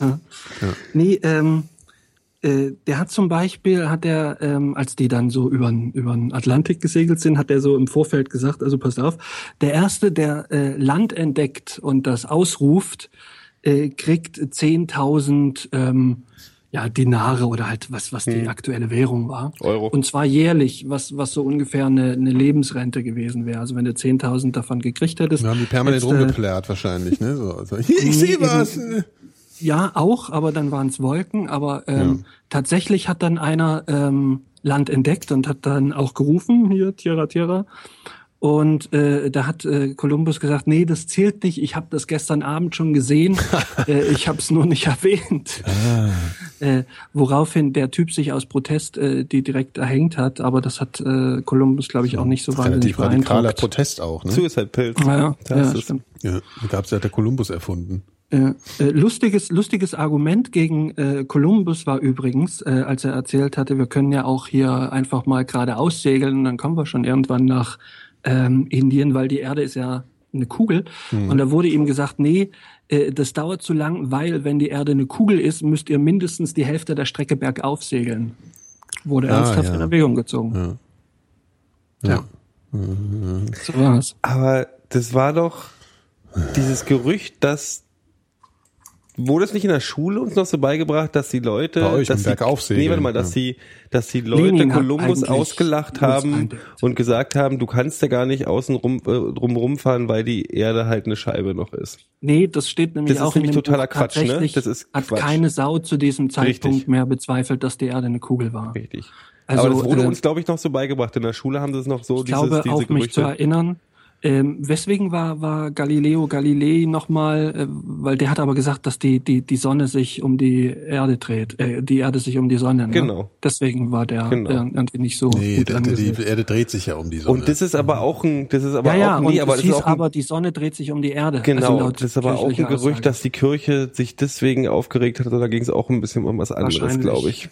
Nee, ähm, äh, der hat zum Beispiel, hat er, ähm, als die dann so über den Atlantik gesegelt sind, hat er so im Vorfeld gesagt, also passt auf, der Erste, der äh, Land entdeckt und das ausruft, äh, kriegt zehntausend ähm, ja, Dinare oder halt was, was die aktuelle Währung war. Euro. Und zwar jährlich, was, was so ungefähr eine, eine Lebensrente gewesen wäre. Also wenn du zehntausend davon gekriegt hättest. Wir haben die permanent hättest du- rumgeplärt wahrscheinlich, ne? So, so, ich sehe was. Ja, auch, aber dann waren es Wolken. Aber ähm, tatsächlich hat dann einer ähm, Land entdeckt und hat dann auch gerufen, hier, Tierra, Tierra. Und äh, da hat äh, Kolumbus gesagt, nee, das zählt nicht. Ich habe das gestern Abend schon gesehen. äh, ich habe es nur nicht erwähnt. Ah. Äh, woraufhin der Typ sich aus Protest äh, die direkt erhängt hat. Aber das hat äh, Kolumbus, glaube ich, auch nicht so wahnsinnig Relativ radikaler beeindruckt. Protest auch, ne? Suicide Pills. Ja, ja, Das ja ist- stimmt. Ja, da gab's ja der Kolumbus erfunden. Ja, äh, lustiges, lustiges Argument gegen äh, Kolumbus war übrigens, äh, als er erzählt hatte, wir können ja auch hier einfach mal geradeaus segeln und dann kommen wir schon irgendwann nach ähm, Indien, weil die Erde ist ja eine Kugel. Und da wurde ihm gesagt, nee, äh, das dauert zu lang, weil wenn die Erde eine Kugel ist, müsst ihr mindestens die Hälfte der Strecke bergauf segeln. Wurde Ah, ernsthaft ja. in Erwägung gezogen. Ja. Ja. So war's. Aber das war doch dieses Gerücht, dass wurde es nicht in der Schule uns noch so beigebracht, dass die Leute, Bei euch dass im die, Bergaufsegeln, nee, warte mal, dass ja. die, dass die Leute Lenin hat Kolumbus eigentlich ausgelacht uns haben eindeckt. und gesagt haben, du kannst ja gar nicht außen rum, äh, drum rumfahren, weil die Erde halt eine Scheibe noch ist. Nee, das steht nämlich Das ist auch in nämlich dem totaler Buch. Quatsch, ne? Tatsächlich Das ist hat Quatsch. keine Sau zu diesem Zeitpunkt Richtig. mehr bezweifelt, dass die Erde eine Kugel war. Richtig. Also, Aber das wurde äh, uns, glaube ich, noch so beigebracht. In der Schule haben sie es noch so, Ich dieses, glaube diese auch mich Gerüchte. zu erinnern. Ähm, weswegen war, war Galileo Galilei nochmal, äh, weil der hat aber gesagt, dass die, die, die Sonne sich um die Erde dreht, äh, die Erde sich um die Sonne. Ne? Genau. Deswegen war der Genau. äh, irgendwie nicht so Nee, gut die, angesehen. die Erde dreht sich ja um die Sonne. Und das ist aber auch ein, das ist aber ja, ja, auch, und nee, aber es das hieß ist auch ein, aber, die Sonne dreht sich um die Erde. genau, also laut das ist aber auch ein kirchlicher Gerücht, Aussage. dass die Kirche sich deswegen aufgeregt hat, oder da ging es auch ein bisschen um was anderes, Wahrscheinlich. glaube ich.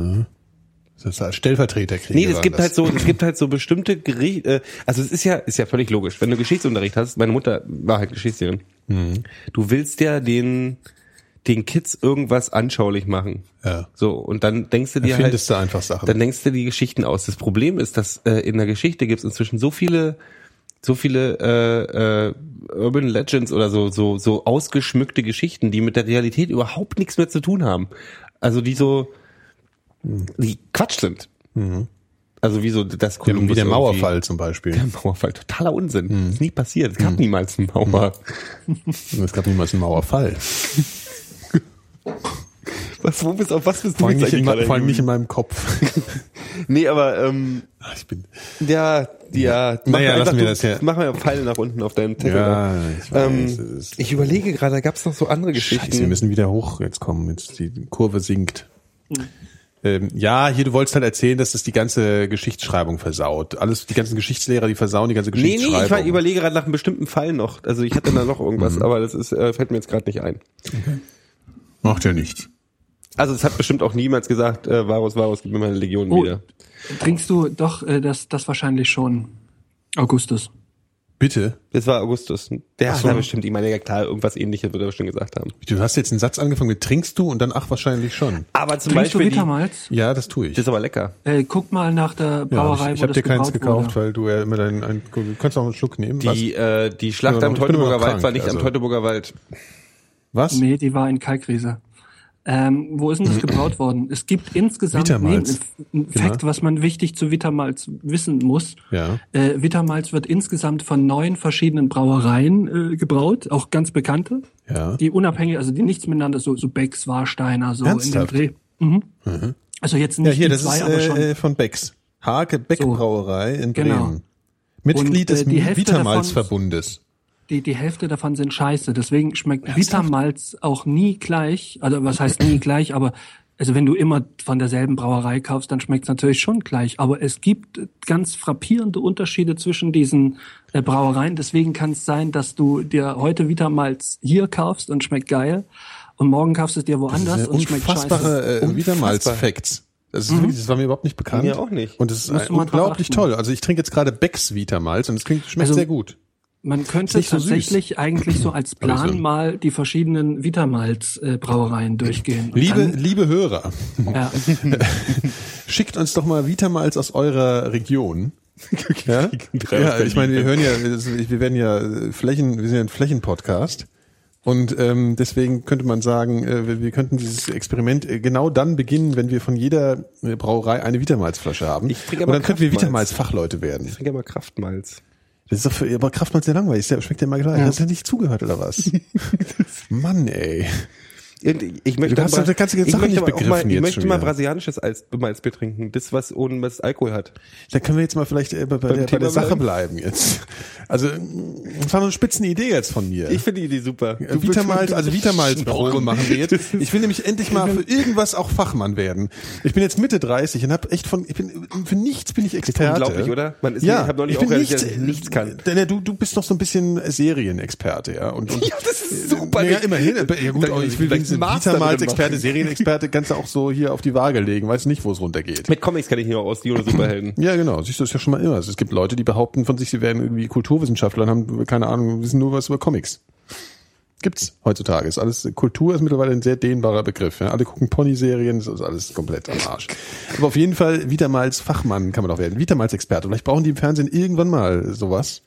Das ist als Stellvertreterkrieg. Nee, es gibt halt so, es gibt halt so bestimmte Gerichte, äh, also es ist ja, ist ja völlig logisch. Wenn du Geschichtsunterricht hast, meine Mutter war halt Geschichtslehrerin. Du willst ja den, den Kids irgendwas anschaulich machen. Ja. So, und dann denkst du dir halt, Erfindest du einfach Sachen. dann denkst du die Geschichten aus. Das Problem ist, dass äh, in der Geschichte gibt es inzwischen so viele, so viele äh, äh, Urban Legends oder so, so, so ausgeschmückte Geschichten, die mit der Realität überhaupt nichts mehr zu tun haben. Also die so, die Quatsch sind. Also wie so das Ja, wie Kolumbus der irgendwie- Mauerfall zum Beispiel. Der Mauerfall, totaler Unsinn. Das ist nie passiert. Es gab niemals eine Mauer. Es gab niemals einen Mauerfall. Was, wo bist, auf was bist du Vor allem, jetzt nicht in, eigentlich me- vor allem gerade? nicht in meinem Kopf. Nee, aber ähm, Ach, ich bin. ja, ja. mach Naja, mal lassen wir du- das ja. Mach mal Pfeile nach unten auf deinem Zettel. Ja, da. ich weiß. ähm, es ist- ich überlege gerade, da gab es noch so andere Scheiße, wir Geschichten. müssen wieder hoch jetzt kommen. Jetzt die Kurve sinkt. Ähm, ja, hier, du wolltest halt erzählen, dass das die ganze Geschichtsschreibung versaut. Alles, die ganzen Geschichtslehrer, die versauen die ganze Nee, nee, Geschichtsschreibung. ich war, überlege gerade nach einem bestimmten Fall noch. Also ich hatte da noch irgendwas, aber das ist, äh, fällt mir jetzt gerade nicht ein. Macht ja nichts. Also es hat bestimmt auch niemals gesagt, äh, Varus, Varus, gib mir meine Legion Oh, wieder. trinkst du doch äh, das, das wahrscheinlich schon. Augustus. Bitte? Das war Augustus. Der Ach hat so. da bestimmt, ich meine, ja klar, irgendwas ähnliches wird er bestimmt gesagt haben. Du hast jetzt einen Satz angefangen mit trinkst du und dann ach wahrscheinlich schon. Aber zum Trinkst du Beispiel, die, Bittermalz? Ja, das tue ich. das ist aber lecker. Äh, guck mal nach der ja, Brauerei, ich ich wo habe das dir keins gebraut gekauft, wurde. weil du ja immer deinen, ein, du kannst auch einen Schluck nehmen. Die, äh, die Schlacht Ja, am ich bin immer Teutoburger noch Wald krank, war nicht also. am Teutoburger Wald. Was? Was? Nee, die war in Kalkriese. Ähm, wo ist denn das gebraut worden? Es gibt insgesamt nee, Vitamalz. ein Fakt, Genau. was man wichtig zu Vitamalz wissen muss. Ja. Äh, Vitamalz wird insgesamt von neun verschiedenen Brauereien äh, gebraut, auch ganz bekannte, Ja. die unabhängig, also die nichts miteinander, so, so Becks, Warsteiner, so Ernsthaft? in dem Dreh. Mhm. Mhm. Also jetzt Ja, nicht hier, die das zwei, ist aber schon. äh, von Becks. Hake Beck So. Brauerei in Genau. Bremen. Mitglied Und, äh, des die Hälfte Vitamalz-Verbundes. Die, die Hälfte davon sind scheiße. Deswegen schmeckt Vitamalz auch nie gleich. Also was heißt nie gleich, aber also wenn du immer von derselben Brauerei kaufst, dann schmeckt es natürlich schon gleich. Aber es gibt ganz frappierende Unterschiede zwischen diesen äh, Brauereien. Deswegen kann es sein, dass du dir heute Vitamalz hier kaufst und schmeckt geil. Und morgen kaufst du es dir woanders und schmeckt scheiße. Unfassbare äh, Vitamalz-Facts. Das ist wirklich, das war mir überhaupt nicht bekannt. Mir auch nicht. Und es ist Musst äh, du mal drauf unglaublich achten. toll. Also ich trinke jetzt gerade Becks Vitamalz und es klingt, schmeckt Also, sehr gut. Man könnte nicht so süß. tatsächlich eigentlich so als Aber Plan so. mal die verschiedenen Vitamalz-Brauereien durchgehen. Und Liebe, dann, liebe Hörer, ja, schickt uns doch mal Vitamalz aus eurer Region. Ja, ja ich meine, wir hören ja, wir werden ja Flächen, wir sind ja ein Flächenpodcast. Und ähm, deswegen könnte man sagen, äh, wir, wir könnten dieses Experiment äh, genau dann beginnen, wenn wir von jeder äh, Brauerei eine Vitamalzflasche haben. Ich trinke Und aber dann könnten wir Kraftmalz. Vitamals-Fachleute werden. Ich trinke immer Kraftmalz. Das ist doch für, aber Kraftmalz sehr langweilig. Der schmeckt ja immer gleich. Ja. Hast du nicht zugehört oder was? Mann, ey. Ich möchte Du hast aber, doch die ganze Sache ich möchte nicht aber auch begriffen mal, ich jetzt möchte schon mal wieder. brasilianisches Als- Malzbier trinken. Das, was ohne was Alkohol hat. Da können wir jetzt mal vielleicht äh, bei, bei, der, bei Thema der Sache bleiben? bleiben jetzt. Also, das war eine spitzen Idee jetzt von mir. Ich finde die Idee super. Äh, Vitamalz, also Vitamalz-Probe machen wir jetzt. Ich will nämlich endlich mal für irgendwas auch Fachmann werden. Ich bin jetzt Mitte dreißig und habe echt von, ich bin, für nichts bin ich Experte. Unglaublich, oder? Man ist, Ja, ich habe neulich ich auch bin ehrlich, nichts, dass ich nichts kann. Denn ja, du, du bist doch so ein bisschen Serienexperte, ja. Und, und Ja, das ist super. Ja, immerhin. Ja, gut, aber ich will Vielleicht wegen einen Master Vitamalz-Experte, darin Serienexperte, kannst du auch so hier auf die Waage legen, weiß nicht, wo es runtergeht. Mit Comics kenne ich mich auch aus, die oder Superhelden. Ja, genau. Siehst du, das ist ja schon mal immer. Also es gibt Leute, die behaupten von sich, sie wären irgendwie Kulturwissenschaftler und haben, keine Ahnung, wissen nur was über Comics. Gibt's heutzutage. Ist alles, Kultur ist mittlerweile ein sehr dehnbarer Begriff. Ja. Alle gucken Pony-Serien, das ist alles komplett am Arsch. Aber auf jeden Fall, Vitamalz Fachmann kann man auch werden. Vitamalz Experte. Vielleicht brauchen die im Fernsehen irgendwann mal sowas.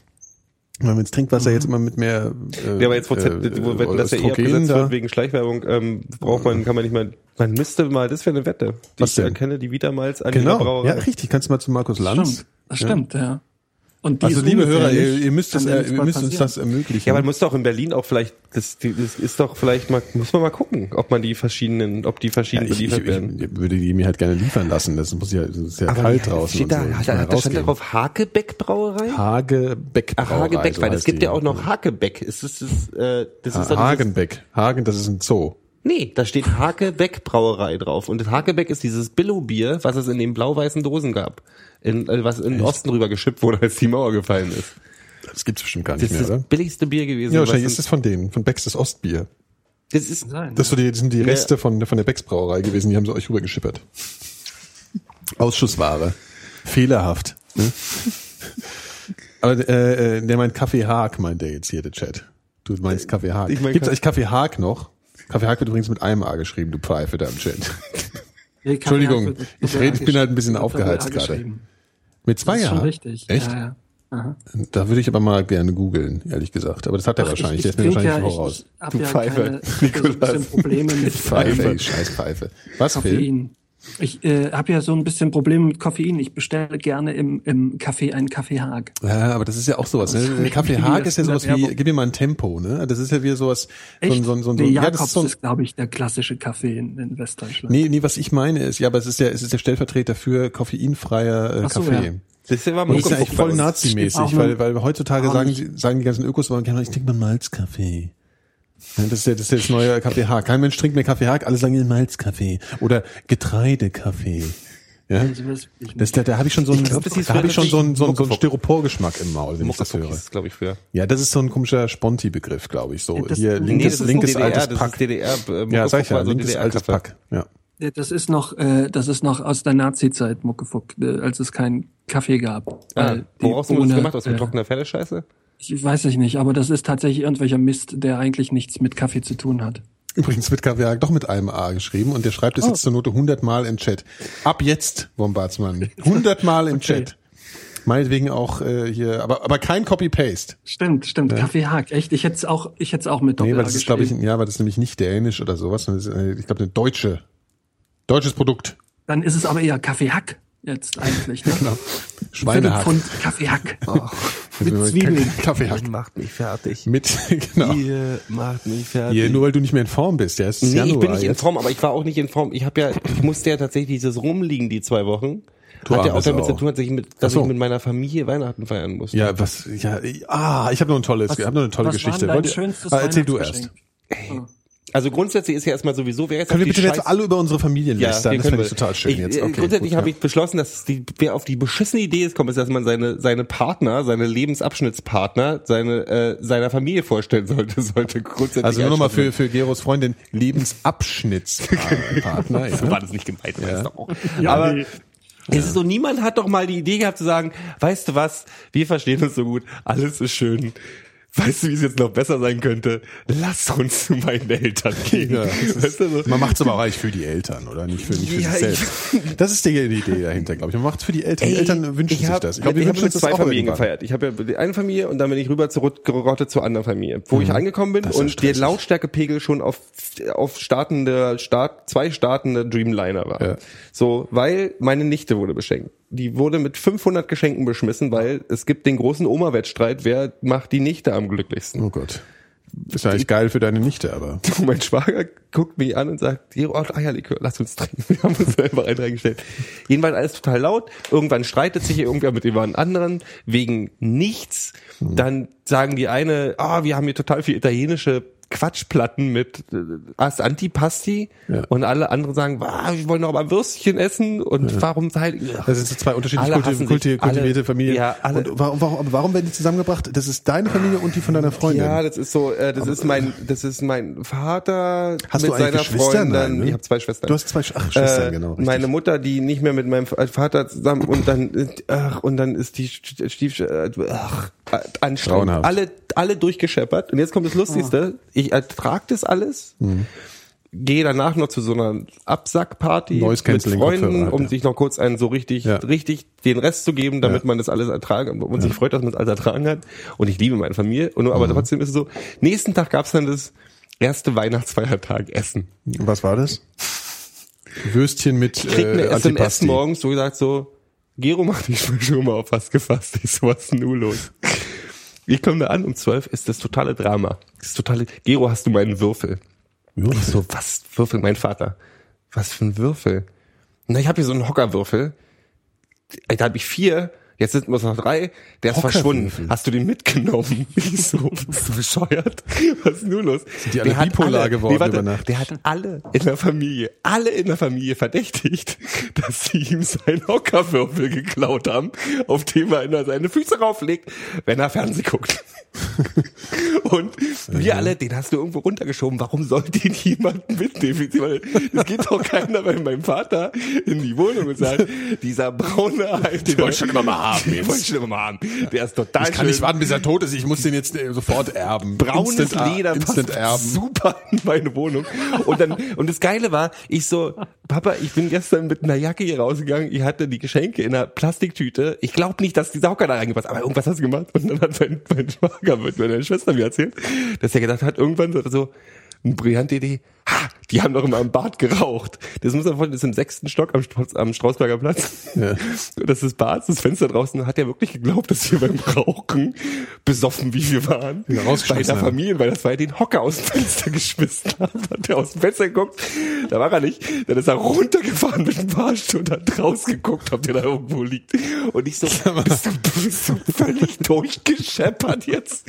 Wenn man ins Trinkwasser jetzt immer mit mehr äh, Ja, aber jetzt, wo, Z, äh, wo wenn das ja eh Östrogen abgesetzt da- wird wegen Schleichwerbung, ähm, braucht man, kann man nicht mal, man müsste mal, das wäre eine Wette. Was Ich denn? erkenne die Vitamalz an ihrer Genau, Brauerei. ja, richtig. Kannst du mal zu Markus Lanz? stimmt. Das stimmt, ja. Und die Also ist liebe Hörer, ihr, ungefährlich. ihr müsst, das, Kann ja äh, nichts ihr mal müsst uns passieren. das ermöglichen. Ja, aber man muss doch in Berlin auch vielleicht, das, das ist doch vielleicht mal, muss man mal gucken, ob man die verschiedenen, ob die verschieden Ja, ich, ich, beliefert werden. ich würde die mir halt gerne liefern lassen. Das muss ja, das ist ja Aber kalt ja, draußen. steht da, und so. hat, Mal da, da stand rausgehen. darauf Hakebeck Brauerei? Hagebeck Ach, Brauerei. Hagebeck, so weil es heißt gibt die. ja auch noch Hakebeck. Ist das, das, äh, das ist Ha doch dieses, Hagenbeck. Hagen, das ist ein Zoo. nee, da steht Hakebeck Brauerei drauf. Und das Hakebeck ist dieses Billo-Bier, was es in den blau-weißen Dosen gab. In, äh, was in den Osten rüber geschippt wurde, als die Mauer gefallen ist. Das gibt's bestimmt gar Das nicht ist mehr, das oder? billigste Bier gewesen. Ja, wahrscheinlich was ist das von denen, von Becks das Ostbier. das ist, Sein, Das, so die, das sind die Ja. Reste von, von der Becks Brauerei gewesen, die haben sie euch rübergeschippert. Ausschussware. Fehlerhaft. Ne? Aber äh, äh, der meint Kaffee Haag, meint der jetzt hier, der Chat. Du meinst Kaffee Haag. Ich mein Gibt's Kaffee- eigentlich Kaffee Haag noch? Kaffee Haag wird übrigens mit einem A geschrieben, du Pfeife da im Chat. Nee, Kaffee Entschuldigung, hat mit- ich mit red- ich bin halt ein bisschen mit aufgeheizt Doppel A gerade. geschrieben. Mit zwei Das ist schon Jahren? richtig. Echt? Ja, ja. Aha. Da würde ich aber mal gerne googeln, ehrlich gesagt. Aber das hat er Ach, wahrscheinlich. ich, der ich ist mir trink wahrscheinlich ja, voraus. Ich, ich hab Du ja Pfeife, keine, ich hab ja so ein bisschen Nikolas. Probleme mit Pfeife, äh, ey, scheiß Pfeife. Was, Phil? Koffein. Ich äh, habe ja so ein bisschen Probleme mit Koffein. Ich bestelle gerne im, im Café einen Kaffee Haag. Ja, aber das ist ja auch sowas. Ne? Kaffee Wie Haag das ist ja in der sowas wie, Werbung. gib mir mal ein Tempo. Ne? Das ist ja wie sowas. So, Echt? ein- so, ein- so, ein- nee, ja, das Jakobs ist so ein, ist, glaube ich, der klassische Kaffee in, in Westdeutschland. nee, nee, was ich meine ist, ja, aber es ist ja, es ist der Stellvertreter für koffeinfreier äh, Ach so, Kaffee. ja. das ist ja mal Das ist ja Muckefuck eigentlich voll bei uns. nazimäßig, Auch weil, nur- weil heutzutage auch sagen, nicht. die- sagen die ganzen Ökos, ich trinke mal Malzkaffee. Ja, das ist ja das, ist ja das neue Kaffee Haag. Kein Mensch trinkt mehr Kaffee Haag, alle sagen Malzkaffee oder Getreidekaffee. Ja? Also, das- ich Das, da, da habe ich schon so einen, glaub, das hieß da habe ich schon so einen, so einen, so einen Muckefuck. Styroporgeschmack im Maul, wenn ich das Muckefuck höre. hieß es, glaube ich, früher. Ja, das ist so ein komischer Sponti-Begriff, glaube ich. So Ja, das- hier nee, linkes, das ist linkes D D R, altes das Pack. ist D D R. Äh, Ja, sag ich ja, war so ein linkes altes D D R-Kaffee. Pack. Ja. Ja, das ist noch, äh, das ist noch aus der Nazi-Zeit, Muckefuck, äh, als es keinen Kaffee gab. Ah, Weil die woraus haben wir das ohne, gemacht? Aus äh, getrockneter Pferdescheiße? Ich weiß ich nicht, aber das ist tatsächlich irgendwelcher Mist, der eigentlich nichts mit Kaffee zu tun hat. Übrigens wird Kaffee Haag doch mit einem A geschrieben und der schreibt es Oh. jetzt zur Note hundert Mal im Chat. Ab jetzt, Bombardsmann. hundert Mal im Okay. Chat. Meinetwegen auch äh, hier, aber aber kein Copy-Paste. Stimmt, stimmt. Ja. Kaffeehack, echt. Ich hätte es auch, ich hätte es auch mit Nee, Doppel-A weil das ist, glaube ich, geschrieben. ja, weil das ist nämlich nicht dänisch oder sowas, sondern das ist, äh, ich glaube, eine deutsche, deutsches Produkt. Dann ist es aber eher Kaffeehack jetzt eigentlich. Ne? Genau. Schweinehack. Pfund Kaffeehack. Ach, Mit Zwiebeln. Kaffeehack. macht mich fertig. Mit, genau. Ihr macht mich fertig. Hier, nur weil du nicht mehr in Form bist, ja, es ist Nee, Januar ich bin nicht in jetzt. Form, aber ich war auch nicht in Form. Ich habe ja, ich musste ja tatsächlich dieses rumliegen die zwei Wochen. Du Hat ja auch arme damit Sau. zu tun, dass ich mit, dass Ach so. ich mit meiner Familie Weihnachten feiern musste. Ja, was, ja, ah, ich habe noch ein tolles, Was- ich habe noch eine tolle was Geschichte. war denn dein Wollt ihr- schönstes ah, erzähl du Weihnachtsgeschenk? erst. Also grundsätzlich ist ja erstmal sowieso, wer jetzt Können auf wir die bitte jetzt Scheiß- alle über unsere Familien Ja, lästern? wir Das können finde ich wir. total schön ich, jetzt. äh, Okay, grundsätzlich gut, habe ja. ich beschlossen, dass die, wer auf die beschissene Idee ist, kommt, ist, dass man seine seine Partner, seine Lebensabschnittspartner, seine äh, seiner Familie vorstellen sollte, sollte grundsätzlich. Also nur nochmal einschätzen. für, für Geros Freundin, Lebensabschnittspartner. So ja. war das nicht gemeint, Ja. weißt du auch. Ja, Aber nee. es ist so, niemand hat doch mal die Idee gehabt zu sagen, weißt du was, wir verstehen uns so gut, alles ist schön. Weißt du, wie es jetzt noch besser sein könnte? Lass uns zu meinen Eltern gehen. Ja, das ist, weißt du, so? man macht's aber auch eigentlich für die Eltern, oder? Nicht für, nicht für Ja, sich selbst. Das ist die Idee dahinter, glaube ich. Man macht's für die Eltern. Die Ey, Eltern wünschen ich sich hab, das. Ich, glaub, wir ich habe wünschen mit uns zwei das auch Familien irgendwann. gefeiert. Ich habe ja die eine Familie und dann bin ich rüber zurückgerottet zur anderen Familie, wo ich angekommen bin Das ist ja und der stressig. Lautstärkepegel schon auf auf startende Start zwei startende Dreamliner war. Ja. So, weil meine Nichte wurde beschenkt. Die wurde mit fünfhundert Geschenken beschmissen, weil es gibt den großen Oma-Wettstreit, wer macht die Nichte am glücklichsten. Oh Gott. Ist ja eigentlich geil für deine Nichte, aber. Und mein Schwager guckt mich an und sagt, hier, oh, Eierlikör, lass uns trinken. Wir haben uns selber einen reingestellt. Jedenfalls alles total laut. Irgendwann streitet sich irgendwer mit jemand anderen wegen nichts. Dann sagen die eine, ah, wir haben hier total viel italienische Quatschplatten mit äh, Antipasti. Ja. Und alle anderen sagen, ah, wir wollen noch mal Würstchen essen. Und warum halt... Das sind so zwei unterschiedlich Alle kulti hassen kulti sich. kultivierte Alle- Familien. ja, alle- Und warum, warum, aber warum werden die zusammengebracht? Das ist deine Familie und die von deiner Freundin. Ja, das ist so, äh, das ist mein, das ist mein Vater Hast mit du eigentlich seiner Geschwister? Freundin. Nein, ne? Ich habe zwei Schwestern. Du hast zwei Sch- ach, Schwestern, Äh, genau. Richtig. Meine Mutter, die nicht mehr mit meinem Vater zusammen und dann, ach, und dann ist die Stief, ach, anstrengend. Grauenhaft. Alle, alle durchgescheppert. Und jetzt kommt das Lustigste. Ich ertrage das alles. Mhm. Gehe danach noch zu so einer Absackparty Noise mit Cancelling Freunden, Kopfhörer, um ja. sich noch kurz einen so richtig, Ja. richtig den Rest zu geben, damit Ja. man das alles ertragen und sich freut, dass man es alles ertragen hat. Und ich liebe meine Familie. Und nur, aber Mhm. trotzdem ist es so, nächsten Tag gab's dann das erste Weihnachtsfeiertag Essen. Was war das? Würstchen mit Ich krieg eine äh, S M S Antipasti. morgens, so gesagt so, Gero macht dich schon mal auf was gefasst. Ich so, was ist denn nun los? Ich komme da an um zwölf, ist das totale Drama. Das ist totale, Gero, hast du meinen Würfel? Würfel? Ich so, was? Würfel? Mein Vater. Was für ein Würfel? Na, ich habe hier so einen Hockerwürfel. Da habe ich vier. Jetzt sind wir noch drei. Der ist Hockerwürfel? verschwunden. Hast du den mitgenommen? Ich so, bist du bescheuert? Was ist nun los? Sind die alle Der hat bipolar alle- geworden nee, warte, über Nacht? Der hat alle in der Familie, alle in der Familie verdächtigt, dass sie ihm seinen Hockerwürfel geklaut haben, auf dem er immer seine Füße rauflegt, wenn er Fernsehen guckt. Und wir alle, den hast du irgendwo runtergeschoben. Warum soll den jemand mitnehmen? Es geht doch keiner bei meinem Vater in die Wohnung und sagt, dieser braune Alte, den wollte ich schon immer mal haben Den jetzt. wollte ich schon immer mal haben. Der ist total Ich kann schön. nicht warten, bis er tot ist. Ich muss den jetzt äh, sofort erben. Braunes Instant, Leder Instant passt erben. super in meine Wohnung. Und dann, und das Geile war, ich so, Papa, ich bin gestern mit einer Jacke hier rausgegangen, ich hatte die Geschenke in einer Plastiktüte. Ich glaube nicht, dass dieser Hocker da reingepasst, aber irgendwas hast du gemacht. Und dann hat mein, mein Schwager mit meiner Schwester mir erzählt, dass er gedacht hat, irgendwann so, so eine brillante Idee, ha, die haben doch immer im Bad geraucht. Das muss man vorstellen, das ist im sechsten Stock am, Stra- am Strausberger Platz. Ja. Das ist Bad, das Fenster draußen, hat er wirklich geglaubt, dass wir beim Rauchen, besoffen wie wir waren, Ja, bei rausgeschmissen der haben. Familie, weil das war ja den Hocker aus dem Fenster geschmissen hat, hat er aus dem Fenster geguckt, da war er nicht, dann ist er runtergefahren mit dem Fahrstuhl und hat rausgeguckt, ob der da irgendwo liegt. Und ich so, bist du, bist du völlig durchgescheppert jetzt?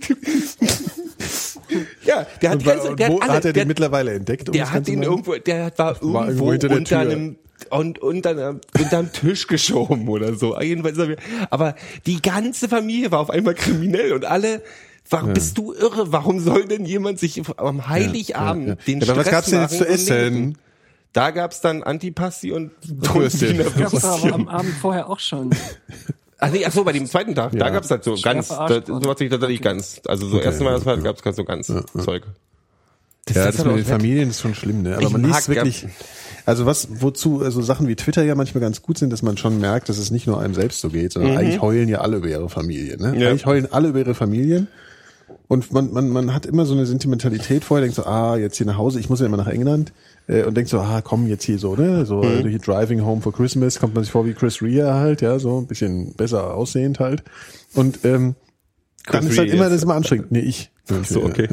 Ja, der hat, Und, die ganze, und der wo hat, alle, hat er der, den mittlerweile entdeckt? Um der das hat Ganze ihn mal- irgendwo, der war irgendwo, War irgendwo hinter der unter Tür. einem und unter einem, unter einem Tisch geschoben oder so. Jedenfalls, haben wir- aber die ganze Familie war auf einmal kriminell und alle. Warum bist du irre? Warum soll denn jemand sich am Heiligabend Ja, ja, ja. den Ja, aber was Stress gab's denn jetzt machen zu und essen? leben? Da gab's dann Antipasti und Würstchen. Wiener Gab's da aber Würstchen. am Abend vorher auch schon. Ach nee, ach so, bei dem zweiten Tag, da Ja. gab's halt so Schwer ganz, verarscht da, worden. so hat sich tatsächlich ganz, also so Okay, erste Mal ja, das gab's ganz so ganz Zeug. Das ja, ist das halt mit den auch nett. Familien ist schon schlimm, ne? Aber Ich man mag liest wirklich, ja- also was, wozu, also Sachen wie Twitter ja manchmal ganz gut sind, dass man schon merkt, dass es nicht nur einem selbst so geht, sondern eigentlich heulen ja alle über ihre Familie, ne? Ja. Eigentlich heulen alle über ihre Familien. Und man, man, man hat immer so eine Sentimentalität vorher, denkt so, ah, jetzt hier nach Hause, ich muss ja immer nach England, äh, und denkt so, ah, komm, jetzt hier so, ne, so, Mhm. hier Driving Home for Christmas, kommt man sich vor wie Chris Rea halt, ja, so, ein bisschen besser aussehend halt. Und, ähm, dann Chris ist halt Rea immer, jetzt. das ist immer anstrengend. Nee, ich. Ach so, okay.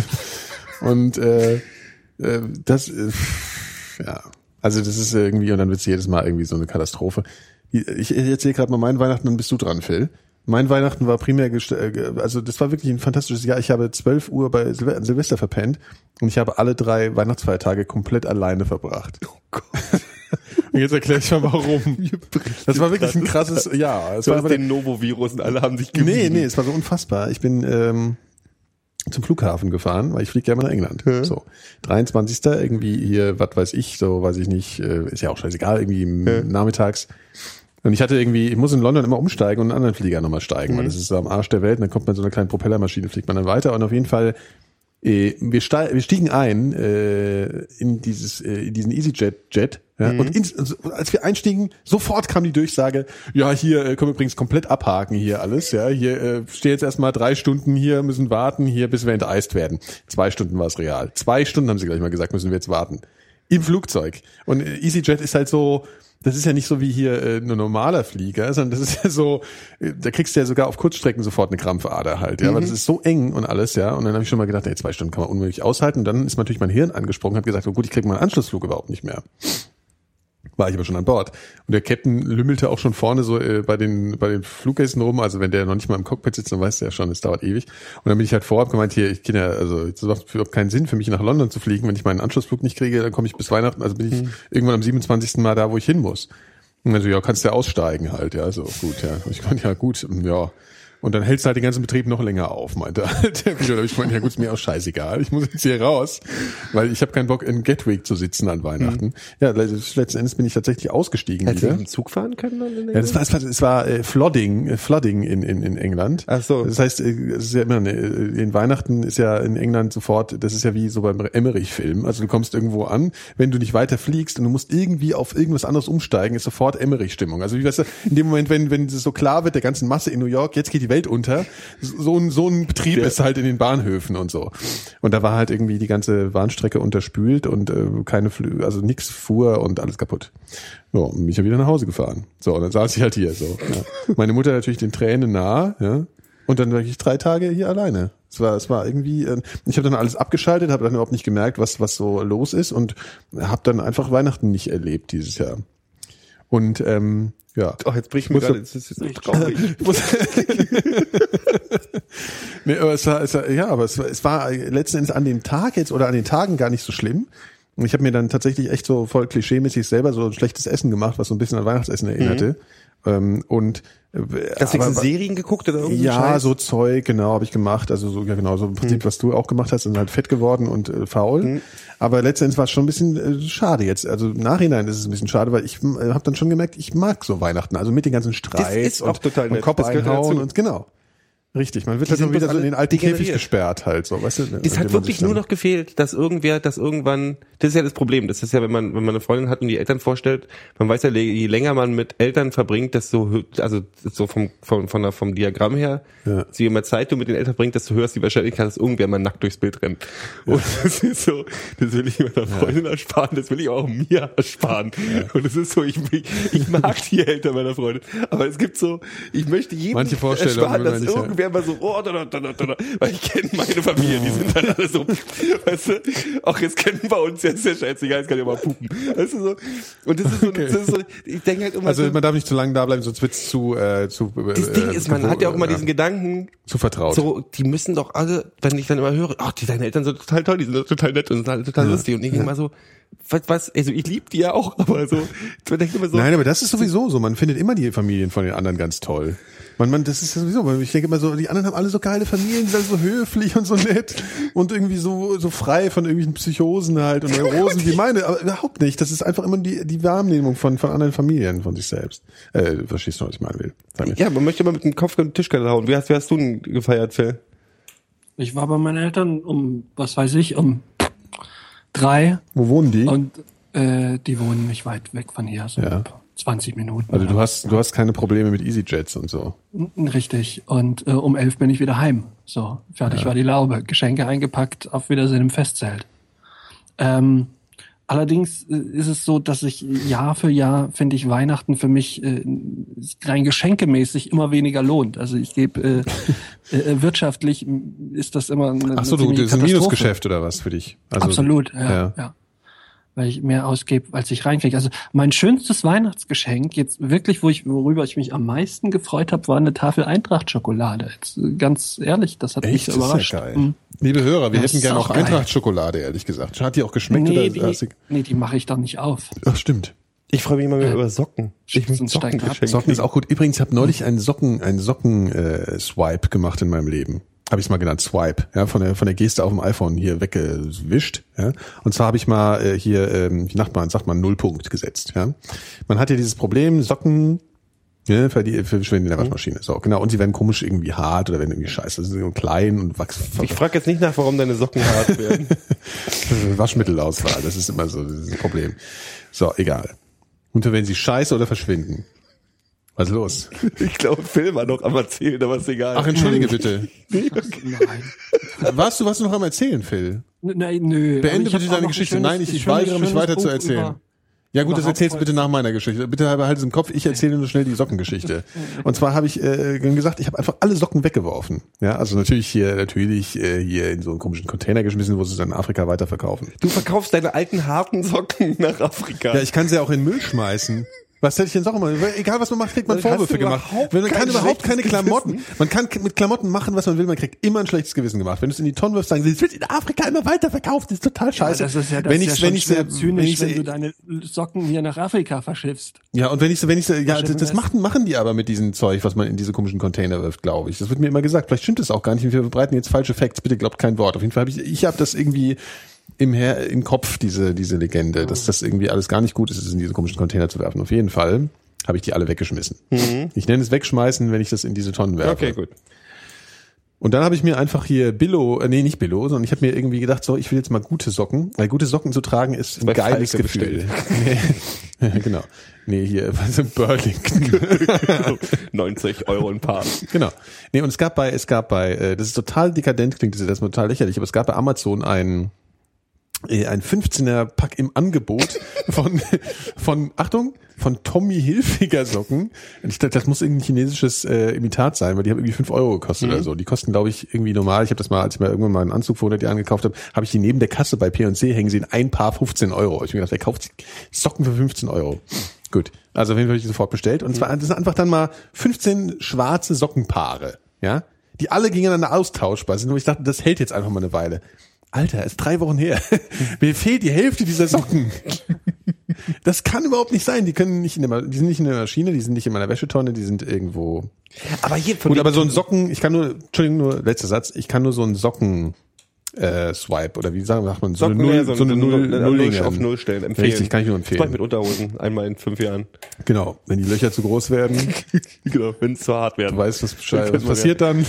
Ja. Und, äh, äh, das, äh, ja, also das ist irgendwie, und dann wird's jedes Mal irgendwie so eine Katastrophe. Ich, ich erzähle gerade mal meinen Weihnachten, dann bist du dran, Phil. Mein Weihnachten war primär, gest- äh, also das war wirklich ein fantastisches Jahr. Ich habe zwölf Uhr bei Silve- an Silvester verpennt und ich habe alle drei Weihnachtsfeiertage komplett alleine verbracht. Oh Gott. Und jetzt erkläre ich mal warum. Das war wirklich ein krasses Jahr. Es Du war hast aber den Novo-Virus und alle haben sich Nee, gemieden. nee, es war so unfassbar. Ich bin ähm, zum Flughafen gefahren, weil ich fliege ja immer nach England. Ja. So, dreiundzwanzigster irgendwie hier, was weiß ich, so weiß ich nicht, äh, ist ja auch scheißegal, irgendwie im Ja. nachmittags. Und ich hatte irgendwie, ich muss in London immer umsteigen und einen anderen Flieger nochmal steigen, Mhm. weil das ist so am Arsch der Welt. Und dann kommt man so eine kleine Propellermaschine, fliegt man dann weiter. Und auf jeden Fall, äh, wir, steig, wir stiegen ein äh, in dieses, äh, in diesen EasyJet-Jet. Ja, Mhm. und ins, also, als wir einstiegen, sofort kam die Durchsage, ja, hier äh, können wir übrigens komplett abhaken hier alles. Ja, hier äh, stehen jetzt erstmal drei Stunden hier, müssen warten hier, bis wir enteist werden. Zwei Stunden war es real. Zwei Stunden haben sie gleich mal gesagt, müssen wir jetzt warten. Im Flugzeug. Und äh, EasyJet ist halt so, das ist ja nicht so wie hier äh, ein normaler Flieger, sondern das ist ja so, äh, da kriegst du ja sogar auf Kurzstrecken sofort eine Krampfader halt, ja, Mhm. aber das ist so eng und alles, ja, und dann habe ich schon mal gedacht, ey, zwei Stunden kann man unmöglich aushalten, und dann ist natürlich mein Hirn angesprungen, hat gesagt, oh gut, ich krieg meinen Anschlussflug überhaupt nicht mehr. War ich aber schon an Bord. Und der Captain lümmelte auch schon vorne so äh, bei den bei den Fluggästen rum, also wenn der noch nicht mal im Cockpit sitzt, dann weiß der ja schon, es dauert ewig. Und dann bin ich halt vorab gemeint, hier, ich kenne ja, also es macht überhaupt keinen Sinn für mich nach London zu fliegen, wenn ich meinen Anschlussflug nicht kriege, dann komme ich bis Weihnachten, also bin ich Mhm. irgendwann am siebenundzwanzigsten Mal da, wo ich hin muss. Und also, ja, kannst du ja aussteigen halt, ja, so, gut, ja. Ich konnte, ja, gut, ja. Und dann hältst du halt den ganzen Betrieb noch länger auf, meinte der Pilot. Aber ich meinte, ja gut, ist mir auch scheißegal. Ich muss jetzt hier raus, weil ich habe keinen Bock, in Gatwick zu sitzen an Weihnachten. Mhm. Ja, letzten Endes bin ich tatsächlich ausgestiegen Hättest du wieder. mit dem Zug fahren können? Dann in Ja, das war, es war, es war äh, Flooding, äh, Flooding in, in, in England. Ach so. Das heißt, äh, es ist ja immer, ne, in Weihnachten ist ja in England sofort, das ist ja wie so beim Emmerich-Film. Also du kommst irgendwo an, wenn du nicht weiter fliegst und du musst irgendwie auf irgendwas anderes umsteigen, ist sofort Emmerich-Stimmung. Also wie weißt du, in dem Moment, wenn, wenn es so klar wird, der ganzen Masse in New York, jetzt geht die Welt unter, so ein, so ein Betrieb Ja. ist halt in den Bahnhöfen und so. Und da war halt irgendwie die ganze Bahnstrecke unterspült und äh, keine Flüge, also nix fuhr und alles kaputt. Ja, und bin ich ja wieder nach Hause gefahren. So, und dann saß ich halt hier so. Ja. Meine Mutter natürlich den Tränen nahe, ja. Und dann war ich drei Tage hier alleine. Es war, es war irgendwie, äh, ich habe dann alles abgeschaltet, habe dann überhaupt nicht gemerkt, was, was so los ist, und habe dann einfach Weihnachten nicht erlebt dieses Jahr. Und ähm, ja. Oh, jetzt bricht mir Musst gerade, du- das ist so traurig. Nee, aber es war, es war, ja, aber es war, es war letzten Endes an dem Tag jetzt oder an den Tagen gar nicht so schlimm. Und ich habe mir dann tatsächlich echt so voll klischeemäßig selber so ein schlechtes Essen gemacht, was so ein bisschen an Weihnachtsessen erinnerte. Ähm, und äh, Hast du aber- jetzt Serien geguckt oder irgendwie? ja, so Zeug, genau, habe ich gemacht. Also so, ja genau, so im Prinzip, was du auch gemacht hast, sind halt fett geworden und äh, faul. Mhm. Aber letztendlich war es schon ein bisschen äh, schade jetzt. Also im Nachhinein ist es ein bisschen schade, weil ich äh, habe dann schon gemerkt, ich mag so Weihnachten. Also mit den ganzen Streits ist auch total und nett. Kopf Das gehört einhauen dazu. und genau. Richtig, man wird Die halt sind immer wieder bloß so in den alle alten Käfig degeneriert. gesperrt halt, so, weißt du? Es hat wirklich nur noch gefehlt, dass irgendwer, dass irgendwann, das ist ja das Problem, das ist ja, wenn man, wenn man eine Freundin hat und die Eltern vorstellt, man weiß ja, je länger man mit Eltern verbringt, desto, hö- also, so vom, vom, von der, vom Diagramm her, Ja. je mehr Zeit du mit den Eltern bringst, desto höher ist die Wahrscheinlichkeit, dass irgendwer mal nackt durchs Bild rennt. Und das ist so, das will ich meiner Freundin ersparen, das will ich auch mir ersparen. Und es ist so, ich, ich, ich mag die Eltern meiner Freundin, aber es gibt so, ich möchte jedem Manche Vorstellungen, ersparen, dass wenn man nicht, ja. irgendwer mal so, oh, da, da, da, da, da, weil ich kenne meine Familie, die sind dann alle so, weißt du, auch jetzt kennen bei uns, ja, ist ja scheißegal, jetzt kann ich mal pupen, weißt du, so, und das ist so, Okay. das ist so, ich denke halt immer Also so, man darf nicht zu lange da bleiben, sonst wird's zu äh, zu äh, das Ding ist, man hat ja auch immer diesen Gedanken, zu vertraut. so, die müssen doch alle, wenn ich dann immer höre, ach, die deine Eltern sind total toll, die sind total nett und sind alle total lustig, und ich denke immer so, was, was, also ich liebe die ja auch, aber so, man denkt immer so, Nein, aber das ist sowieso so. Man findet immer die Familien von den anderen ganz toll. Man, man, das ist ja sowieso, weil ich denke immer so, die anderen haben alle so geile Familien, die sind so höflich und so nett und irgendwie so, so frei von irgendwelchen Psychosen halt und Neurosen wie meine, aber überhaupt nicht. Das ist einfach immer die, die Wahrnehmung von, von anderen Familien, von sich selbst. Äh, verstehst du, was ich meinen will? Sag mir. ja, man möchte immer mit dem Kopf auf den Tisch hauen. Wie hast, wie hast du denn gefeiert, Phil? Ich war bei meinen Eltern um, was weiß ich, um Drei. Wo wohnen die? Und äh, die wohnen nicht weit weg von hier, so Ja. zwanzig Minuten. Also du hast, du hast keine Probleme mit EasyJets und so. Richtig. Und äh, um elf bin ich wieder heim. So, fertig Ja. war die Laube. Geschenke eingepackt, auf Wiedersehen im Festzelt. Ähm, allerdings äh, ist es so, dass ich Jahr für Jahr, finde ich, Weihnachten für mich äh, rein geschenkemäßig immer weniger lohnt. Also ich gebe äh, äh, wirtschaftlich ist das immer eine, Ach so, eine du, das ist ein Katastrophe. Minusgeschäft oder was für dich? Also, Absolut, ja, ja. ja. Weil ich mehr ausgebe, als ich reinkriege. Also mein schönstes Weihnachtsgeschenk, jetzt wirklich, wo ich, worüber ich mich am meisten gefreut habe, war eine Tafel Eintracht-Schokolade. Jetzt, äh, ganz ehrlich, das hat mich Echt? so Das ist überrascht. ja geil. Mhm. Liebe Hörer, wir Das hätten ist gerne auch auch geil. Eintracht-Schokolade, ehrlich gesagt. Hat die auch geschmeckt? Nee, oder? die, nee, die mache ich doch nicht auf. Ach, stimmt. Ich freue mich immer mehr Ja. über Socken. Ich will Sonst steigt Socken ab. geschenkt. Socken ist auch gut. Übrigens, ich habe neulich einen Socken, einen Socken-Swipe gemacht in meinem Leben. Habe ich es mal genannt, Swipe, ja, von der von der Geste auf dem iPhone hier weggewischt, ja. Und zwar habe ich mal äh, hier, ähm, wie sagt man, sagt man Nullpunkt gesetzt, ja. Man hat ja dieses Problem, Socken, ja, für die verschwinden in der Waschmaschine. So, genau. Und sie werden komisch irgendwie hart oder werden irgendwie scheiße, sie sind so klein und wachsen. Ich frage jetzt nicht nach, warum deine Socken hart werden. Waschmittelauswahl, das ist immer so das ist ein Problem. So, egal. Und wenn sie scheiße oder verschwinden. Was ist los? Ich glaube, Phil war noch am Erzählen, aber ist egal. Ach, entschuldige bitte. Nein. Warst du was noch am Erzählen, Phil? Nein, nö. Beende Aber ich hab bitte auch deine noch ein Geschichte. schönes- Nein, ich, ich schönes- weigere mich schönes weiter zu Buch erzählen. über- Ja gut, das über erzählst du bitte nach meiner Geschichte. Bitte behalte es im Kopf, ich erzähle nur schnell die Sockengeschichte. Und zwar habe ich äh, gesagt, ich habe einfach alle Socken weggeworfen. Ja, also natürlich hier natürlich äh, hier in so einen komischen Container geschmissen, wo sie es dann in Afrika weiterverkaufen. Du verkaufst deine alten harten Socken nach Afrika. Ja, ich kann sie auch in den Müll schmeißen. Was hätte ich denn Socken machen? Egal was man macht, kriegt man Dann hast Vorwürfe du gemacht. überhaupt Man kann kein überhaupt keine schlechtes Klamotten. Gewissen. Man kann mit Klamotten machen, was man will. Man kriegt immer ein schlechtes Gewissen gemacht. Wenn du es in die Tonne wirfst, sagen sie, es wird in Afrika immer weiterverkauft. Das ist total scheiße. Ja, das ist ja, das wenn ist ich, ja wenn schon ich, schwer wenn zynisch, ich, wenn du deine Socken hier nach Afrika verschiffst. ja, und wenn ich, wenn ich, ja, das, das lässt. machen, machen die aber mit diesem Zeug, was man in diese komischen Container wirft, glaube ich. Das wird mir immer gesagt. Vielleicht stimmt es auch gar nicht. Wir verbreiten jetzt falsche Facts. Bitte glaubt kein Wort. Auf jeden Fall habe ich, ich habe das irgendwie im Her im Kopf, diese, diese Legende, dass das irgendwie alles gar nicht gut ist, es in diese komischen Container zu werfen. Auf jeden Fall habe ich die alle weggeschmissen. Mhm. Ich nenne es wegschmeißen, wenn ich das in diese Tonnen werfe. Okay, gut. Und dann habe ich mir einfach hier Billo, äh, nee, nicht Billo, sondern ich habe mir irgendwie gedacht, so, ich will jetzt mal gute Socken, weil gute Socken zu tragen ist ein Bei geiles Falke Gefühl. Nee, genau. Nee, hier, was ist Burlington. neunzig Euro ein Paar. Genau. Nee, und es gab bei, es gab bei, äh, das ist total dekadent, klingt das jetzt total lächerlich, aber es gab bei Amazon ein, äh, ein fünfzehner Pack im Angebot von, von, Achtung, von Tommy Hilfiger Socken. Ich dachte, das muss irgendein chinesisches äh, Imitat sein, weil die haben irgendwie fünf Euro gekostet Mhm. oder so. Die kosten, glaube ich, irgendwie normal. Ich habe das mal, als ich mal irgendwann mal einen Anzug vor hundert Jahren gekauft habe, habe ich die neben der Kasse bei P und C hängen sehen, ein Paar fünfzehn Euro. Ich habe mir gedacht, wer kauft Socken für fünfzehn Euro? Gut, also auf jeden Fall habe ich die sofort bestellt. Und zwar, das sind einfach dann mal fünfzehn schwarze Sockenpaare, ja, die alle gegeneinander austauschbar sind. Und ich dachte, das hält jetzt einfach mal eine Weile. Alter, ist drei Wochen her. Mir fehlt die Hälfte dieser Socken. Das kann überhaupt nicht sein. Die können nicht in der, die sind nicht in der Maschine, die sind nicht in meiner Wäschetonne, die sind irgendwo. Aber hier von Gut, den- aber so ein Socken, ich kann nur, Entschuldigung, nur letzter Satz, ich kann nur so einen Socken äh, Swipe oder wie sagen sagt man, so Socken, eine Null, ja, so, so eine Null, Null, Null auf Null stellen, empfehlen. Richtig, kann ich nur Das mach ich empfehlen. mit Unterhosen, einmal in fünf Jahren. Genau, wenn die Löcher zu groß werden, Genau, wenn es zu hart werden. du weißt, was, Bescheid, Dann was passiert dann.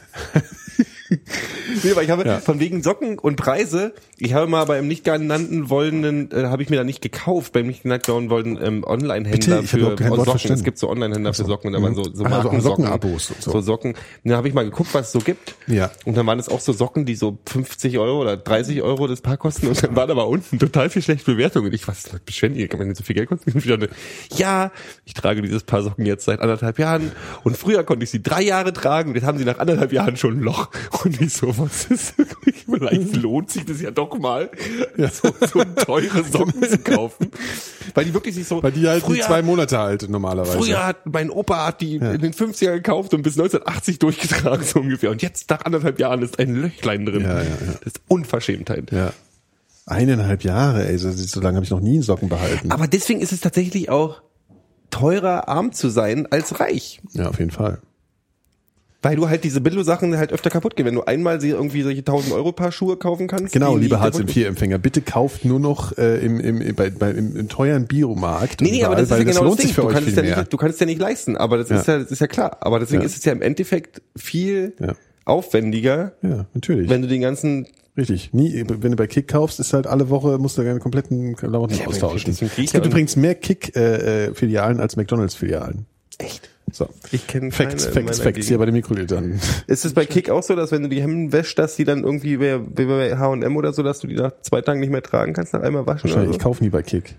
Nee, aber ich habe Ja. von wegen Socken und Preise, ich habe mal beim nicht genannten wollenden, äh, habe ich mir da nicht gekauft, beim nicht genannt wollenden ähm, Online-Händler Bitte? Ich hab für überhaupt kein Wort Socken. verstanden. Es gibt so Online-Händler für Socken, da waren so, so Ah, so Markensocken. Sockenabos und so. So Socken. Und da habe ich mal geguckt, was es so gibt. Ja. Und dann waren es auch so Socken, die so fünfzig Euro oder dreißig Euro das Paar kosten. Und dann waren aber unten total viel schlechte Bewertungen. Und ich, was beschweren ihr? Kann man nicht so viel Geld kosten? Und ich dachte, ja, ich trage dieses Paar Socken jetzt seit anderthalb Jahren. Und früher konnte ich sie drei Jahre tragen. Und jetzt haben sie nach anderthalb Jahren schon ein Loch. Und ich so, was ist das? Vielleicht lohnt sich das ja doch mal, so, so teure Socken zu kaufen. Weil die wirklich sich so... Weil die halt früher, die zwei Monate alt normalerweise. Früher hat mein Opa hat die in den fünfzigern gekauft und bis neunzehnhundertachtzig durchgetragen, so ungefähr. Und jetzt nach anderthalb Jahren ist ein Löchlein drin. Ja, ja, ja. Das ist Unverschämtheit. Ja. Eineinhalb Jahre, ey, so, so lange habe ich noch nie einen Socken behalten. Aber deswegen ist es tatsächlich auch teurer, arm zu sein, als reich. Ja, auf jeden Fall. Weil du halt diese Billo-Sachen halt öfter kaputt gehen. Wenn du einmal sie irgendwie solche tausend Euro Paar Schuhe kaufen kannst. Genau, die liebe nie Hartz kaputt- vier Empfänger, bitte kauft nur noch äh, im, im, im, bei, bei, im, im teuren Biomarkt. Nee, nee, aber das ist weil ja genau lohnt das sich Ding. für Du euch kannst, viel ja mehr. nicht, du kannst ja nicht leisten, aber das Ja. ist ja, das ist ja klar. Aber deswegen Ja. ist es ja im Endeffekt viel Ja. aufwendiger, Ja, natürlich. wenn du den ganzen Richtig. Nie, wenn du bei Kick kaufst, ist halt alle Woche, musst du deine kompletten Klamotten Ja, austauschen. deswegen krieg ich Es gibt ja- übrigens mehr Kick-Filialen als McDonalds-Filialen. Echt? So. Ich kenne Facts, Facts, Facts hier bei den Mikrodilettanten. Ist es bei Kick auch so, dass wenn du die Hemden wäschst, dass die dann irgendwie wie wie bei H und M oder so, dass du die nach zwei Tagen nicht mehr tragen kannst, nach einmal waschen oder Wahrscheinlich, so? ich kaufe nie bei Kick.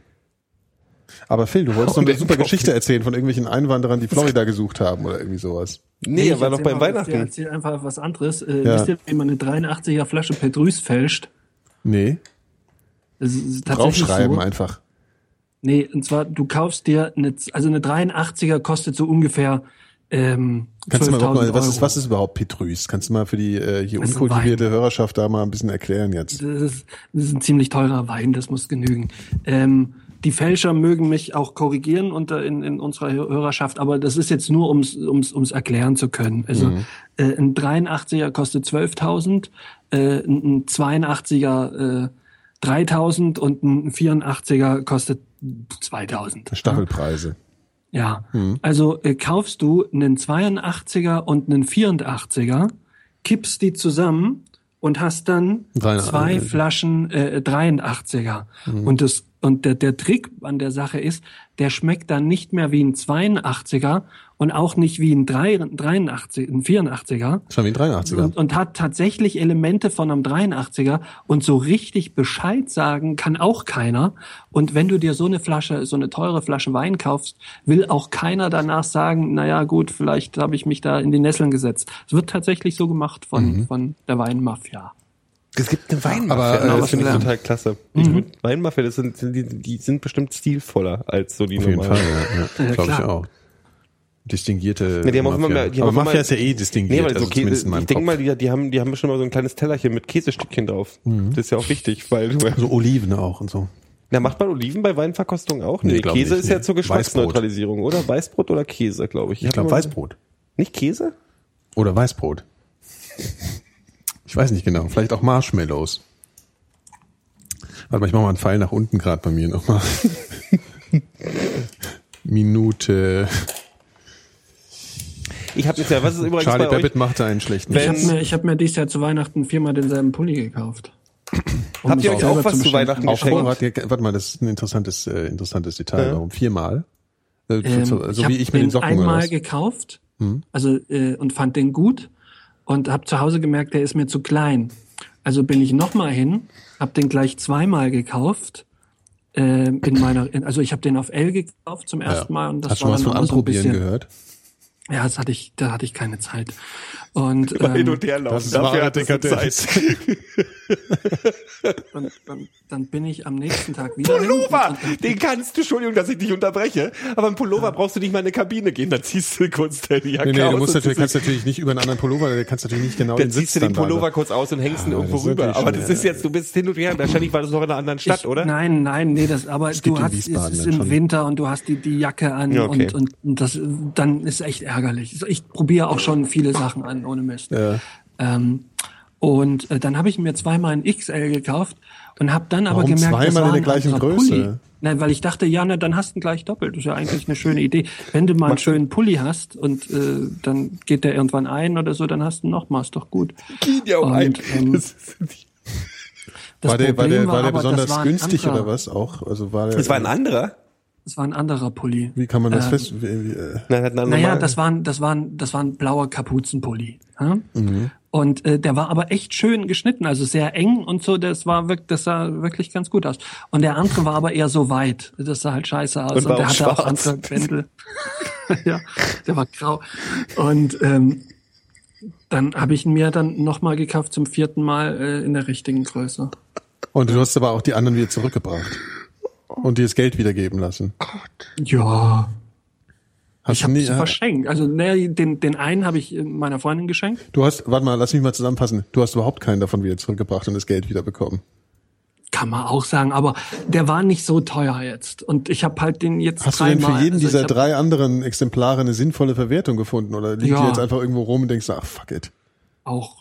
Aber Phil, du wolltest noch eine super Geschichte erzählen von irgendwelchen Einwanderern, die Florida gesucht haben oder irgendwie sowas. Nee, ich war doch erzähl beim mal, Weihnachten. Ich erzähl einfach was anderes. Äh, Ja. Wisst ihr, wie man eine dreiundachtziger Flasche Petrus fälscht? Nee, Das ist tatsächlich draufschreiben so. einfach. Nee, und zwar, du kaufst dir eine, also eine dreiundachtziger kostet so ungefähr ähm, Kannst du mal, überhaupt zwölftausend mal was ist, Euro. was ist überhaupt Petrus? Kannst du mal für die äh, hier Das ist ein unkultivierte Hörerschaft da mal ein bisschen erklären jetzt? Das ist, das ist ein ziemlich teurer Wein, das muss genügen. Ähm, die Fälscher mögen mich auch korrigieren unter in, in unserer Hörerschaft, aber das ist jetzt nur, ums ums ums erklären zu können. Also Mhm. äh, ein dreiundachtziger kostet zwölftausend, äh, ein ein zweiundachtziger äh, dreitausend und ein vierundachtziger kostet zweitausend. Staffelpreise. Ja, also äh, kaufst du einen zweiundachtziger und einen vierundachtziger, kippst die zusammen und hast dann dreiundachtzig. zwei Flaschen äh, dreiundachtziger. Und das und der der Trick an der Sache ist, der schmeckt dann nicht mehr wie ein zweiundachtziger und auch nicht wie ein dreiundachtziger, ein vierundachtziger. Das war wie ein dreiundachtziger. Und, und hat tatsächlich Elemente von einem dreiundachtziger und so richtig Bescheid sagen kann auch keiner. Und wenn du dir so eine Flasche, so eine teure Flasche Wein kaufst, will auch keiner danach sagen, naja gut, vielleicht habe ich mich da in die Nesseln gesetzt. Es wird tatsächlich so gemacht von, von der Weinmafia. Es gibt eine Weinmafia, Aber, äh, das was finde ich gelernt. total klasse. Ich würd, Weinmafia, das sind, die, die sind bestimmt stilvoller als so die Auf jeden normalen. Fall, ja, ja, Ja, glaube ich klar. auch. Distinguierte Ja, die haben auch Mafia. immer mehr- die haben Aber auch immer- Mafia ist ja eh Nee, distinguiert, aber so also Käse, zumindest in meinem ich denke Kopf. mal, die, die haben, die haben bestimmt mal so ein kleines Tellerchen mit Käsestückchen drauf. Das ist ja auch wichtig, weil du, So Oliven auch und so. na, macht man Oliven bei Weinverkostung auch? Nee, Nee, glaub Käse nicht, ist ja nee. zur Geschmacksneutralisierung, oder? Weißbrot oder Käse, glaube ich. Ich glaube hab immer- Weißbrot. Nicht Käse? Oder Weißbrot. Ich weiß nicht genau. Vielleicht auch Marshmallows. Warte mal, ich mache mal einen Pfeil nach unten gerade bei mir nochmal. Minute. Ich habe jetzt ja, was ist übrigens Charlie bei euch? Babbitt machte einen schlechten Ich Wenn- habe mir, ich hab mir dieses Jahr zu Weihnachten viermal denselben Pulli gekauft. Um Habt ihr mich euch auch selber was zu beschenken. Weihnachten Auch geschenkt? warte, warte mal, das ist ein interessantes, äh, interessantes Detail. Ja. Warum viermal? Äh, Ähm, so so hab wie ich mit den den Socken oder einmal was? gekauft, also äh, und fand den gut und habe zu Hause gemerkt, der ist mir zu klein. Also bin ich nochmal hin, habe den gleich zweimal gekauft. Äh, in meiner, in, also ich habe den auf L gekauft zum ersten Mal und das Hast du schon war was dann von auch so ein Anprobieren bisschen. gehört? Ja, das hatte ich, da hatte ich keine Zeit. Und, Hin ähm, und her das laufen, ist dafür wahre hat es Zeit. Dekadenz. und dann, dann bin ich am nächsten Tag wieder hin. Pullover, Und, und, den kannst du, Entschuldigung, dass ich dich unterbreche, aber im Pullover brauchst du nicht mal in eine Kabine gehen, dann ziehst du kurz deine Jacke Nee, nee, aus. du musst und natürlich, ziehst- kannst natürlich nicht über einen anderen Pullover, du kannst natürlich nicht genau dann den Sitz ziehst du den dann da- Pullover kurz aus und hängst ihn Ah, irgendwo das ist rüber. natürlich Aber schon, das ja. ist jetzt, du bist hin und her, wahrscheinlich war das noch in einer anderen Stadt, ich, oder? Nein, nein, nee, das, aber gibt du in hast, es Wiesbaden ist dann im schon. Winter und du hast die, die Jacke an Ja, okay. und, und, und das, dann ist echt ärgerlich. Ich probiere auch schon viele Sachen an, ohne Mist. Ja. Ähm, und äh, dann habe ich mir zweimal ein X L gekauft und habe dann aber Warum gemerkt, das zweimal war in der ein gleichen anderer Größe? Pulli. Nein, weil ich dachte, ja, na, dann hast du ihn gleich doppelt. Das ist ja eigentlich eine schöne Idee. Wenn du mal einen schönen Pulli hast und äh, dann geht der irgendwann ein oder so, dann hast du ihn noch mal, ist doch gut. Geht ja auch Und, ein. ähm, Das ist- Das War der, war der, Problem war der aber, das besonders war ein günstig anderer, oder was auch? Also war der, Das war ein anderer? Das war ein anderer Pulli. wie kann man das ähm, fest, wie, wie, äh, Nein, hat einen anderen Naja, Mal- das war ein, das war ein, das war ein blauer Kapuzenpulli. Ja? Mhm. Und äh, der war aber echt schön geschnitten, also sehr eng und so. Das war wirklich, das sah wirklich ganz gut aus. Und der andere war aber eher so weit. Das sah halt scheiße aus. Und war der auch hatte auch schwarz. andere Bändel. Ja, der war grau. Und ähm, dann habe ich ihn mir dann nochmal gekauft zum vierten Mal äh, in der richtigen Größe. und du hast aber auch die anderen wieder zurückgebracht. Und dir das Geld wiedergeben lassen. Ja. Hast Ich habe du sie nie, verschenkt. Also ne, den, den einen habe ich äh, meiner Freundin geschenkt. du hast, warte mal, lass mich mal zusammenfassen. Du hast überhaupt keinen davon wieder zurückgebracht und das Geld wieder bekommen. Kann man auch sagen, aber der war nicht so teuer jetzt. Und ich habe halt den jetzt Hast du denn dreimal. für jeden also dieser ich hab, drei anderen Exemplare eine sinnvolle Verwertung gefunden? Oder liegt Ja. die jetzt einfach irgendwo rum und denkst, ach, fuck it. Auch, ja.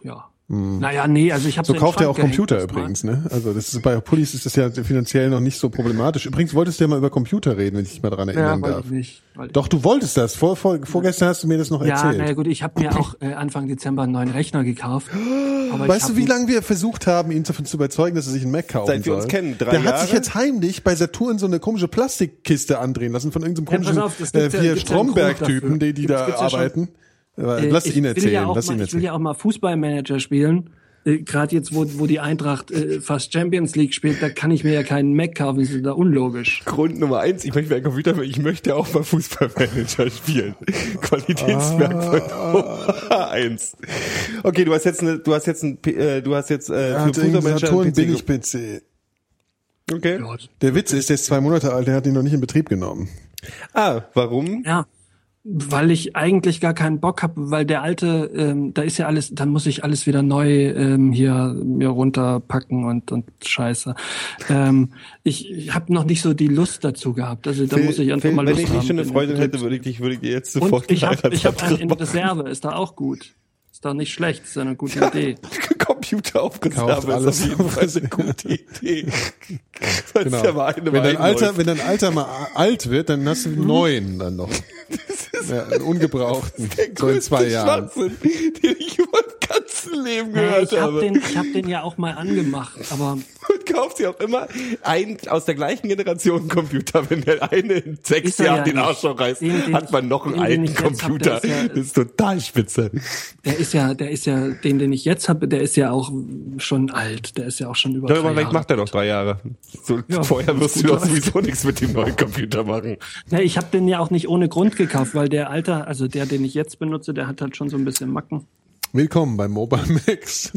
Naja, nee, also ich habe So kauft er auch Computer übrigens, ne? Also das ist bei Pullis ist das ja finanziell noch nicht so problematisch. Übrigens wolltest du ja mal über Computer reden, wenn ich dich mal dran erinnern ja, darf. Ich nicht, weil Doch, du wolltest das. Vor, vor, vorgestern hast du mir das noch ja, erzählt. naja gut, ich habe mir auch äh, Anfang Dezember einen neuen Rechner gekauft. Aber Weißt ich du, wie lange wir versucht haben, ihn davon zu überzeugen, dass er sich einen Mac kaufen soll? Seit wir uns kennen, drei Der Jahre? hat sich jetzt heimlich bei Saturn so eine komische Plastikkiste andrehen lassen von irgendeinem Ja, pass komischen auf, das äh, gibt's ja- hier gibt's ja einen Grund Stromberg-Typen, dafür. die, die Gibt's- da gibt's ja schon. arbeiten. Äh, Lass ich ihn will erzählen, ja auch lass mal, ihn Ich will erzählen. ja auch mal Fußballmanager spielen. Äh, Gerade jetzt, wo, wo die Eintracht äh, fast Champions League spielt, da kann ich mir ja keinen Mac kaufen. Das ist da unlogisch. Grund Nummer eins, ich möchte mir einen Computer, ich möchte auch mal Fußballmanager spielen. Qualitätsmerkmal Nummer eins. Okay, du hast jetzt eine, du hast jetzt ein, äh, du hast jetzt äh, Er für hat irgendeinen Fußballmanager Saturn einen P C Billig-P C. ge- Okay. Der Witz ist, der ist zwei Monate alt, der hat ihn noch nicht in Betrieb genommen. Ah, warum? Ja, weil ich eigentlich gar keinen Bock habe, weil der alte, ähm, da ist ja alles, dann muss ich alles wieder neu ähm, hier mir runterpacken und und Scheiße. Ähm, ich ich habe noch nicht so die Lust dazu gehabt. Also da Phil, muss ich einfach Phil, mal wenn Lust ich nicht haben. schon eine in- Freundin in- hätte, würde ich dich, würde ich dir jetzt Und sofort ich habe ich hab einen in Heiratsvertrag Reserve, ist da auch gut. Ist doch nicht schlecht, ist ja eine gute Idee. Computer auf Kauft Reserve ist alles. auf jeden Fall eine gute Idee. Sollst Genau. ja mal eine Wenn dein mal Alter, einläuft. wenn dein Alter mal alt wird, dann hast du einen neuen dann noch. Ja, einen ungebrauchten. So in zwei Größte Jahren. Schwachsinn, den ich über mein ganzes Leben Ja, gehört ich habe habe. den, ich hab den ja auch mal angemacht, aber Und kauft sie auch immer einen aus der gleichen Generation einen Computer. Wenn der eine in sechs Ist er Jahren ja den nicht. Arsch reißt, Den, den hat man noch einen den, den alten ich jetzt hab, Computer. der ist ja- Das ist total spitze. der ist ja, der ist ja, den, den ich jetzt habe, der ist ja auch schon alt. Der ist ja auch schon über Ja, drei aber vielleicht Jahre. macht er noch drei Jahre. So, Ja, vorher wirst du gut, doch sowieso nichts mit dem neuen Computer machen. Ja, ich habe den ja auch nicht ohne Grund gekauft, weil der Alter, also der, den ich jetzt benutze, der hat halt schon so ein bisschen Macken. Willkommen beim Mobile Max.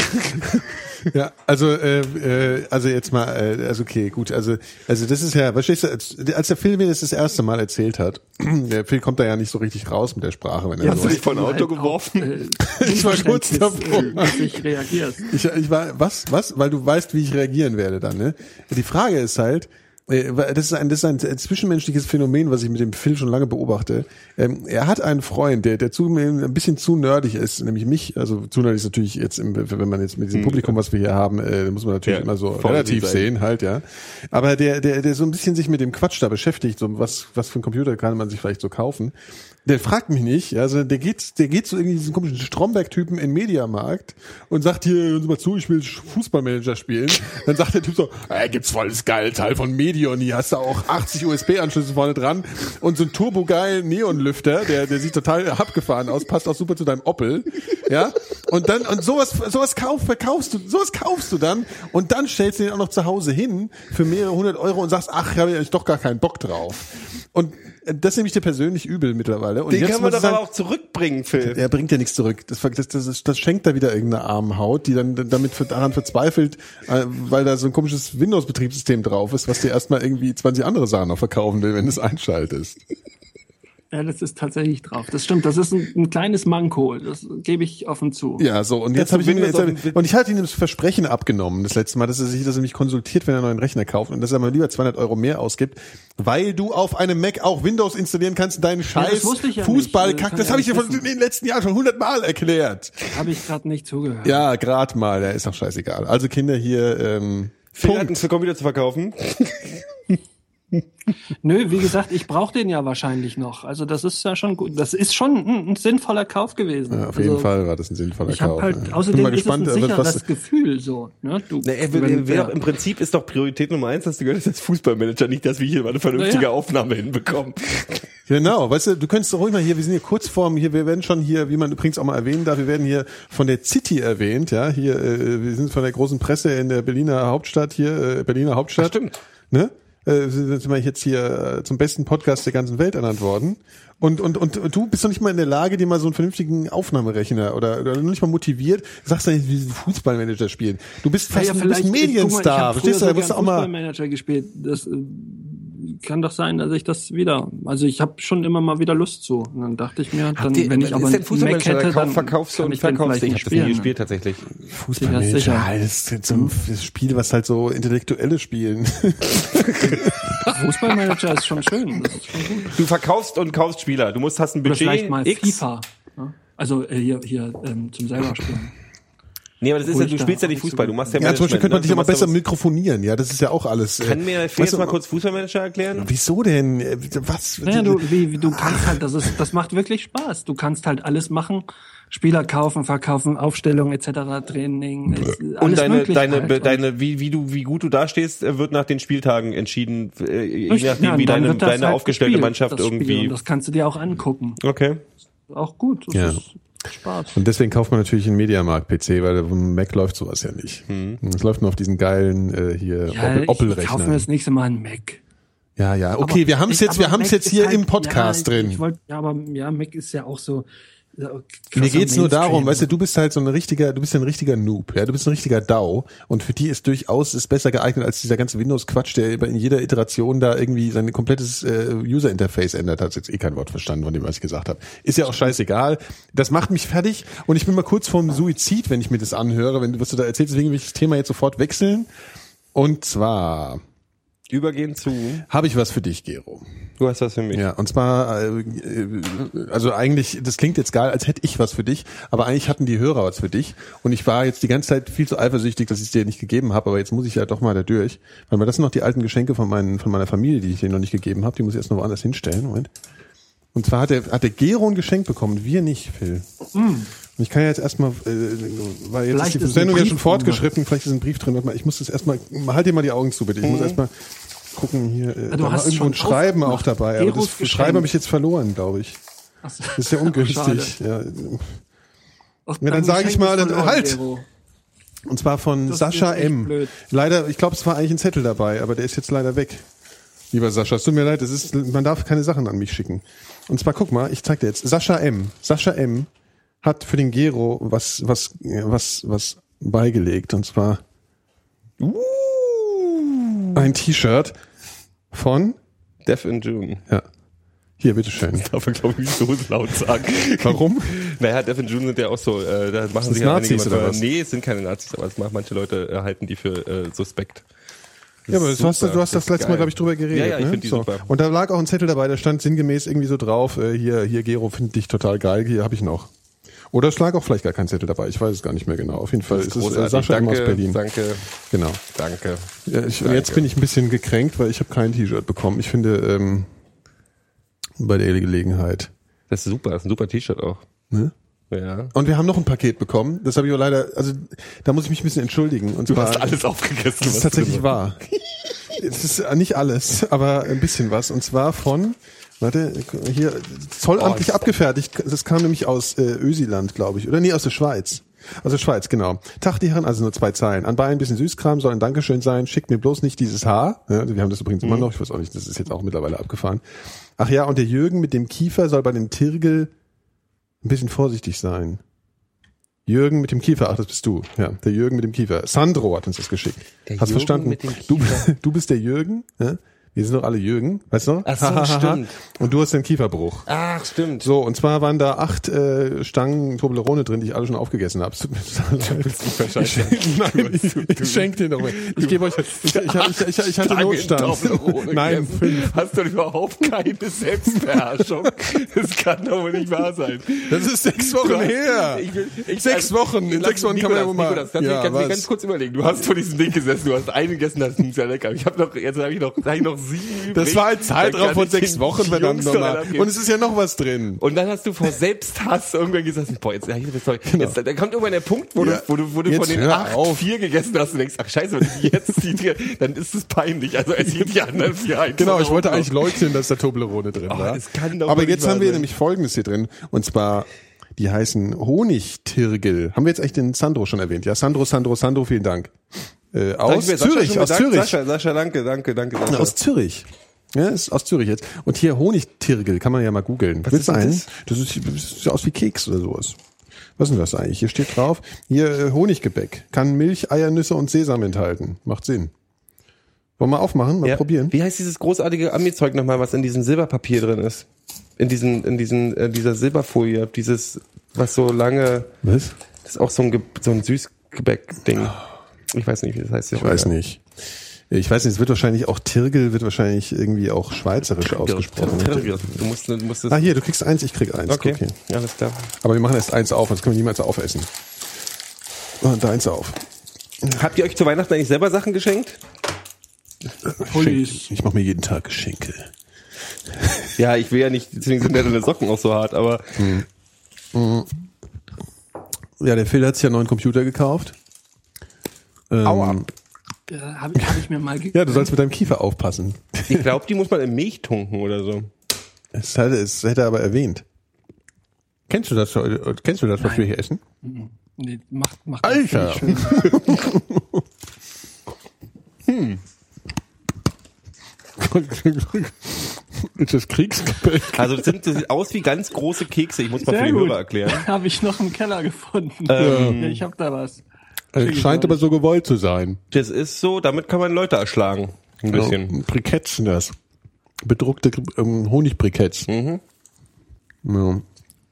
Ja, also äh, äh, also jetzt mal, äh, also okay, gut, also also das ist ja, verstehst du, als, als der Phil mir das das erste Mal erzählt hat, der Phil kommt da ja nicht so richtig raus mit der Sprache, wenn er Hast so du dich von Auto Halt geworfen? Auch, äh, Ich war kurz Unverständnis, davor. äh, Wie ich reagierst. Ich, ich war, was, was? Weil du weißt, wie ich reagieren werde dann, ne? Die Frage ist halt, äh, das ist ein, das ist ein zwischenmenschliches Phänomen, was ich mit dem Phil schon lange beobachte. Ähm, er hat einen Freund, der, der zu ein bisschen zu nerdig ist, nämlich mich. Also zu nerdig ist natürlich jetzt, im, wenn man jetzt mit diesem Publikum, was wir hier haben, äh, muss man natürlich Ja, immer so voll relativ sein. sehen, halt, ja. Aber der, der, der so ein bisschen sich mit dem Quatsch da beschäftigt, so was, was für einen Computer kann man sich vielleicht so kaufen. Der fragt mich nicht, ja, also der geht, der geht zu irgendwie diesen komischen Stromberg-Typen in Mediamarkt und sagt hier, hören Sie mal zu, ich will Fußballmanager spielen. Dann sagt der Typ so, äh, gibt's voll das geile Teil von Medion, hier hast du auch achtzig U S B-Anschlüsse vorne dran und so ein turbogeilen Neonlüfter, der, der sieht total abgefahren aus, passt auch super zu deinem Opel, ja. Und dann, und sowas, sowas kauf, verkaufst du, sowas kaufst du dann und dann stellst du den auch noch zu Hause hin für mehrere hundert Euro und sagst, ach, ich habe eigentlich doch gar keinen Bock drauf. Und das nehme ich dir persönlich übel mittlerweile. Und Den jetzt kann man muss ich doch aber sagen, auch zurückbringen, Phil. er bringt ja nichts zurück. Das, das, das, das schenkt da wieder irgendeine arme Haut, die dann damit daran verzweifelt, äh, weil da so ein komisches Windows-Betriebssystem drauf ist, was dir erstmal irgendwie zwanzig andere Sachen noch verkaufen will, wenn du es einschaltest. Ja, das ist tatsächlich drauf. Das stimmt. Das ist ein, ein kleines Manko. Das gebe ich offen zu. Ja, so, und jetzt du habe ich ihm Windows jetzt, auf dem- und ich hatte ihm das Versprechen abgenommen, das letzte Mal, dass er sich, dass er mich konsultiert, wenn er einen neuen Rechner kauft und dass er mal lieber zweihundert Euro mehr ausgibt, weil du auf einem Mac auch Windows installieren kannst, deinen Scheiß das wusste ich ja Fußballkack, nicht. das habe ich dir von Kann ja in den letzten Jahren schon hundertmal erklärt. Habe ich gerade nicht zugehört. Ja, grad mal, ja, ist auch scheißegal. Also Kinder hier, ähm, Phil hat einen Punkt. für Computer zu verkaufen. Nö, wie gesagt, ich brauche den ja wahrscheinlich noch. Also das ist ja schon gut. Das ist schon ein, ein sinnvoller Kauf gewesen. Ja, auf also, jeden Fall war das ein sinnvoller Ich habe Kauf. halt, ja. Bin außerdem mal ist gespannt, es ein was, sicheres was, Gefühl so. Ne? Du, Na, er, wenn er, der- er, Im Prinzip ist doch Priorität Nummer eins, hast du gehört, ist als Fußballmanager nicht, dass wir hier mal eine vernünftige Naja. Aufnahme hinbekommen. genau, weißt du, du könntest doch ruhig mal hier, wir sind hier kurz vorm, hier, wir werden schon hier, wie man übrigens auch mal erwähnen darf, wir werden hier von der City erwähnt, ja, hier, äh, wir sind von der großen Presse in der Berliner Hauptstadt hier, äh, Berliner Hauptstadt. Ach, stimmt. Ne? Äh, sind wir jetzt hier äh, zum besten Podcast der ganzen Welt ernannt worden. Und, und, und, und du bist doch nicht mal in der Lage, dir mal so einen vernünftigen Aufnahmerechner oder, oder nicht mal motiviert, sagst du nicht, wie Fußballmanager spielen. Du bist fast ja, du bist ein vielleicht- ich- guck mal, Medienstar, ich hab verstehst du? früher Da musst du sogar auch mal, Fußballmanager gespielt. Das äh, kann doch sein, dass ich das wieder. Also ich habe schon immer mal wieder Lust zu. Und dann dachte ich mir, dann, Die, wenn ich aber ist der einen Mac Fußballmanager, hätte, der dann Kauf, verkaufst du kann und ich den verkaufst. vielleicht Ich nicht habe das nie spielen. gespielt tatsächlich. Fußballmanager, sicher. ja, das ist jetzt so ein das Spiel, was halt so Intellektuelle spielen. Fußballmanager ist schon schön. Das ist schon gut. Du verkaufst und kaufst Spieler. Du musst, hast ein Oder Budget vielleicht mal X. FIFA. Ne? Also äh, hier, hier ähm, zum selber spielen. Nee, aber das ist Obwohl ja, du ich da spielst ja auch nicht nicht so Fußball, du gut machst ja Ja, zum Beispiel könnte man dich ne? aber Du machst besser ja was- mikrofonieren, ja, das ist ja auch alles. Äh, Kann mir vielleicht weißt du, mal kurz Fußballmanager erklären? Wieso denn? Äh, Was? Naja, du, wie, wie, du kannst halt, das ist, das macht wirklich Spaß. Du kannst halt alles machen. Spieler kaufen, verkaufen, Aufstellung et cetera, Training, ist alles Und deine, möglich deine, halt. deine, wie, wie du, wie gut du dastehst, äh, wird nach den Spieltagen entschieden, äh, je Richtig, nachdem, ja, wie dann deine, wird das deine halt aufgestellte gespielt, Mannschaft das Spiel. irgendwie. Und das kannst du dir auch angucken. Okay. Auch gut. Das Ja. ist Spaß. Und deswegen kauft man natürlich einen Mediamarkt-P C, weil auf dem Mac läuft sowas ja nicht. Es läuft nur auf diesen geilen äh, hier Ja, Opel- ich, ich kaufe mir Opel-Rechnern. das nächste Mal einen Mac. Ja, ja, okay, Aber wir haben es ich- jetzt, wir aber haben es Mac jetzt ist hier halt, im Podcast ja, drin. Ich wollt, ja, aber ja, Mac ist ja auch so. so Mir krasser geht's nur darum, Mainstream. weißt du, du bist halt so ein richtiger, du bist ein richtiger Noob, ja, du bist ein richtiger D A O und für die ist durchaus ist besser geeignet als dieser ganze Windows-Quatsch, der in jeder Iteration da irgendwie sein komplettes äh, User-Interface ändert. Hat jetzt eh kein Wort verstanden von dem, was ich gesagt habe. Ist ja auch scheißegal. Das macht mich fertig und ich bin mal kurz vorm Suizid, wenn ich mir das anhöre, wenn du was du da erzählst. Deswegen will ich das Thema jetzt sofort wechseln. Und zwar Übergehen zu, habe ich was für dich, Gero. du hast was für mich. Ja, und zwar, äh, äh, also eigentlich, das klingt jetzt geil, als hätte ich was für dich, aber eigentlich hatten die Hörer was für dich. Und ich war jetzt die ganze Zeit viel zu eifersüchtig, dass ich es dir nicht gegeben habe, aber jetzt muss ich ja doch mal da durch. Weil das sind noch die alten Geschenke von meinen, von meiner Familie, die ich dir noch nicht gegeben habe. Die muss ich erst noch woanders hinstellen. Moment. Und zwar hat der, hat der Gero ein Geschenk bekommen, wir nicht, Phil. Mm. Und ich kann ja jetzt erstmal, äh, weil jetzt Vielleicht ist die ist ein Sendung ja Brief schon fortgeschritten, vielleicht ist ein Brief drin. Warte mal, ich muss das erstmal, halt dir mal die Augen zu, bitte. Ich muss erstmal gucken hier, äh, du da war hast irgendwo ein schon Schreiben auch aufgemacht. dabei, aber Geros das Geschenk. Schreiben habe ich jetzt verloren, glaube ich. Ach so. Das ist ja ungünstig. Ja. Ach, Ja, dann dein sage ich Geschenk mal, ist verloren, halt. Gero. Und zwar von Das Sascha ist echt M. blöd. Leider, ich glaube, es war eigentlich ein Zettel dabei, aber der ist jetzt leider weg. Lieber Sascha, es tut mir leid, es ist, man darf keine Sachen an mich schicken. Und zwar, guck mal, ich zeig dir jetzt. Sascha M. Sascha M. hat für den Gero was, was, was, was beigelegt. Und zwar Uh, ein T-Shirt von, Death in June. ja, hier, bitteschön. Darf man, glaube ich, nicht so laut sagen. Warum? Naja, Death in June sind ja auch so, äh, da machen das sich ja Nazis einige oder mal- was? Nee, es sind keine Nazis, aber es machen manche Leute, äh, halten die für äh, suspekt. Das Ja, aber ist du hast, super, du hast das ist letzte Mal, geil. glaube ich, drüber geredet. Ja, ja, ich ne? finde die so. super. Und da lag auch einZettel dabei, da stand sinngemäß irgendwie so drauf, äh, hier, hier, Gero, finde dich total geil, hier habe ich noch. Oder es lag auch vielleicht gar kein Zettel dabei, ich weiß es gar nicht mehr genau. Auf jeden Fall ist es äh, Großartig. Sascha M. aus Danke, Berlin. danke, Genau. danke. Ja, ich, und Danke. jetzt bin ich ein bisschen gekränkt, weil ich habe kein T-Shirt bekommen. Ich finde, ähm, bei der Gelegenheit. Das ist super, das ist ein super T-Shirt auch. Ne? Ja. Und wir haben noch ein Paket bekommen. Das habe ich aber leider, also da muss ich mich ein bisschen entschuldigen. Und Du zwar, hast alles aufgegessen. das ist tatsächlich wahr. Es ist nicht alles, aber ein bisschen was. Und zwar von, warte, hier, zollamtlich Oh, abgefertigt. Das kam nämlich aus äh, Ösiland, glaube ich. Oder nee, aus der Schweiz. Aus der Schweiz, genau. Tag, die Herren, also nur zwei Zeilen. Anbei ein bisschen Süßkram, soll ein Dankeschön sein. Schickt mir bloß nicht dieses Haar. Ja, wir haben das übrigens immer noch. Ich weiß auch nicht, das ist jetzt auch mittlerweile abgefahren. Ach ja, und der Jürgen mit dem Kiefer soll bei dem Tirgel ein bisschen vorsichtig sein. Jürgen mit dem Kiefer, ach, das bist du. Ja, der Jürgen mit dem Kiefer. Sandro hat uns das geschickt. Der Hast Jürgen verstanden? mit dem Du, Kiefer. du bist der Jürgen, ja? Wir sind doch alle Jürgen, weißt du? Ach so, stimmt. Und du hast den Kieferbruch. Ach, stimmt. So, und zwar waren da acht äh, Stangen Toblerone drin, die ich alle schon aufgegessen habe. Ich, nein, ich, ich schenke dir noch mal. Ich gebe euch, ich, ich, ich, ich, ich hatte Notstand. Nein, fünf. Hast du überhaupt keine Selbstbeherrschung? Das kann doch wohl nicht wahr sein. Das ist sechs Wochen her. Ich will, ich, Sechs Wochen. In Lass- sechs Wochen kann man ja wohl mal. Nikolas, kannst du Ja, kannst du was? ganz kurz überlegen. Du hast vor diesem Ding gesessen, du hast einen gegessen, das ist sehr lecker. Ich habe noch, jetzt habe ich noch, hab ich noch sieben übrig. Das war ein Dann Zeitraum kann von ich sechs den Wochen, verdammt Jungs doch nochmal. einen abgeben. Und es ist ja noch was drin. Und dann hast du vor Selbsthass irgendwann gesagt, boah, jetzt, ja, hier, sorry, jetzt, dann kommt irgendwann der Punkt, wo Ja. du, wo du, wo du Jetzt von den hör acht auf. vier gegessen hast und denkst, ach scheiße, wenn ich jetzt die, die dann ist es peinlich. Also es sind die anderen vier einfach Genau, ich wollte noch. eigentlich leugnen, dass da Toblerone drin Oh, war. das kann doch Aber wohl jetzt nicht haben wahr wir sein. nämlich Folgendes hier drin. Und zwar, die heißen Honigtirgel. Haben wir jetzt eigentlich den Sandro schon erwähnt? Ja, Sandro, Sandro, Sandro, vielen Dank. Äh, aus Sascha, Sascha, Zürich, schon aus bedankt. Zürich. Sascha, Sascha, danke, danke, danke. Sascha. Aus Zürich. Ja, ist aus Zürich jetzt. Und hier Honigtirgel, kann man ja mal googeln. Was Willst du ist denn einen? Das ist, das sieht aus wie Keks oder sowas. Was ist denn das eigentlich? Hier steht drauf, hier äh, Honiggebäck. Kann Milch, Eier, Nüsse und Sesam enthalten. Macht Sinn. Wollen wir aufmachen? Mal Ja. probieren? Wie heißt dieses großartige Ami-Zeug nochmal, was in diesem Silberpapier drin ist? In diesen, in diesen, äh, dieser Silberfolie, dieses, was so lange, Was? das ist auch so ein, Ge so ein Süßgebäck-Ding. Ich weiß nicht, wie das heißt. Ich weiß nicht. Ich weiß nicht, es wird wahrscheinlich auch Tirgel, wird wahrscheinlich irgendwie auch schweizerisch ausgesprochen. Du musst, du musst es. Ah, hier, du kriegst eins, ich krieg eins. Okay. Okay. Ja, alles klar. Aber wir machen erst eins auf, sonst können wir niemals aufessen. Und deins auf. Habt ihr euch zu Weihnachten eigentlich selber Sachen geschenkt? Pullis. Ich mache mir jeden Tag Geschenke. Ja, ich will ja nicht, deswegen sind deine Socken auch so hart, aber Ja, der Phil hat sich ja einen neuen Computer gekauft. Ähm, Aua. Äh, Habe hab ich mir mal ge- Ja, du sollst mit deinem Kiefer aufpassen. Ich glaube, die muss man in Milch tunken oder so. Das hätte, das hätte er aber erwähnt. Kennst du das, kennst du das, was Nein. wir hier essen? Nee, macht, macht Alter! das nicht schön. hm. Ist das Kriegsgebäck? Also das, sind, das sieht aus wie ganz große Kekse. Ich muss mal Sehr für die gut. Hörer erklären. Habe ich noch im Keller gefunden. Ähm, Ja, ich habe da was. Es scheint aber so gewollt zu sein. Das ist so, damit kann man Leute erschlagen. Ein bisschen. Ja, Briketts sind das. Bedruckte ähm, Honigbriketts. Mhm. Ja.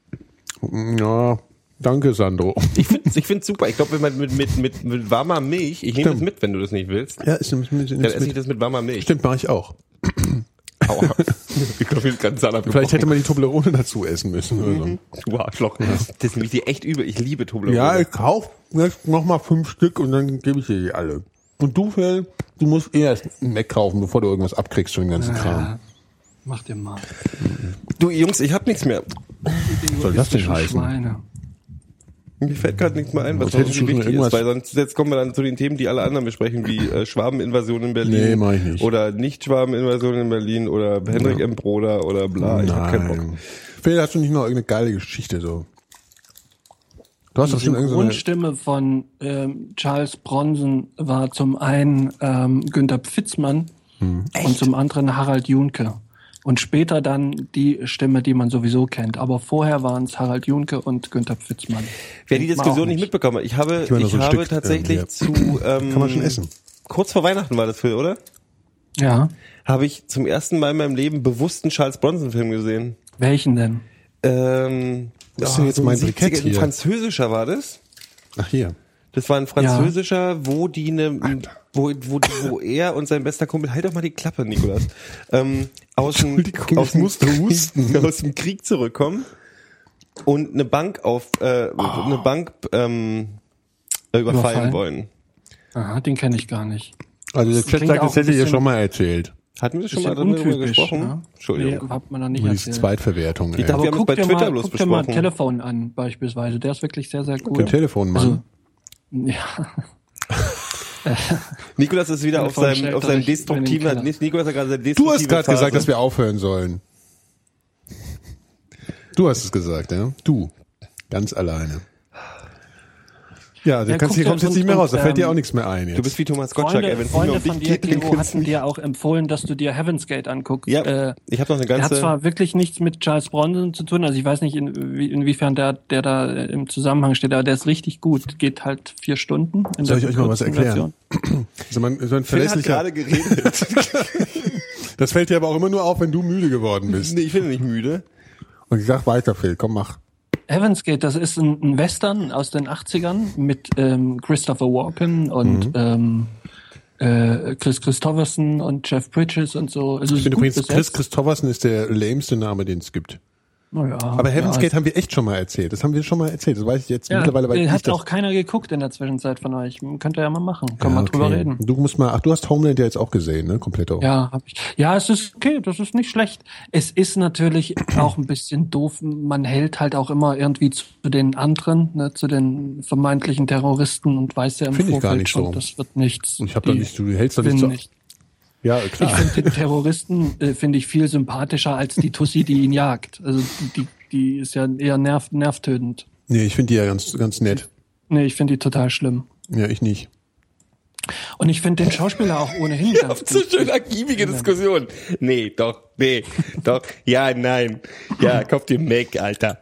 Ja, danke, Sandro. Ich finde ich find's super. Ich glaube, wenn man mit, mit, mit, mit warmer Milch, ich nehme das Stimmt. mit, wenn du das nicht willst, Ja, ist, ist, ist, dann esse ich das mit warmer Milch. Stimmt, mache ich auch. Aua. Ich glaube, ich ganz Zahn Vielleicht hätte man die Toblerone dazu essen müssen. Oder so. Du Arschloch. Das nehme ich dir echt übel. Ich liebe Toblerone. Ja, ich kauf jetzt noch mal fünf Stück und dann gebe ich dir die alle. Und du, Phil, du musst erst einen Mac kaufen, bevor du irgendwas abkriegst von dem ganzen Kram. Ja, mach dir mal. Du Jungs, ich hab nichts mehr. Was soll das denn heißen? Schweine. Mir fällt gerade nichts mehr ein, was Was hättest so du schon wichtig ist, irgendwas- weil sonst jetzt kommen wir dann zu den Themen, die alle anderen besprechen, wie äh, Schwabeninvasion in Berlin. Nee, mach ich nicht. Oder Nicht-Schwabeninvasion in Berlin oder Hendrik Ja. M. Broder oder bla. Ich hab keinen Bock. Nein. Phil, hast du nicht noch irgendeine geile Geschichte so? Du hast Die doch schon irgendeine... Grundstimme von ähm, Charles Bronson war zum einen ähm, Günther Pfitzmann Hm. und zum anderen Harald Junke. Und später dann die Stimme, die man sowieso kennt. Aber vorher waren es Harald Junke und Günther Pfitzmann. Wer die Kennt man Diskussion auch nicht mitbekommen hat, ich habe, Ich meine, ich so ein habe Stück, tatsächlich ähm, ja. zu, ähm, Kann man schon essen. kurz vor Weihnachten war das Film, oder? Ja. Habe ich zum ersten Mal in meinem Leben bewusst einen Charles Bronson-Film gesehen. Welchen denn? Ähm, Was ist denn jetzt ein mein Brikett siebziger, ein hier? französischer war das. Ach, hier. Das war ein französischer, wo die ne, wo, wo, wo er und sein bester Kumpel, halt doch mal die Klappe, Nikolas, ähm, aus dem, Entschuldigung, aus ich dem, musste husten. aus dem Krieg zurückkommen und eine Bank auf, äh, eine Bank ähm, äh, überfallen Überfallen? wollen. Aha, den kenne ich gar nicht. Also der Das Chat klingt sagt, auch das ein hätte ihr bisschen- schon mal erzählt. Hatten wir das schon Bisschen mal darüber untypisch, gesprochen? ne? Entschuldigung. Nee, hat man noch nicht Nur diese erzählt. Zweitverwertung. Ich Ey. dachte, wir haben es guck bei dir Twitter mal, bloß guck dir mal besprochen. Telefon an, beispielsweise. Der ist wirklich sehr, sehr gut. Den Telefonmann. Also, ja. Nikolas ist wieder auf Telefon seinem, stellt auf seinem euch in den destruktiven, Keller. Nikolas hat gerade seine Du destruktive hast gerade Phase. gesagt, dass wir aufhören sollen. Du hast es gesagt, ja? Du. Ganz alleine. Ja, du Ja, kannst, guck hier dir- kommst jetzt und- nicht mehr raus, da und, fällt dir ähm, auch nichts mehr ein jetzt. Du bist wie Thomas Gottschalk, Freunde, ey, wenn es nicht mehr Freunde um dich von dir, geht, dann Theo, kannst du hatten dir auch empfohlen, dass du dir Heaven's Gate anguckst. Ja, Äh, ich habe noch eine der hat ganze... zwar wirklich nichts mit Charles Bronson zu tun, also ich weiß nicht, in, wie- inwiefern der, der da im Zusammenhang steht, aber der ist richtig gut. Geht halt vier Stunden. In Soll ich der euch mal was gekürzten erklären? Version. Also man, so ein Phil hat verlässlicher, gerade geredet. das fällt dir aber auch immer nur auf, wenn du müde geworden bist. Nee, ich bin nicht müde. Und ich sag weiter, Phil, komm, mach. Heaven's Gate, das ist ein, ein Western aus den achtzigern mit ähm, Christopher Walken und ähm, äh, Chris Christopherson und Jeff Bridges und so. Also Ich finde gut übrigens, Chris besetzt. Christopherson ist der lämste Name, den es gibt. Naja, Aber Heaven's ja, Gate haben wir echt schon mal erzählt. Das haben wir schon mal erzählt. Das weiß ich jetzt ja, mittlerweile, weil äh, ich hat das... auch keiner geguckt in der Zwischenzeit von euch. Könnt ihr ja mal machen. Können Ja, wir drüber okay. reden. Du musst mal, ach, du hast Homeland ja jetzt auch gesehen, ne? Komplett auch. Ja, hab ich. Ja, es ist okay, das ist nicht schlecht. Es ist natürlich auch ein bisschen doof. Man hält halt auch immer irgendwie zu den anderen, ne, zu den vermeintlichen Terroristen und weiß ja im Finde ich gar Vorfeld nicht schon, so. das wird nichts. Ich hab doch Die nicht, du hältst doch nicht gewinnen so. Ja, Ich klar. finde den Terroristen äh, finde ich viel sympathischer als die Tussi, die ihn jagt. Also die, die, die ist ja eher nerv, nervtötend. Nee, ich finde die ja ganz, ganz nett. Nee, ich finde die total schlimm. Ja, ich nicht. Und ich finde den Schauspieler auch ohnehin ganz So gut. schön ergiebige Diskussion. Nee, doch, nee, doch, ja, nein. Ja, kauf dir Mac, Alter.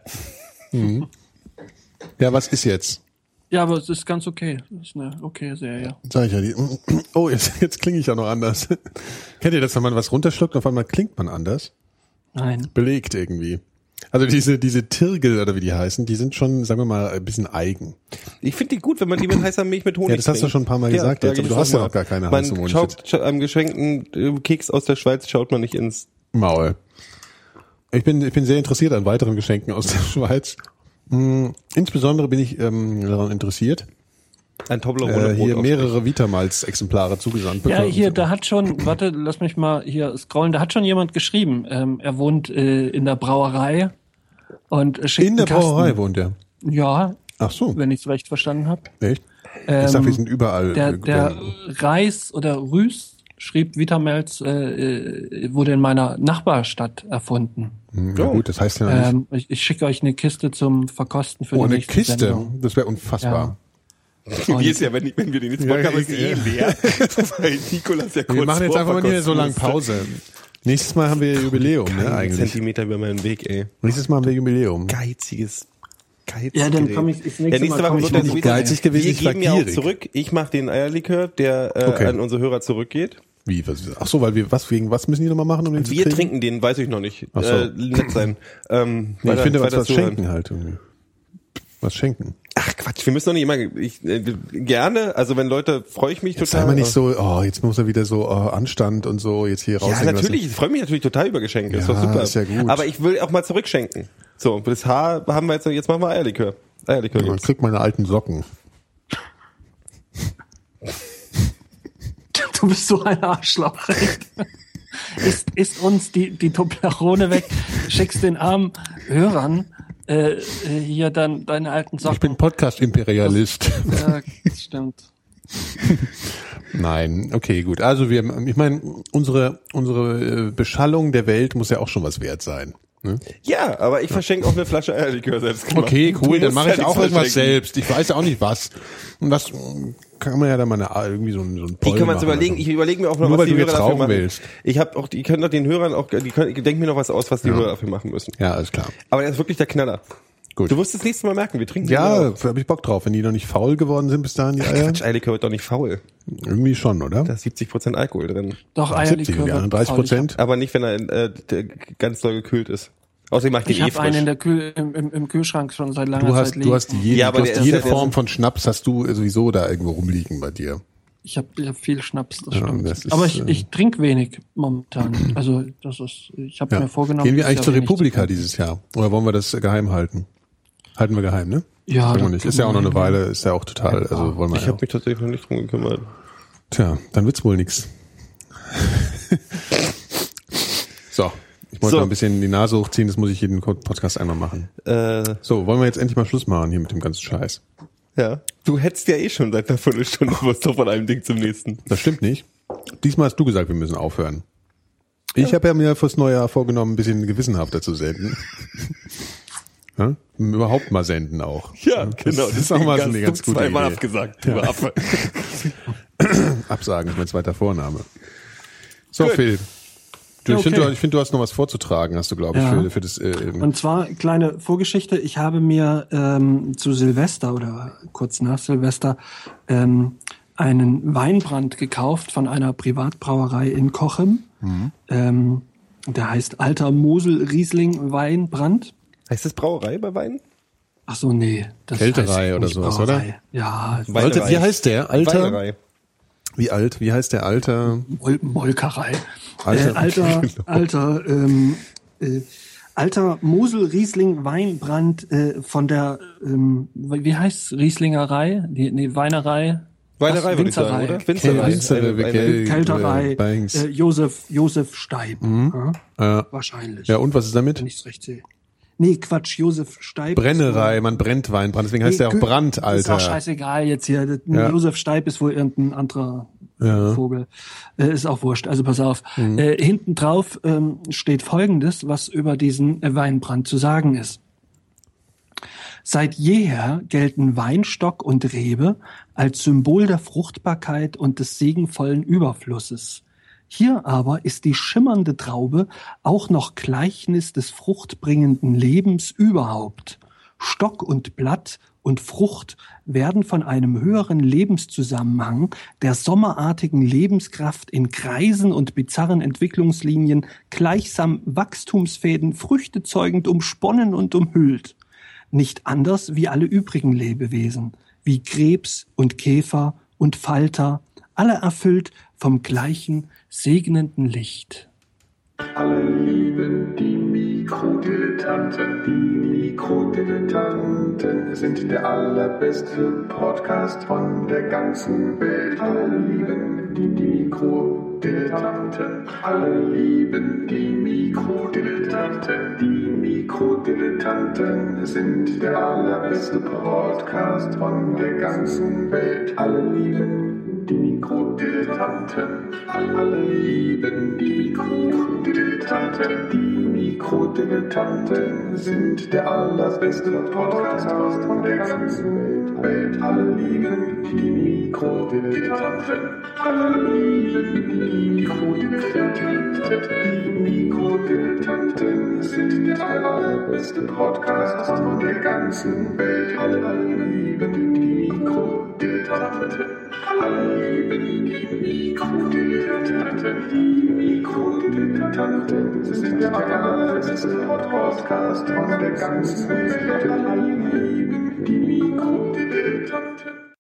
Ja, was ist jetzt? Ja, aber es ist ganz okay. Das ist eine okay Serie. Sag ich ja, die, oh, jetzt, jetzt klinge ich ja noch anders. Kennt ihr das, wenn man was runterschluckt, auf einmal klingt man anders? Nein. Belegt irgendwie. Also diese, diese Tirgel oder wie die heißen, die sind schon, sagen wir mal, ein bisschen eigen. Ich finde die gut, wenn man die mit heißer Milch mit Honig Ja, das hast du trinkt. schon ein paar Mal gesagt sag jetzt, aber ich du hast doch ja mal. auch gar keine Man heiße Honig. schaut, schaut am geschenkten äh, Keks aus der Schweiz schaut man nicht ins... Maul. Ich bin, ich bin sehr interessiert an weiteren Geschenken aus der Schweiz. Hm, insbesondere bin ich ähm, daran interessiert, Ein Toblerone äh, hier mehrere Vitamals-Exemplare zugesandt Ja, bekommen. hier, da hat schon, warte, lass mich mal hier scrollen, da hat schon jemand geschrieben. Ähm, er wohnt äh, in der Brauerei und äh, schickt In der einen Kasten. Brauerei wohnt er. Ja, Ach so, wenn ich es recht verstanden habe. echt? Ähm, ich sag, wir sind überall. Der, äh, der gebunden. Reis oder Rüß schrieb, Vitamals äh, äh, wurde in meiner Nachbarstadt erfunden. Hm, ja gut, das heißt ja nicht. Ähm, ich ich schicke euch eine Kiste zum Verkosten für Oh, die eine nächste Kiste, Sendung. das wäre unfassbar. Wie ist ja, wenn, wenn wir den jetzt Ja, Podcast ist ja, eh ja. leer. Weil Nikolas ja kurz Wir machen jetzt einfach mal nicht mehr so lange vorverkosten Pause. Nächstes Mal haben wir Jubiläum, musste. ne, Ein eigentlich. Zentimeter über meinen Weg, ey. Nächstes Mal haben wir Jubiläum. Geiziges, geiziges Ja, dann Gerät. komm ich- das nächste ja, nächste Mal Woche komm ich wird mit das nicht wieder- geizig gewesen, Wir ich war geben ja auch gierig. zurück. Ich mache den Eierlikör, der äh, Okay. an unsere Hörer zurückgeht. Wie, was, ach so, weil wir, was, wegen was müssen die nochmal machen, um den zu Wir kriegen? trinken den, weiß ich noch nicht. Ach so. Äh, nett sein. Ähm, Nee, ich weiter- finde, was, weiter was zuhören. schenken halt irgendwie. Was schenken. Ach Quatsch, wir müssen doch nicht immer, ich, äh, gerne, also wenn Leute, freue ich mich Jetzt total. sei mal nicht so, oh, jetzt muss er wieder so, oh, Anstand und so, jetzt hier Ja, raushängen natürlich, lassen. ich freue mich natürlich total über Geschenke, ist Ja, doch super. ist ja gut. Aber ich will auch mal zurückschenken. So, das Haar haben wir jetzt, jetzt machen wir Eierlikör. Eierlikör Man gibt's. kriegt meine alten Socken. Du bist so ein Arschloch. ist, ist uns die, die Toblerone weg, schickst den armen Hörern äh, äh, hier dann deine alten Socken. Ich bin Podcast-Imperialist. Ja, das stimmt. Nein, okay, gut. Also wir, ich meine, unsere unsere äh, Beschallung der Welt muss ja auch schon was wert sein. Ne? Ja, aber ich verschenke auch eine Flasche Eierlikör selbst gemacht. Okay, Du cool, dann musst mache ja ich auch nichts irgendwas verschenken. selbst. Ich weiß ja auch nicht was. Und das kann man ja dann mal eine, irgendwie so ein so ein Die Poll können wir uns machen überlegen. oder Ich überlege mir auch noch, Nur was weil die du Hörer jetzt dafür rauchen machen. willst. Ich habe auch, die können doch den Hörern auch, die können, ich denke mir noch was aus, was die Hörer dafür machen müssen. so. Ja, alles klar. Aber er ist wirklich der Knaller. Gut. Du wirst das nächste Mal merken, wir trinken Ja, den habe ich Bock drauf. Wenn die noch nicht faul geworden sind bis dahin, die auch. Eier. Quatsch, Eierlikör wird doch nicht faul. Irgendwie schon, oder? Da ist siebzig Prozent Alkohol drin. Doch, siebzig, Eierlikör. die anderen dreißig Prozent. Aber nicht, wenn er äh, der ganz doll gekühlt ist. Außerdem mache ich Ich den eh habe einen frisch. in der Kühl, im, im, im Kühlschrank schon seit langer Du hast, Zeit du liegen. hast jede, Ja, aber du der hast ist jede ja- der Form ist- von Schnaps hast du sowieso da irgendwo rumliegen bei dir. Ich habe ich hab viel Schnaps, das Ja, stimmt. das ist, Aber ich, äh, ich trinke wenig momentan. Also das ist, ich habe Ja. mir vorgenommen. Gehen wir eigentlich dieses zur Jahr wenig Republika zu trinken. dieses Jahr? Oder wollen wir das äh, geheim halten? Halten wir geheim, ne? Ja, Sagen wir das nicht. Ist ja auch noch eine können wir Weile, ist ja auch total, also wollen wir Ich ja habe auch. mich tatsächlich noch nicht drum gekümmert. Tja, dann wird's wohl nix. So, ich wollte So. mal ein bisschen die Nase hochziehen, das muss ich jeden Podcast einmal machen. Äh, So, wollen wir jetzt endlich mal Schluss machen hier mit dem ganzen Scheiß? ja. Du hättest ja eh schon seit einer Viertelstunde was doch von einem Ding zum nächsten. Das stimmt nicht. Diesmal hast du gesagt, wir müssen aufhören. Ich habe ja mir fürs neue Jahr vorgenommen, ein bisschen gewissenhafter zu senden. Ja? Überhaupt mal senden auch. Ja, genau. Das ist auch mal so eine ganz gute zweimal Idee. abgesagt, du Affe. Absagen ist mein zweiter Vorname. So, Gut. Phil. Du, Ja, ich finde, okay. du, ich find, du hast noch was vorzutragen, hast du, glaube ich, Ja. für, für das. Äh, Und zwar kleine Vorgeschichte. Ich habe mir ähm, zu Silvester oder kurz nach Silvester ähm, einen Weinbrand gekauft von einer Privatbrauerei in Cochem. Mhm. Ähm, der heißt Alter Mosel Riesling Weinbrand. Heißt das Brauerei bei Wein? Ach so, nee. Das Kälterei heißt oder nicht sowas, Brauerei. Ja, Wein- Alter, wie heißt der? Alter? Weinerei. Wie alt? Wie heißt der Alter? Mol Molkerei. Alter- Äh, alter, alter, ähm, äh, alter Mosel Riesling Weinbrand äh, von der, ähm, wie heißt's? Rieslingerei? Die, nee, Weinerei. Weinerei Was? würde ich sagen, Winzerei. oder? Winzerei. Winzerei, Eine- eine- Kel- Kälterei. äh, Banks. Äh, Josef, Josef Steib. Ja, Ja. wahrscheinlich. Ja, und was ist damit? Wenn ich's recht sehe. Nee, Quatsch, Josef Steib. Brennerei, man brennt Weinbrand, deswegen heißt der auch Kö- Brand, Ist auch Alter. scheißegal jetzt hier. Das- Ja. Josef Steib ist wohl irgendein anderer Ja. Vogel. Äh, ist auch wurscht. Also pass auf. Äh, hinten drauf ähm, steht Folgendes, was über diesen äh, Weinbrand zu sagen ist. Seit jeher gelten Weinstock und Rebe als Symbol der Fruchtbarkeit und des segenvollen Überflusses. Hier aber ist die schimmernde Traube auch noch Gleichnis des fruchtbringenden Lebens überhaupt. Stock und Blatt und Frucht werden von einem höheren Lebenszusammenhang, der sommerartigen Lebenskraft in Kreisen und bizarren Entwicklungslinien gleichsam Wachstumsfäden früchtezeugend umsponnen und umhüllt. Nicht anders wie alle übrigen Lebewesen, wie Krebs und Käfer und Falter, alle erfüllt vom gleichen segnenden Licht. Alle lieben die Mikrodilettanten. Mikrodilettanten, die Mikrodilettanten sind der allerbeste Podcast von der ganzen Welt. Alle lieben die Mikrodilettanten, alle lieben die Mikrodilettanten, die Mikrodilettanten sind der allerbeste Podcast von der ganzen Welt. Alle lieben die Mikrodilettanten, alle lieben die Mikrodilettanten, die Mikrodilettanten sind der allerbeste Podcast von der ganzen Welt. Alle lieben die Mikrodilettanten, alle lieben die Mikrodilettanten, die Mikrodilettanten sind der allerbeste Podcast von der ganzen Welt. Alle lieben die Mikrodilettanten, alle lieben die Mikrodilettanten, die Mikrodilettanten sind der allerbeste Podcast von der ganzen Welt. Alle lieben die Mikrodilettanten.